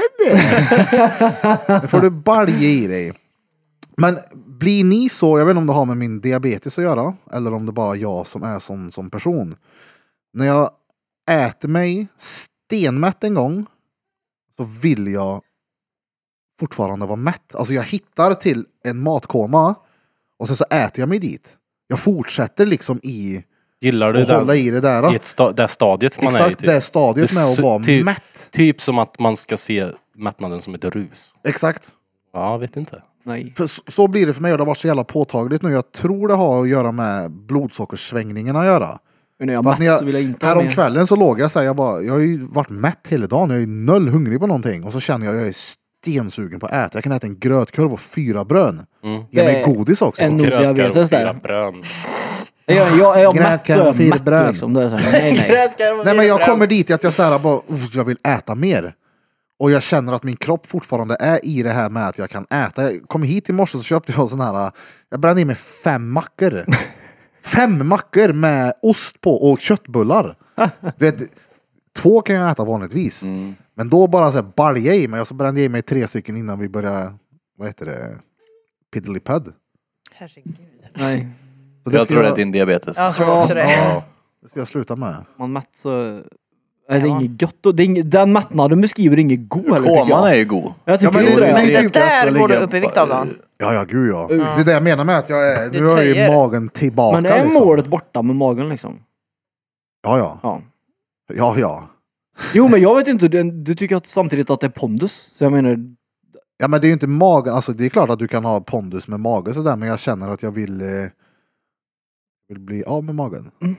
det. Nu får du balja i dig. Men blir ni så, jag vet inte om det har med min diabetes att göra. Eller om det bara är jag som är sån som person. När jag äter mig stenmätt en gång. Så vill jag fortfarande vara mätt. Alltså jag hittar till en matkoma. Och sen så äter jag mig dit. Jag fortsätter liksom i Gillar du och hålla den, i det där. i ett sta, det stadiet man är i? Exakt Typ. det stadiet Det med att su- vara typ- mätt. Typ som att man ska se mättnaden som ett rus. Exakt. Ja, jag vet inte. Nej. För så, så blir det för mig och det har varit så jävla påtagligt nu. Jag tror det har att göra med blodsockersvängningarna att göra. Men när jag För är att mätt när jag- så vill jag inte ha Här om mer. kvällen så låg jag så här, jag bara, jag har ju varit mätt hela dagen. Jag är noll hungrig på någonting. Och så känner jag att jag är stensugen på att äta. Jag kan äta en grötkorv och fyra brön. Mm. Ge mig Det är godis också. en- Nog Grötkorv diabetes och fyra där. brön. Jag, jag, är jag mätt så Grötkorv är och jag fyra mätt bröd. liksom. Det är så här, nej, nej. Nej men jag kommer dit att jag så här bara, "Uff, jag vill äta mer. Och jag känner att min kropp fortfarande är i det här med att jag kan äta. Jag kom hit i morse så köpte jag sån här, jag brände i mig fem mackor. Fem mackor med ost på och köttbullar. Du vet, två kan jag äta vanligtvis. Mm. Men då bara så här balja i mig och så brände jag i mig tre stycken innan vi började, vad heter det, piddly-pud. Herregud. nej. Så Jag ska tror det är din diabetes. Jag tror också det. Ja, det ska jag sluta med. Man mätt så... Är det Ja. inget gött? Och det är inget, den mättnaden beskriver inget god heller tycker Koman är jag. ju god. Jag tycker Ja, men inte det- det. men- Det där att går du ligga upp i vikt av då? Ja, ja, gud ja. Mm. Det är det jag menar med att jag är, Du nu har jag ju töjer. magen tillbaka. Men är liksom. målet borta med magen liksom? Ja, ja. Ja. Ja, ja. Jo men jag vet inte, du, du tycker att samtidigt att det är pondus. Så jag menar, Ja, men det är ju inte magen. Alltså det är klart att du kan ha pondus med magen sådär, men jag känner att jag vill, eh, vill bli av med magen. Mm.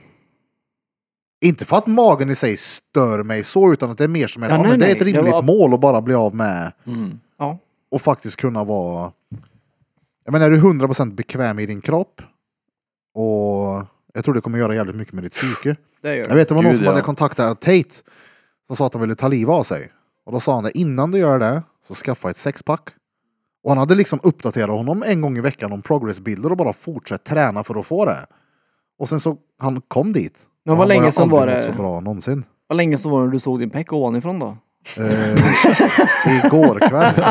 Inte för att magen i sig stör mig så, utan att det är mer som att Ja, ja, nej, men det är nej. ett rimligt Det var- mål att bara bli av med Mm. ja. och faktiskt kunna vara. Jag menar, är du hundra procent bekväm i din kropp och jag tror det kommer göra jävligt mycket med ditt psyke. Det gör Jag vet det var någon Gud, som ja. hade kontaktat Tate som sa att han ville ta livet av sig. Och då sa han det, innan du gör det så skaffa ett sexpack. Och han hade liksom uppdaterat honom en gång i veckan om progressbilder och bara fortsätt träna för att få det. Och sen så han kom dit. Men Och vad han länge ju sedan aldrig var mått det? så bra någonsin. Vad länge så var det du såg din peck ovanifrån då? Eh, igår kväll.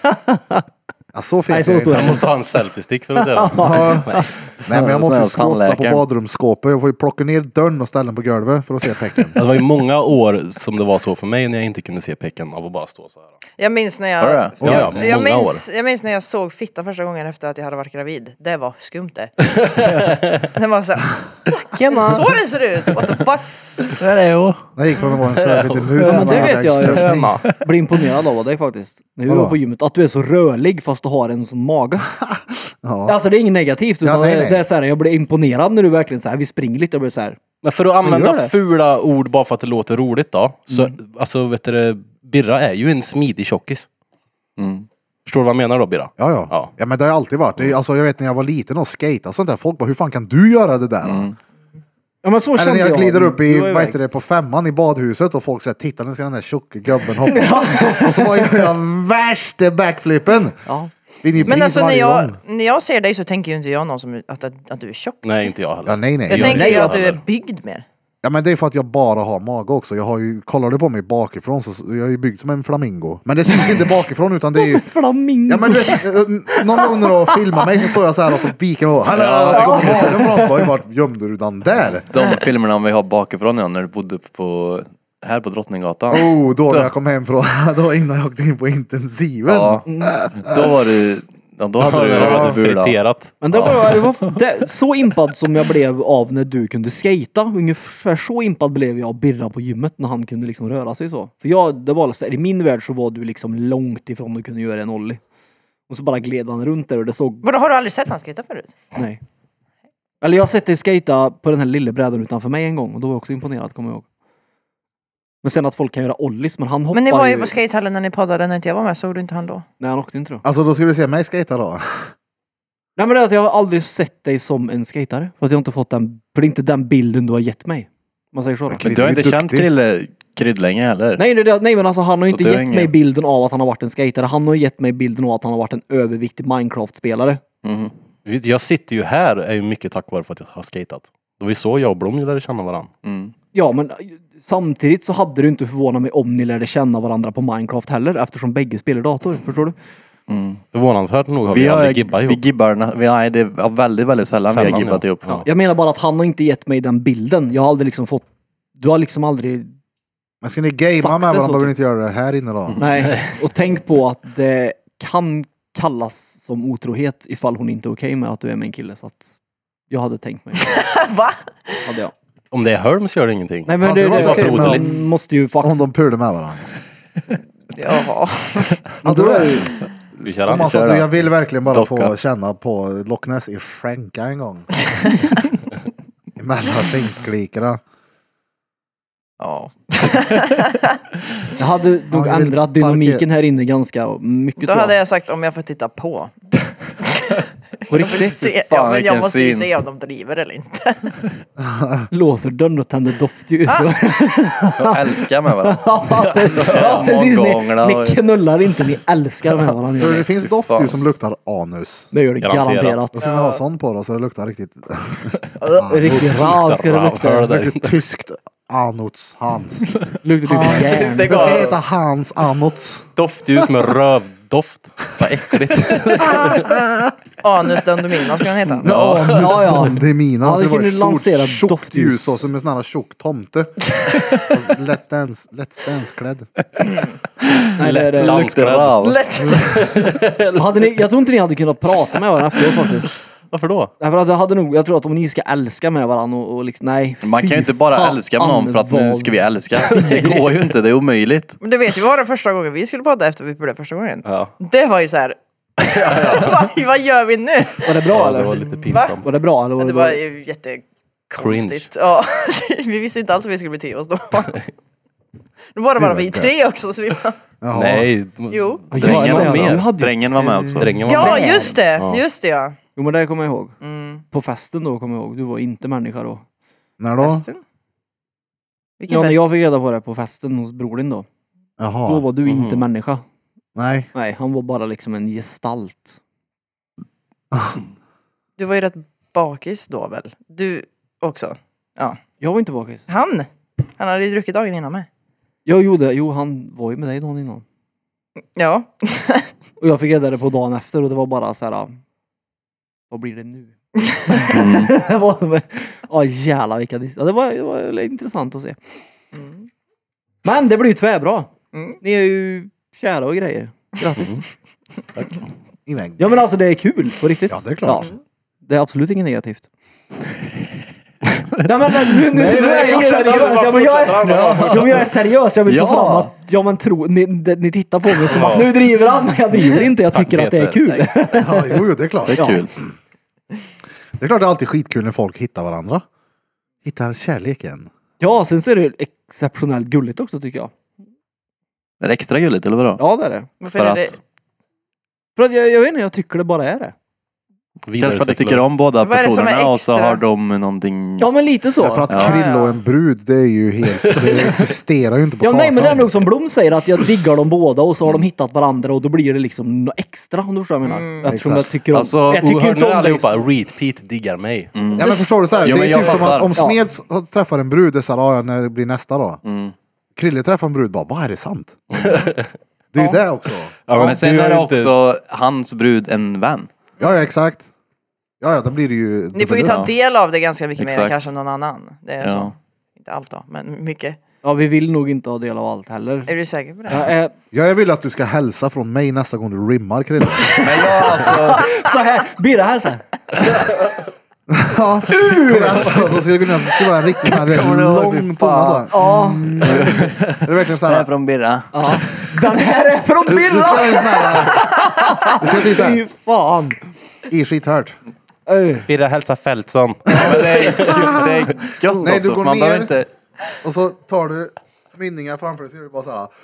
Ja, så fick Nej, så jag stor. inte. Jag måste ha en selfie-stick för att se den. Ja. Nej. Nej, men jag måste Snälla ju skåta på tandläkaren. badrumsskåpet. Jag får ju plocka ner dörren och ställa den på golvet för att se pecken. Det var ju många år som det var så för mig när jag inte kunde se pecken av att bara stå så här. Jag minns när Har du jag... det? Ja, ja, jag, jag, många minns, jag minns när jag såg fitta första gången efter att jag hade varit gravid. Det var skumt det. Det var så här, så det ser ut! What the fuck? Jag gick från att vara en söt liten mus. Ja, men det vet jag. Expressning. Jag blir imponerad av dig faktiskt. När vi Vadå? var på gymmet. Att du är så rörlig fast du har en sån mage. Ja. Alltså det är inget negativt. Utan Ja, nej, det- nej. det är så här, jag blir imponerad när du verkligen så här, vi springer lite och blir så här. Men för att gör använda det. fula ord bara för att det låter roligt då. Så, alltså vet du, det, Birra är ju en smidig tjockis. Mm. Förstår du vad jag menar då, Birra? Ja, ja. Ja. Ja, men det har alltid varit. Det är, alltså, jag vet när jag var liten och skejtade och sånt där. Folk bara, hur fan kan du göra det där? Mm. Ja, men så Eller kände när jag jag. glider upp i, Du var vad iväg. heter det, på femman i badhuset och folk säger titta nu ska den där tjocka gubben hoppa. Och så var jag, jag värsta backflippen. Ja. Vinner ju Men pris alltså när varje jag, gång. när jag ser dig så tänker ju inte jag någon som att, att, att du är tjock. Nej, inte jag heller. Ja, nej, nej. Jag Ja, tänker nej, ju jag att du är heller. byggd mer. Ja, men det är för att jag bara har mage också. Jag har ju, kollar du på mig bakifrån så jag är ju byggd som en flamingo. Men det syns inte bakifrån utan det är ju... Flamingo. Ja men du vet, eh, någon gång när du filmar mig så står jag så här och så viker mig. Hallå, så kommer magen fram. Så vart gömde du den där? De filmerna vi har bakifrån, ja, när du bodde uppe på, här på Drottninggatan. Oh, då när jag kom hem från, då innan jag åkte in på intensiven. Ja, då var du, ja, då hade du Det var röd bula. friterat. Men det var, det var det, så impad som jag blev av när du kunde skata. Ungefär så impad blev jag av Birra på gymmet när han kunde liksom röra sig så. För jag, det var så, i min värld så var du liksom långt ifrån att kunna göra en ollie. Och så bara gled han runt där och det såg... Vadå, har du aldrig sett han skejta förut? Nej. Eller jag har sett dig skata på den här lilla brädan utanför mig en gång och då var jag också imponerad, kommer jag ihåg. Men sen att folk kan göra ollies, men han hoppar Men ni var ju ju... på skatehallen när ni poddade när inte jag var med, såg du inte han då? Nej, han åkte inte tror jag. Alltså då skulle du se mig skata då. Nej, men det är att jag har aldrig sett dig som en skatare. För att jag inte fått den... För det är inte den bilden du har gett mig. Man säger så då. Men du har inte Duktig. känt Krille Krydd länge heller? Nej, det, är det- nej, men alltså han har ju Så inte du har gett ingen- mig bilden av att han har varit en skatare. Han har gett mig bilden av att han har varit en överviktig Minecraft-spelare. Mhm. Jag sitter ju här är ju mycket tack vare för att jag har skatat. Det var ju så jag och Blom lärde känna varandra. Mm. Ja, men samtidigt så hade du inte förvånat mig om ni lärde känna varandra på Minecraft heller. Eftersom bägge spelar dator. Förstår du? Mm. Förvånansvärt nog har vi, Vi har aldrig gibbat vi ihop. gibbar, vi, nej, det är väldigt, väldigt sällan, vi Sällan, har gibbat ja. ihop. Ja. Jag menar bara att han har inte gett mig den bilden. Jag har aldrig liksom fått... Du har liksom aldrig... Men ska ni gamea Sagt med det varandra så behöver ni typ. inte göra det här inne då. Nej. Och tänk på att det kan kallas som otrohet ifall hon inte är okej med att du är med en kille. Så att jag hade tänkt mig. Va? Hade jag. Om det är Holmes gör det ingenting. Nej, men Ja, det, det var det, okej, det, men- man måste ju faktiskt... Om de pulade med varandra. Jaha. Ja, då är det ju... Vi kör Om an. man sa att jag vill verkligen bara Docka. få känna på Loch Ness i skänka en gång. Emellan sänkklikarna. Ja. Jag hade nog Ja, jag vill ändrat dynamiken här inne ganska mycket. Då tror hade jag. jag sagt om jag får titta på. På Jag, vill riktigt. se, Fan, ja, men jag vilken måste ju syn. se om de driver eller inte. Låser dörren och tänder doftljus. Ah. Jag älskar med varandra. Ja, precis. Mångångarna Ni, och- ni knullar inte, ni älskar med varandra. För det finns doftljus som luktar anus. Det gör det Garanterat. garanterat. Och så vill jag ha sån på då så det luktar riktigt, Riktigt rav ska det Hör lukta. dig. riktigt tyskt anuts hans. Luktar Hans. typ järn. Det ska heta hans anuts. Doftljus med rövdoft. Vad äckligt. Anus Dundumina ska den heta. Ja, anus Ja, ja. det är mina. Ja, Så det det var kan ett du lansera stort tjockt doftljus. ljus och som en sån här tjock tomte. Lätt dans, lätt dansklädd. Nej, det är det. Lätt Luktar rav. Lätt. Hade ni, jag tror inte ni hade kunnat prata med varandra efteråt faktiskt. Varför då? Därför att jag hade nog, jag tror att om ni ska älska med varandra och, och liksom, nej. Man kan fy ju inte bara fan älska med någon för att nu vad- ska vi älska. Det går ju inte, det är omöjligt. Men du vet ju vad det första gången vi skulle podda efter vi började första gången. Ja, Det var ju så här. vad, vad gör vi nu? Var det bra ja eller? det var lite pinsamt. Var det bra eller? Var Det det var dåligt? ju jättekonstigt. Ja, vi visste inte alls hur vi skulle bete oss då. Då var det bara vi tre också. Så vi bara... Jaha. Nej. Jo. Ja, Drängen ja, var ja, med. du hade ju- Drängen var med också. Drängen var Ja, med. just det. Ja. Just det, ja. Jo, men det kommer jag ihåg. Mm. På festen då kommer jag ihåg. Du var inte människa då. När då? Festen? Vilken Ja, när fest? jag fick reda på det på festen hos bror din då. Då Jaha. var du inte Mhm. människa. Nej. Nej, han var bara liksom en gestalt. Du var ju rätt bakis då väl? Du också? Ja. Jag var inte bakis. Han! Han hade ju druckit dagen innan med. Jag gjorde, jo han var ju med dig dagen innan. Ja. Och jag fick reda det på dagen efter och det var bara så här. Vad blir det nu? Mm. det var, ja jävlar vilka dis- ja, det var, det var intressant att se. Mm. Men det blir ju tvärbra. Mm. Ni är ju kära och grejer. Grattis. I vägg. Ja men alltså det är kul på riktigt. Ja, det är klart. Ja, det är absolut inget negativt. Nej men nu, nu, nu är jag seriös. Ja, men jag, är, ja, men jag är seriös. Jag vill Ja. få fram att ja, man tror, ni, ni tittar på mig som att nu driver han. Men jag driver inte. Jag Tack, tycker att det är Peter. kul. Ja, jo, jo, det är klart. Det är Ja. kul. Det är klart det är alltid skitkul när folk hittar varandra. Hittar kärleken. Ja, sen så är det exceptionellt gulligt också tycker jag. Är det extra gulligt eller vadå? Ja det är det. Varför För är att- det? För att jag, jag vet inte, jag tycker det bara är det. Kanske för att de tycker om båda Vad är det som är personerna och så extra? har de någonting... Ja men lite så. För att Ja. Krille och en brud, det är ju helt, det existerar ju inte på Ja nej men det är kartan. nog som Blom säger att jag diggar dem båda och så har de hittat varandra och då blir det liksom något extra om du förstår vad jag menar. Mm. Eftersom jag Exakt. tycker om... Alltså, jag tycker hör inte nu om allihopa, dig. repeat diggar mig. Ja men förstår du så här, Jo, det men är jag typ som fattar. att om Ja. Smeds träffar en brud, det är så här, ja, när det blir nästa då. Mm. Krille träffar en brud, bara, vad är det sant? Det är ju det också. Ja, Men sen du är det har inte- också hans brud en vän. Ja, ja exakt. Ja, ja, då blir det ju... Ni får ju ta Ja. del av det ganska mycket mer än Exakt. kanske någon annan. Det är Ja. så. Inte allt då, men mycket. Ja vi vill nog inte ha del av allt heller. Är du säker på det? Jag är... Ja, jag vill att du ska hälsa från mig nästa gång du rimmar, Krille. Men jag alltså... Så här, Birra hälsa. Ja, alltså, så ska det kunna så ska det vara en riktigt sån här Kommer du ihåg, fy lång tunga så här. Ja. Det är verkligen så Det är här. från Birra. ja. Den här är från Det, det ska Birra! vara en sån här. Det ska bli så Fy här. fan. I skithört. Öj. Birra hälsa Fältsson. Men det är, det är gött Nej, du också. går Man ner. behöver inte... Och så tar du mynningar framför dig så är det bara så här.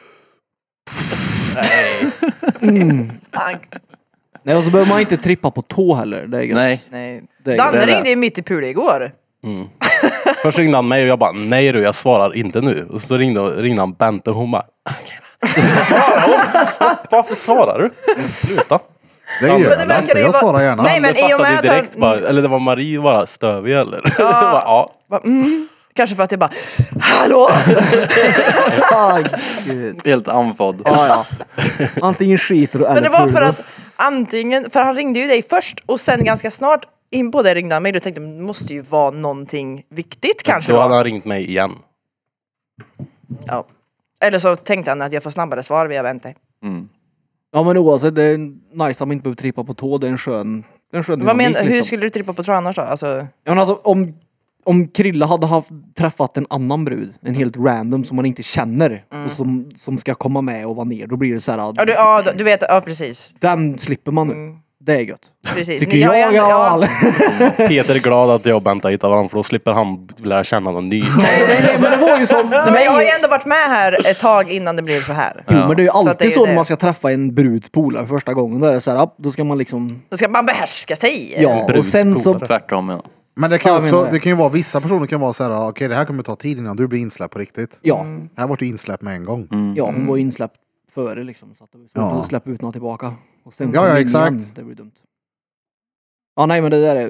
Nej och så behöver man inte trippa på tå heller. Det är gött. Nej. Nej. Det är Danne det är ringde ju mitt i pul igår. Först ringde han mig och jag bara, nej du, jag svarar inte nu. Och så ringde, ringde han Bente och hon bara, okej då. Så svarade hon. Varför svarar du? Sluta. Det Ja, gör men jag det inte. verkar ju Jag vara- svarar gärna. Nej, men Det i och med fattade att ju direkt han- bara, eller det var Marie bara stövig eller? Ja. bara, ja. Bara, mm. Kanske för att jag bara, hallå! Aj, gud. Helt andfådd. Ja, ja. Antingen skiter du eller Men det var för pulver. att antingen, för han ringde ju dig först och sen ganska snart in på det ringde han mig. Då tänkte jag, det måste ju vara någonting viktigt kanske Då hade då. han ringt mig igen. Ja. Eller så tänkte han att jag får snabbare svar via Bente. Mm. Ja men oavsett, det är nice att man inte behöver trippa på tå. Det är en skön... Det är en skön Vad dynamik, men, hur liksom. skulle du trippa på tråd annars då? Alltså, Ja, men alltså, om, om Krilla hade haft, träffat en annan brud, en helt random som man inte känner och som, som ska komma med och vara ner, då blir det så här. ja, du, ja, du vet, ja precis. Den slipper man nu. Mm. Det är gött. Precis. Tycker Ni har jag ju i ändå- alla ja. fall. Peter är glad att jag och Bente hittar varandra för då slipper han lära känna någon ny. Nej, nej, men det var ju som... Nej, men jag har ju ändå varit med här ett tag innan det blev så här. Jo, men det är ju Så att alltid det är ju så det. när man ska träffa en bruds polare första gången. Då är det så här, ja, då ska man liksom... Då ska man behärska sig. Ja, och sen så... Brudspolare. Tvärtom ja. Men det kan, Ja, jag också, menar det. det kan ju vara, vissa personer kan vara så här, okej det här kommer ta tid innan du blir insläppt på riktigt. Ja, Här var du insläppt med en gång. ja, hon var insläppt före liksom. Så att det var svårt Ja. att släppa ut något tillbaka. Och sen Ja, kom ja, in exakt. igen. Det blir dumt. Ja, nej, men det där är...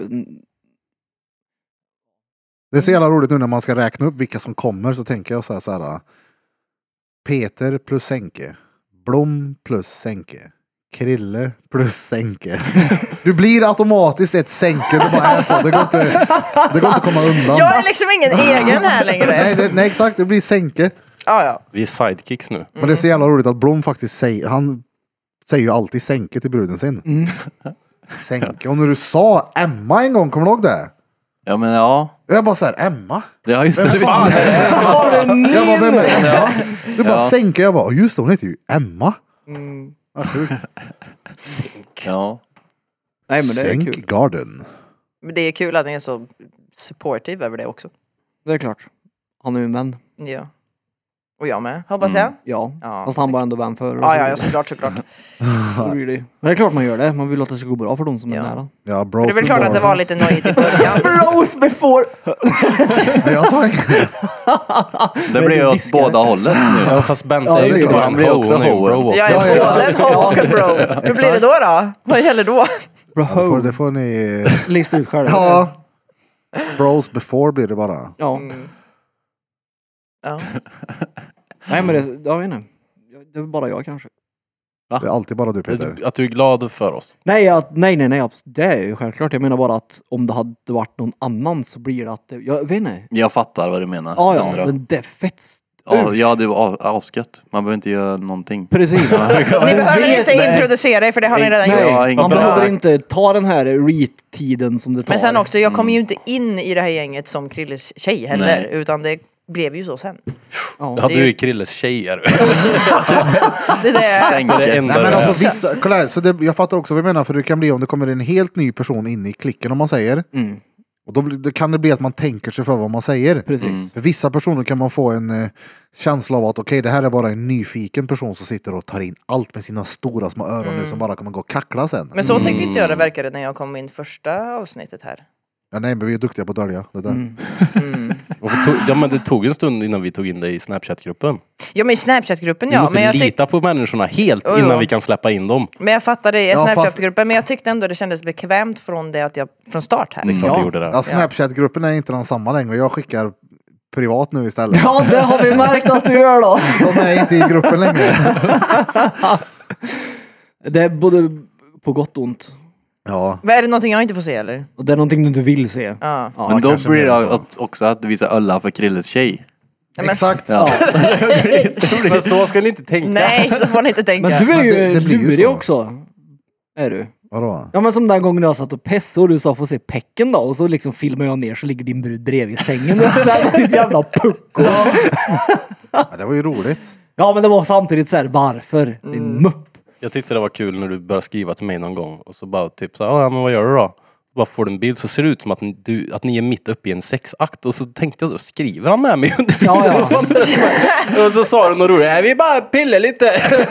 Det är så jävla roligt nu när man ska räkna upp vilka som kommer så tänker jag så här, så här Peter plus Sänke. Blom plus Sänke. Krille plus Sänke. Du blir automatiskt ett Sänke. Det bara är så. Det går inte, det går inte att komma undan. Jag är liksom ingen egen här längre. Nej, det, nej exakt, det blir Sänke. Ja, ja. Vi är sidekicks nu. Men det är så jävla roligt att Blom faktiskt säger, han säger ju alltid Sänke till bruden sin. Mm. Sänke. Och när du sa Emma en gång, kommer du ihåg det? Ja men ja. Och jag bara så här, Emma? Det har just det. Visst. Jag bara, vem är Emma? Du bara Ja. Sänke. Jag bara, just det, hon heter ju Emma. Mm. Vad sjukt. Ja. Nej, men det är Sänk kul. Garden. Men det är kul att ni är så supportive över det också. Det är klart. Han är ju en vän. Ja. Och jag med, hoppas jag. Ja. Ja. Fast han var ändå vän förr. Ja, ja, ja, såklart, såklart. Så blir det. Men det är klart man gör det. Man vill att det ska gå bra för de som är Ja. nära. Ja, bros Det är väl klart att det var lite nojigt i början. Bros before! Nej, jag sa inget. Det blir ju du åt viskar. båda hållet nu. Ja, fast Bente Ja, det är ju blir inte det. bara Han en blir ho, också hon är ju en ho. bro också. Jag är Ja, både exakt. en ho och en bro. Hur blir det då då? Vad gäller då? Ja, det, får, Bro. det får ni... Lista ut själv. Ja. Bros before blir det bara. Ja. Mm. Ja. Nej, men det, jag vet inte. Det är bara jag kanske. Det är alltid bara du Peter. Att du är glad för oss. Nej, att, nej, nej, nej. abs- Det är ju självklart. Jag menar bara att om det hade varit någon annan så blir det att det, jag vet inte. Jag fattar vad du menar. Ja, ja, Andra. men det är fett. Ja, ja, det var asgött. Man behöver inte göra någonting. Precis. Ni behöver inte Nej. introducera er för det har ni redan Nej, gjort. Ja, inget man bra. behöver inte ta den här read-tiden som det tar. Men sen också, jag kom ju inte in i det här gänget som Krilles tjej heller. Nej. Utan det blev ju så sen. Ja. Ja, det är du ju- är Krilles tjej är du. Det är det. Det är det Sänke. enda Nej men du är. alltså vissa, kolla här, så det, jag fattar också vad du menar för det kan bli om det kommer en helt ny person in i klicken om man säger. Mm. Och då, blir, då kan det bli att man tänker sig för vad man säger. Precis. Mm. För vissa personer kan man få en eh, känsla av att okej, okay, det här är bara en nyfiken person som sitter och tar in allt med sina stora små öron Mm. nu som bara kommer gå och kackla sen. Men så tänkte inte jag det verkade när jag kom in första avsnittet här. Ja, nej, men vi är duktiga på att dölja det där. Mm. Mm. Varför tog, ja, men det tog en stund innan vi tog in dig i Snapchat-gruppen. Ja, men i Snapchat-gruppen Vi ja. måste Men jag, tyck- lita på människorna helt Jo, jo. innan vi kan släppa in dem. men jag fattade det i Ja, Snapchat-gruppen. Men jag tyckte ändå det kändes bekvämt från det att jag, från start här. Det är klart Ja. vi gjorde det. Ja, Snapchat-gruppen är inte den samma längre. Jag skickar privat nu istället. Ja, det har vi märkt att du gör då. De är inte i gruppen längre. Det är både på gott och ont. Ja. Men är det någonting jag inte får se eller? Och det är någonting du inte vill se. Ja. Ja, Men då kanske blir mer det så. att, också att du visar ölla för Krilles tjej. Ja, men- Exakt. Ja. Men så ska ni inte tänka. Nej, så får ni inte tänka. Men du är Men ju det- det blir ju lurig så. också. Är du? Vadå? Ja, men som den gången jag satt och pessade och du sa få se pecken då. Och så liksom filmar jag ner så ligger din brud bredvid i sängen. Och så här, ditt jävla pucko. Ja, det var ju roligt. Ja, men det var samtidigt så här, varför? Din mupp. Jag tyckte det var kul när du började skriva till mig någon gång. Och så bara typ så här, ja men vad gör du då? Bara får du en bild så ser det ut som att ni, du, att ni är mitt uppe i en sexakt. Och så tänkte jag, skriver han med mig? Ja, ja. Och så sa du något roligt, nej vi bara pillar lite.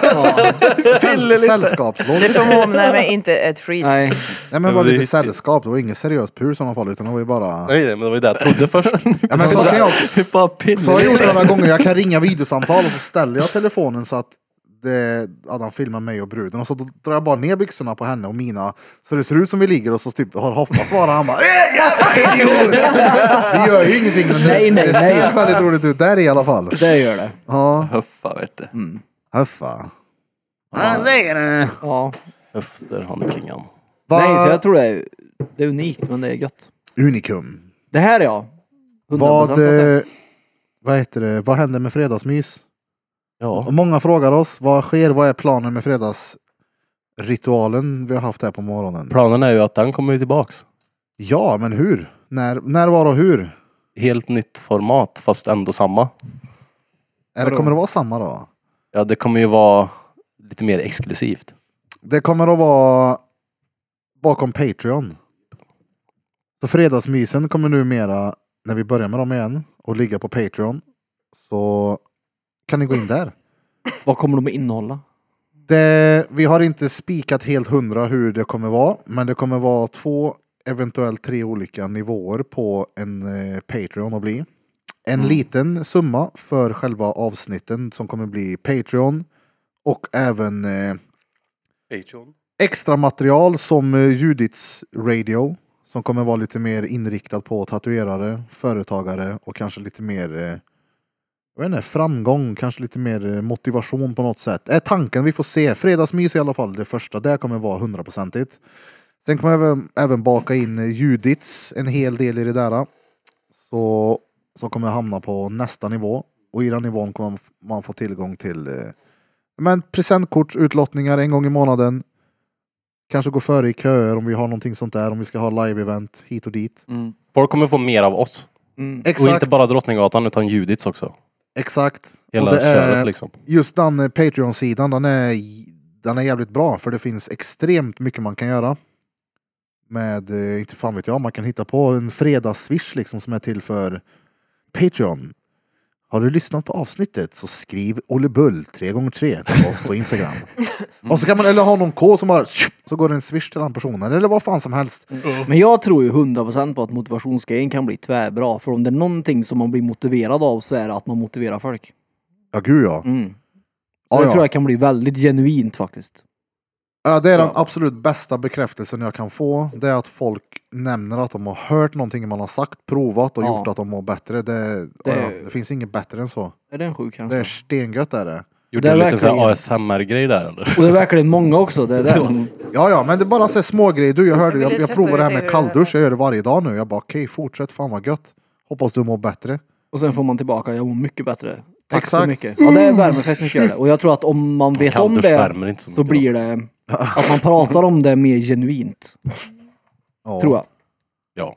Säll- Sällskapsvåld. Det förvånar mig inte ett skit. Nej. Nej, men bara Det är lite riktigt. sällskap. Det var inget seriöst pur i sådana fall. Utan det var ju bara... Nej men det var ju det jag trodde först. Ja, men så kan jag Bara pillar. Så har jag gjort några gånger. Jag kan ringa videosamtal och så ställer jag telefonen så att det, att han filmar mig och bruden. Och så då drar jag bara ner byxorna på henne och mina. Så det ser ut som vi ligger och så typ har Hoffa svarar han bara "Äh, jävla idiot!" Vi gör ju ingenting men det, Nej, nej, det nej. ser väldigt roligt ut där i alla fall. Det gör det. Ja, Huffa vet du. Hoffa. Ja, det är det. Ja. Efter han är kingan. Va- Nej, så jag tror det är, det är unikt, men det är gött. Unikum. Det här är jag. hundra Vad, procent att det. eh, vad heter det? Vad händer med fredagsmys? Ja. Och många frågar oss, vad sker? Vad är planen med fredagsritualen vi har haft här på morgonen? Planen är ju att den kommer ju tillbaks. Ja, men hur? När, när var och hur? Helt nytt format fast ändå samma. Är det, kommer det vara samma då? Ja det kommer ju vara lite mer exklusivt. Det kommer att vara bakom Patreon. Så fredagsmysen kommer numera, när vi börjar med dem igen, och ligga på Patreon. Så kan ni gå in där. Vad kommer de att innehålla? Det, vi har inte spikat helt hundra hur det kommer vara. Men det kommer vara två, eventuellt tre olika nivåer på en eh, Patreon att bli. En liten summa för själva avsnitten som kommer bli Patreon. Och även eh, Patreon. extra extra material som eh, Judiths Radio. Som kommer vara lite mer inriktad på tatuerare, företagare och kanske lite mer eh, jag vet inte, framgång, kanske lite mer eh, motivation på något sätt. Är tanken vi får se. Fredagsmys i alla fall, det första. Det kommer vara hundraprocentigt. Sen kommer jag även, även baka in eh, Judiths en hel del i det där. Så, så kommer jag hamna på nästa nivå. Och i den nivån kommer man, man få tillgång till eh, men presentkort, utlottningar en gång i månaden. Kanske gå före i köer om vi har någonting sånt där. Om vi ska ha live-event hit och dit. Mm. Folk kommer få mer av oss. Mm. Exakt. Och inte bara Drottninggatan utan Judiths också. Exakt. Hela Och det köret är, liksom. just den eh, Patreon-sidan, den är, den är jävligt bra. För det finns extremt mycket man kan göra. Med, eh, inte fan vet jag, man kan hitta på en fredagsswish liksom som är till för Patreon. Har du lyssnat på avsnittet så skriv Olle Bull tre gånger tre till oss på Instagram. Och så kan man eller ha någon kod som bara så går det en swish till den personen eller vad fan som helst. Men jag tror ju hundra procent på att motivationsgrejen kan bli tvärbra. För om det är någonting som man blir motiverad av så är det att man motiverar folk. Ja gud ja. Mm. Så Ja, det ja. tror jag kan bli väldigt genuint faktiskt. Ja, det är den Ja. absolut bästa bekräftelsen jag kan få. Det är att folk nämner att de har hört någonting man har sagt, provat och Ja. gjort att de mår bättre. Det, Det- ja, ja, det finns inget bättre än så. Är det en sjuk Det känsla? är stengött är det. Gjorde Det är du lite sån här verkligen- A S M R-grej där eller? Och det är verkligen många också. Det är det. Ja, ja, men det är bara så små grejer. Du, jag hörde, Jag jag, ville jag, testa provar det här och se med hur det kalldusch. Jag gör det varje dag nu. Jag bara, okej, fortsätt. Fan vad gött. Hoppas du mår bättre. Och sen får man tillbaka, jag mår mycket bättre. Tack Exakt. så mycket. Ja, det värmer fett mycket gör det. Och jag tror att om man vet om Kalldusch det värmer inte så så mycket. blir det att man pratar om det mer genuint. Ja. Tror jag. Ja.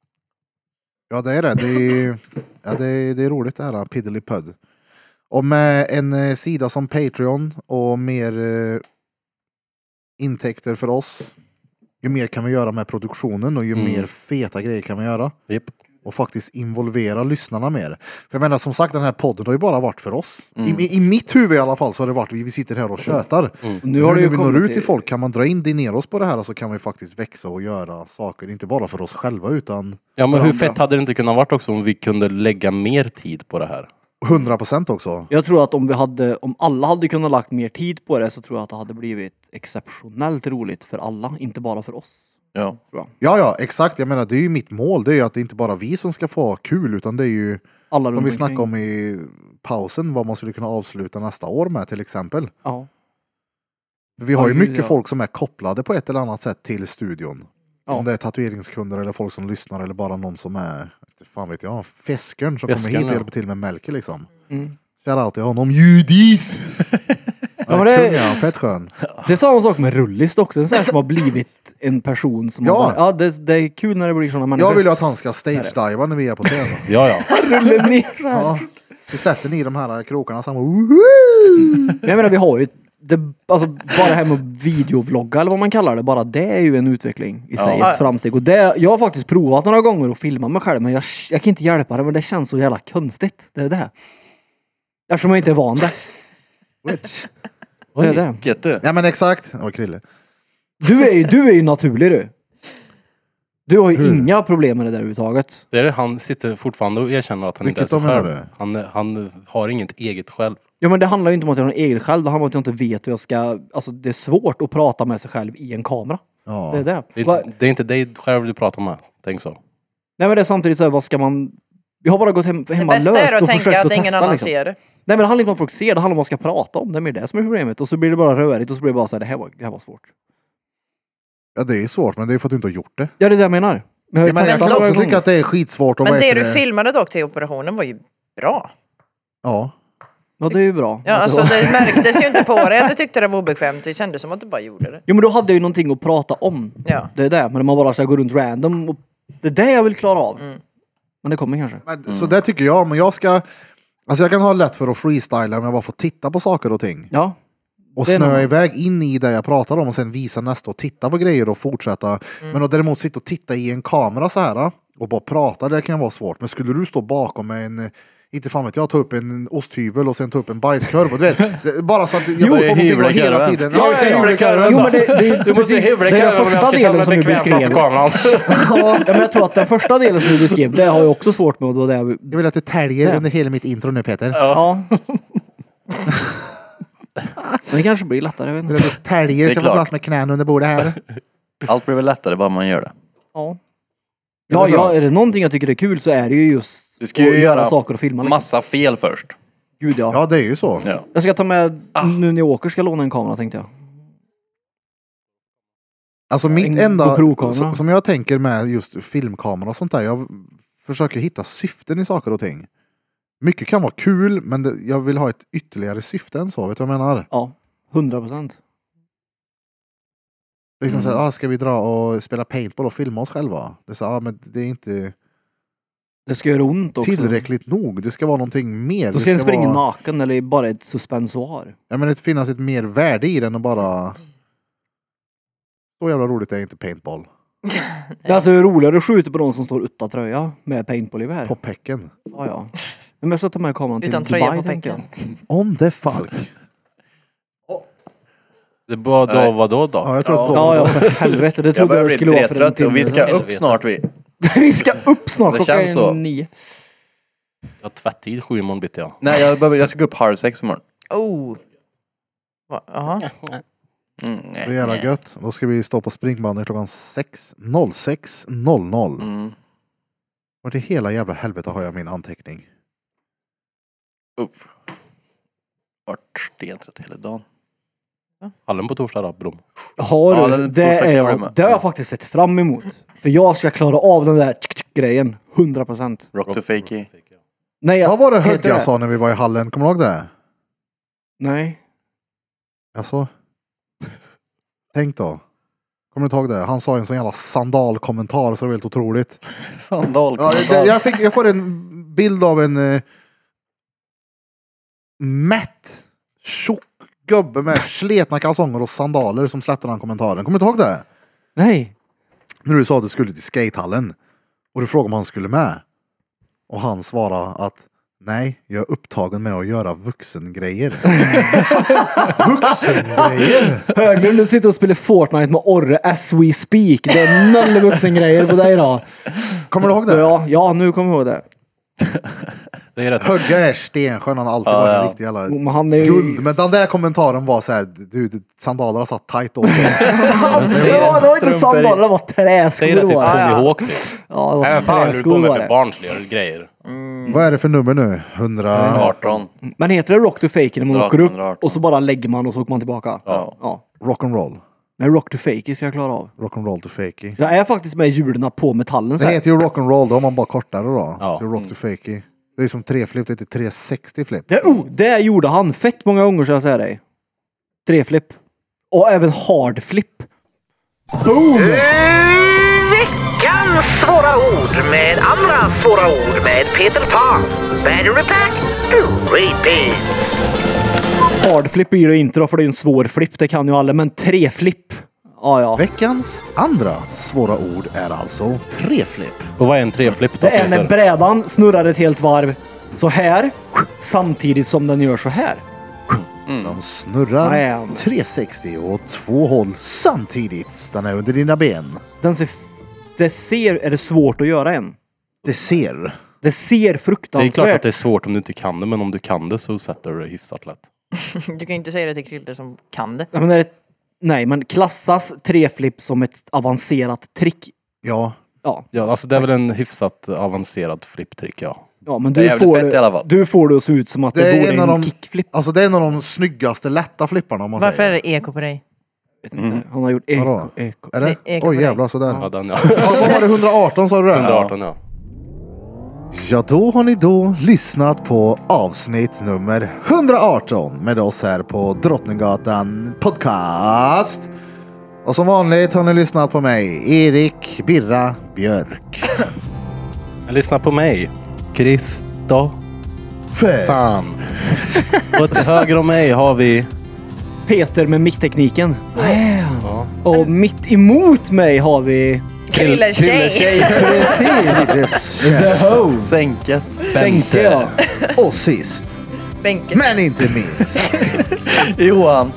Ja, det är det. Det är, ja, det är, det är roligt det här, Piddly-Pudd. Och med en eh, sida som Patreon och mer eh, intäkter för oss ju mer kan vi göra med produktionen och ju Mm. mer feta grejer kan vi göra. Japp. Och faktiskt involvera lyssnarna mer. För jag menar som sagt, den här podden har ju bara varit för oss. Mm. I, i, I mitt huvud i alla fall så har det varit, vi, vi sitter här och tjötar. Mm. Nu har det ju när vi når kommit ut till till folk, kan man dra in Dineros på det här så kan vi faktiskt växa och göra saker, inte bara för oss själva utan Ja, men hur Varandra. fett hade det inte kunnat varit också om vi kunde lägga mer tid på det här? hundra procent också. Jag tror att om vi hade, om alla hade kunnat lagt mer tid på det så tror jag att det hade blivit exceptionellt roligt för alla, inte bara för oss. Ja. Tror jag. Ja, ja, exakt. Jag menar, det är ju mitt mål. Det är ju att det inte bara vi som ska få ha kul, utan det är ju Alla som runt vi snackade omkring. om i pausen, vad man skulle kunna avsluta nästa år med till exempel. Ja. Vi har ju Ja, gud, mycket ja. folk som är kopplade på ett eller annat sätt till studion. Ja. Om det är tatueringskunder eller folk som lyssnar eller bara någon som är, fan vet jag, fiskaren som Fiskaren, kommer hit och ja. hjälper till med Melke liksom. Mm. Shoutout till honom, judis! Ja, men Ja, det- kung är han, fett skön. Det är samma sak med Rullis dock. Det är en sån här som har blivit en person som Ja. har bara, ja det, det är kul när det blir sådana människor. Jag vill ju att han ska stage-diva när vi är på scen. Ja, ja. rulla ner. Ja. Vi sätter ni de här krokarna samma. Men jag menar vi har ju det, alltså, bara det här med videovlogga eller vad man kallar det, bara det är ju en utveckling i sig, Ja. ett framsteg. Och det, jag har faktiskt provat några gånger att filma mig själv, men jag, jag kan inte hjälpa det, men det känns så jävla konstigt. Det är det. Eftersom jag inte är van det. Det är det. Get du. Ja men exakt. Det var Krille. Du är ju, du är ju naturlig du. Du har ju Hur? inga problem med det där överhuvudtaget. Det är det, han sitter fortfarande och erkänner att han Vilket inte är då sig menar själv. du? Han, han har inget eget själv. Ja men det handlar ju inte om att jag har en egen själv, det handlar om att jag inte vet hur jag ska, alltså det är svårt att prata med sig själv i en kamera. Ja. Det är det. Det är, Va- inte, det är inte dig själv du pratar med. Tänk så. Nej men det är samtidigt så här, vad ska man... Jag har bara gått hem, Det hemma bästa löst är att och tänka försökt att att ingen testa annan liksom. ser det. Nej men det handlar inte om att folk ser, det handlar om vad man ska prata om. Det är mer det som är problemet. Och så blir det bara rörigt och så blir det bara så här, det här var, det här var svårt. Ja det är svårt, men det är för att du inte har gjort det. Ja det är det jag menar. Men jag, Ja, men jag kan också tycka att det är skitsvårt att Men vad det heter du filmade dock till operationen var ju bra. Ja. Ja det är ju bra. Ja, Att alltså var- det märktes ju inte på dig att du tyckte det var obekvämt. Det kändes som att du bara gjorde det. Jo men då hade jag ju någonting att prata om. Ja. Det är det. Men man bara ska gå runt random. Och det är det jag vill klara av. Mm. Men det kommer kanske. Men, Så det tycker jag, men jag ska... Alltså jag kan ha lätt för att freestyla om jag bara får titta på saker och ting. Ja. Och Det är snöa nog- iväg in i det jag pratar om och sen visa nästa och titta på grejer och fortsätta. Mm. Men att däremot sitta och titta i en kamera så här och bara prata, det kan vara svårt. Men skulle du stå bakom en, inte fan vet jag, ta upp en osthyvel och sen ta upp en bajskorv. Och du vet, det- bara så att jag får börjar någonting hyvla att hela korven. tiden. Ja, just det, hyvla ja. korven. Jo men det, det, Du måste precis, huvla det är den korven om jag första ska känna delen mig som du bekväm framför beskrev. kameran. Ja, men jag tror att den första delen som du beskrev, det har jag också svårt med. Och då det jag, Jag vill att du täljer Det. under hela mitt intro nu Peter. ja. Men det kanske blir lättare, jag vet Jag vill inte. att du täljer Det är så jag får klart. plats med knän under bordet här. Allt blir väl lättare bara man gör det. Ja. Ja, ja, är det någonting jag tycker är kul så är det ju just Du ska ju att göra saker och filma. liksom. Massa fel först. Gud ja. Ja det är ju så. Ja. Jag ska ta med, nu när jag åker ska jag låna en kamera tänkte jag. Alltså mitt En enda, GoPro-kamera. som- som jag tänker med just filmkamera och sånt där, jag försöker hitta syften i saker och ting. Mycket kan vara kul, men det, jag vill ha ett ytterligare syfte än så, vet du vad jag menar? Ja, hundra procent. Liksom Mm. så här, ah, ska vi dra och spela paintball och filma oss själva? Det är så, ah, men det är inte Det ska göra ont också. tillräckligt nog, det ska vara någonting mer. Då Det ska den springa vara, naken eller bara ett suspensoar. ja, men det finns ett mer värde i den och bara... Så jävla roligt är inte paintball. Det är alltså roligare att skjuta på någon som står utan tröja med paintball-gevär. På pecken. Ja, ja. Men jag ska ta med kameran till Utan Dubai, tröja på tänkte pecken. jag. On the falk. Det var då, Nej. vadå då? Ja, jag tror att Ja, ja, för helvete. Det Jag trodde börjar jag, bli skulle vara för en trött timme. och vi ska upp Helvete. snart vi. Vi ska upp snart, Det klockan känns så. är nio. Jag har tvättid sju imorgon bitti ja. Nej jag, behöver, jag ska gå upp halv sex imorgon. Oh. Va? Jaha. Mm, det är jävla gött. Då ska vi stå på springbandet klockan sex noll sex noll noll. Mm. Och det hela jävla helvete har jag min anteckning. Uff. Vart stentrött hela dagen. Hallen på torsdag då, Brom. Har Ja, du? den det, torsdag är kan jag vara jag, med. det har jag faktiskt sett fram emot. För jag ska klara av den där tsk, tsk, grejen. hundra procent. Rock to fakey. Nej, jag, Vad var det heter Högga det? sa när vi var i hallen? Kommer du ihåg det? Nej. Alltså. Tänk då. Kommer du inte ihåg det? Han sa en sån jävla sandalkommentar så det var helt otroligt. Sandal. Ja, det, jag, fick, jag får en bild av en eh, mätt, tjock gubbe med sletna kalsonger och sandaler som släppte den kommentaren. Kommer du inte ihåg det? Nej. När du sa att du skulle till skatehallen. Och du frågade om han skulle med. Och han svarade att nej, jag är upptagen med att göra vuxengrejer. Vuxengrejer? Höglund, du sitter och spelar Fortnite med Orre as we speak. Det är noll vuxengrejer på dig då. Kommer du ihåg det? Ja, ja, nu kommer jag ihåg det. Det är rätt. Högga är stenskön, han har alltid Ja, varit en ja. riktig jävla Men han är ju... guld. Men den där kommentaren var så här, du, sandalerna satt tight åt dig. Ja, det var inte sandaler, det var träskor. Det är rätt det till var. Tony Hawk. Typ. Ja, det var Nej, fan, du är på träskor med var för det. barnsliga grejer. Vad är det för nummer nu? hundra... arton. Men heter det rock to fake när man Ja, åker upp hundraarton. och så bara lägger man och så åker man tillbaka? Ja. Ja. Rock'n'roll. Nej, rock to fake ska jag klara av. Rock'n'roll to fakey. Jag är faktiskt med hjulen på metallen så Det här. heter ju rock'n'roll, då har man bara kortare då. Ja. Det är rock to fakey. Det är som treflip, det heter tre sextio flip. Det, oh, det gjorde han fett många gånger, så jag säger dig. Treflip. Och även hardflip. Boom! Veckans svåra ord med andra svåra ord med Peter Pan. Battery pack, repeat. Hardflip blir det inte då, för det är en svår flip, det kan ju alla. Men treflip. Ja, ja. Veckans andra svåra ord är alltså treflip. Och vad är en treflip då? Det är när Peter? brädan snurrar ett helt varv så här, samtidigt som den gör så här. Den snurrar Bam. tre sextio åt två håll samtidigt. Den är under dina ben. Den ser... Det ser är det svårt att göra en. Det ser. Det ser Det är fruktansvärt. klart att det är svårt om du inte kan det, men om du kan det så sätter du det hyfsat lätt. Du kan ju inte säga det till Krille som kan det. Ja, men är det... Nej, men klassas treflip som ett avancerat trick. Ja. Ja, Ja, alltså det är väl en hyfsat avancerad flipptrick, ja. ja men Det är du jävligt får, fett i alla fall. du får det att se ut som att det, Det är vore en en, av de- kickflip. Alltså det är en av de snyggaste lätta flipparna om man Varför är säger. det eko på dig? Vet inte. Han har gjort eko. Vadå? eko. Är det? Det är eko Oj på jävlar sådär. Ja, den ja. Ja, vad var det? hundraarton sa du det? hundraarton ja. Ja, då har ni då lyssnat på avsnitt nummer hundraarton med oss här på Drottninggatan podcast. Och som vanligt har ni lyssnat på mig, Erik Birra Björk. Lyssna på mig. Kristoffer. För Fan. Och till höger om mig har vi... Peter med micktekniken. Ja. Och mitt emot mig har vi... Krille tjej! Yes, The Ho. Sänket. Tänkte jag. och sist, Bänken. men inte minst, Johan.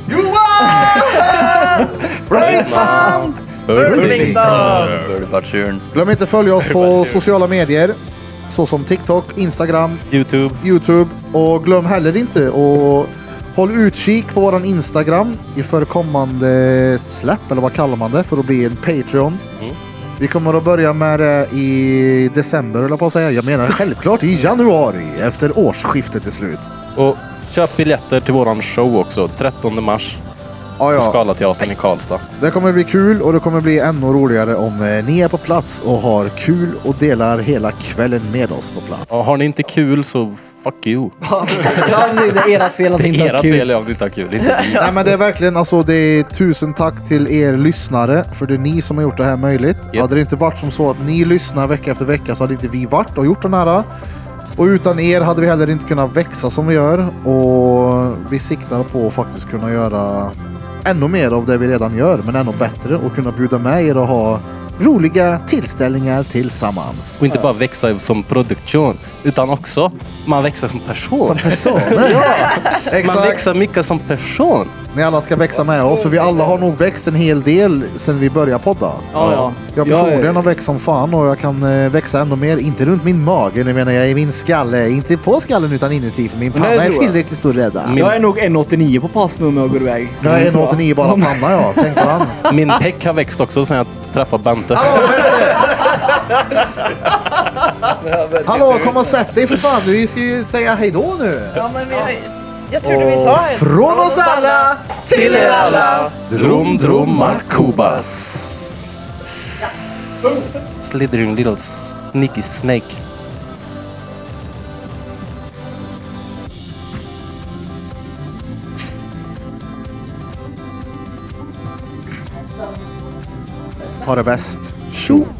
Burbartjurn. glöm inte att följa oss på sociala medier såsom TikTok, Instagram, YouTube. YouTube, och glöm heller inte att håll utkik på våran Instagram inför kommande släpp, eller vad kallar man det, för att bli en Patreon. Mm. Vi kommer att börja med det i december, eller på att säga. Jag menar självklart i januari, efter årsskiftet är slut. Och köp biljetter till våran show också. trettonde mars Ja, på ja. Scalateatern i Karlstad. Det kommer bli kul, och det kommer bli ännu roligare om eh, ni är på plats och har kul och delar hela kvällen med oss på plats. Och har ni inte kul så fuck you. Ja, precis. Det är ert fel att Det inte är ha ert kul. fel om ni inte har kul. Inte vi. Nej, men det är verkligen, alltså det är tusen tack till er lyssnare, för det är ni som har gjort det här möjligt. Yep. Hade det inte varit som så att ni lyssnar vecka efter vecka, så hade inte vi varit och gjort den här. Och utan er hade vi heller inte kunnat växa som vi gör, och vi siktar på att faktiskt kunna göra ännu mer av det vi redan gör, men ännu bättre, och kunna bjuda med er och ha roliga tillställningar tillsammans. Och inte bara växa som produktion, utan också man växer som person. Som personer. Ja, Man exakt. växer mycket som person. Ni alla ska växa med oss, för vi alla har nog växt en hel del sedan vi började podda. Ja, ja. Jag Ja, personligen ja. har växt som fan, och jag kan eh, växa ännu mer. Inte runt min mage, nu menar jag i min skalle. Inte på skallen utan inuti, för min Men det panna är tror jag. tillräckligt stor redan. Min- Jag är nog en komma åttionio på pass nu om jag går iväg. Jag är en komma åttionio bara panna, ja. Tänk på den. Min peck har växt också sen jag träffade Bente. Hallå, Bente! Hallå, kom och sätt dig för fan. Vi ska ju säga hej då nu. Ja, men vi, jag trodde vi sa hej. Från oss alla till er alla. Drum drum Markubas. Slithering little sneaky snake. Ha det bäst. Tjo!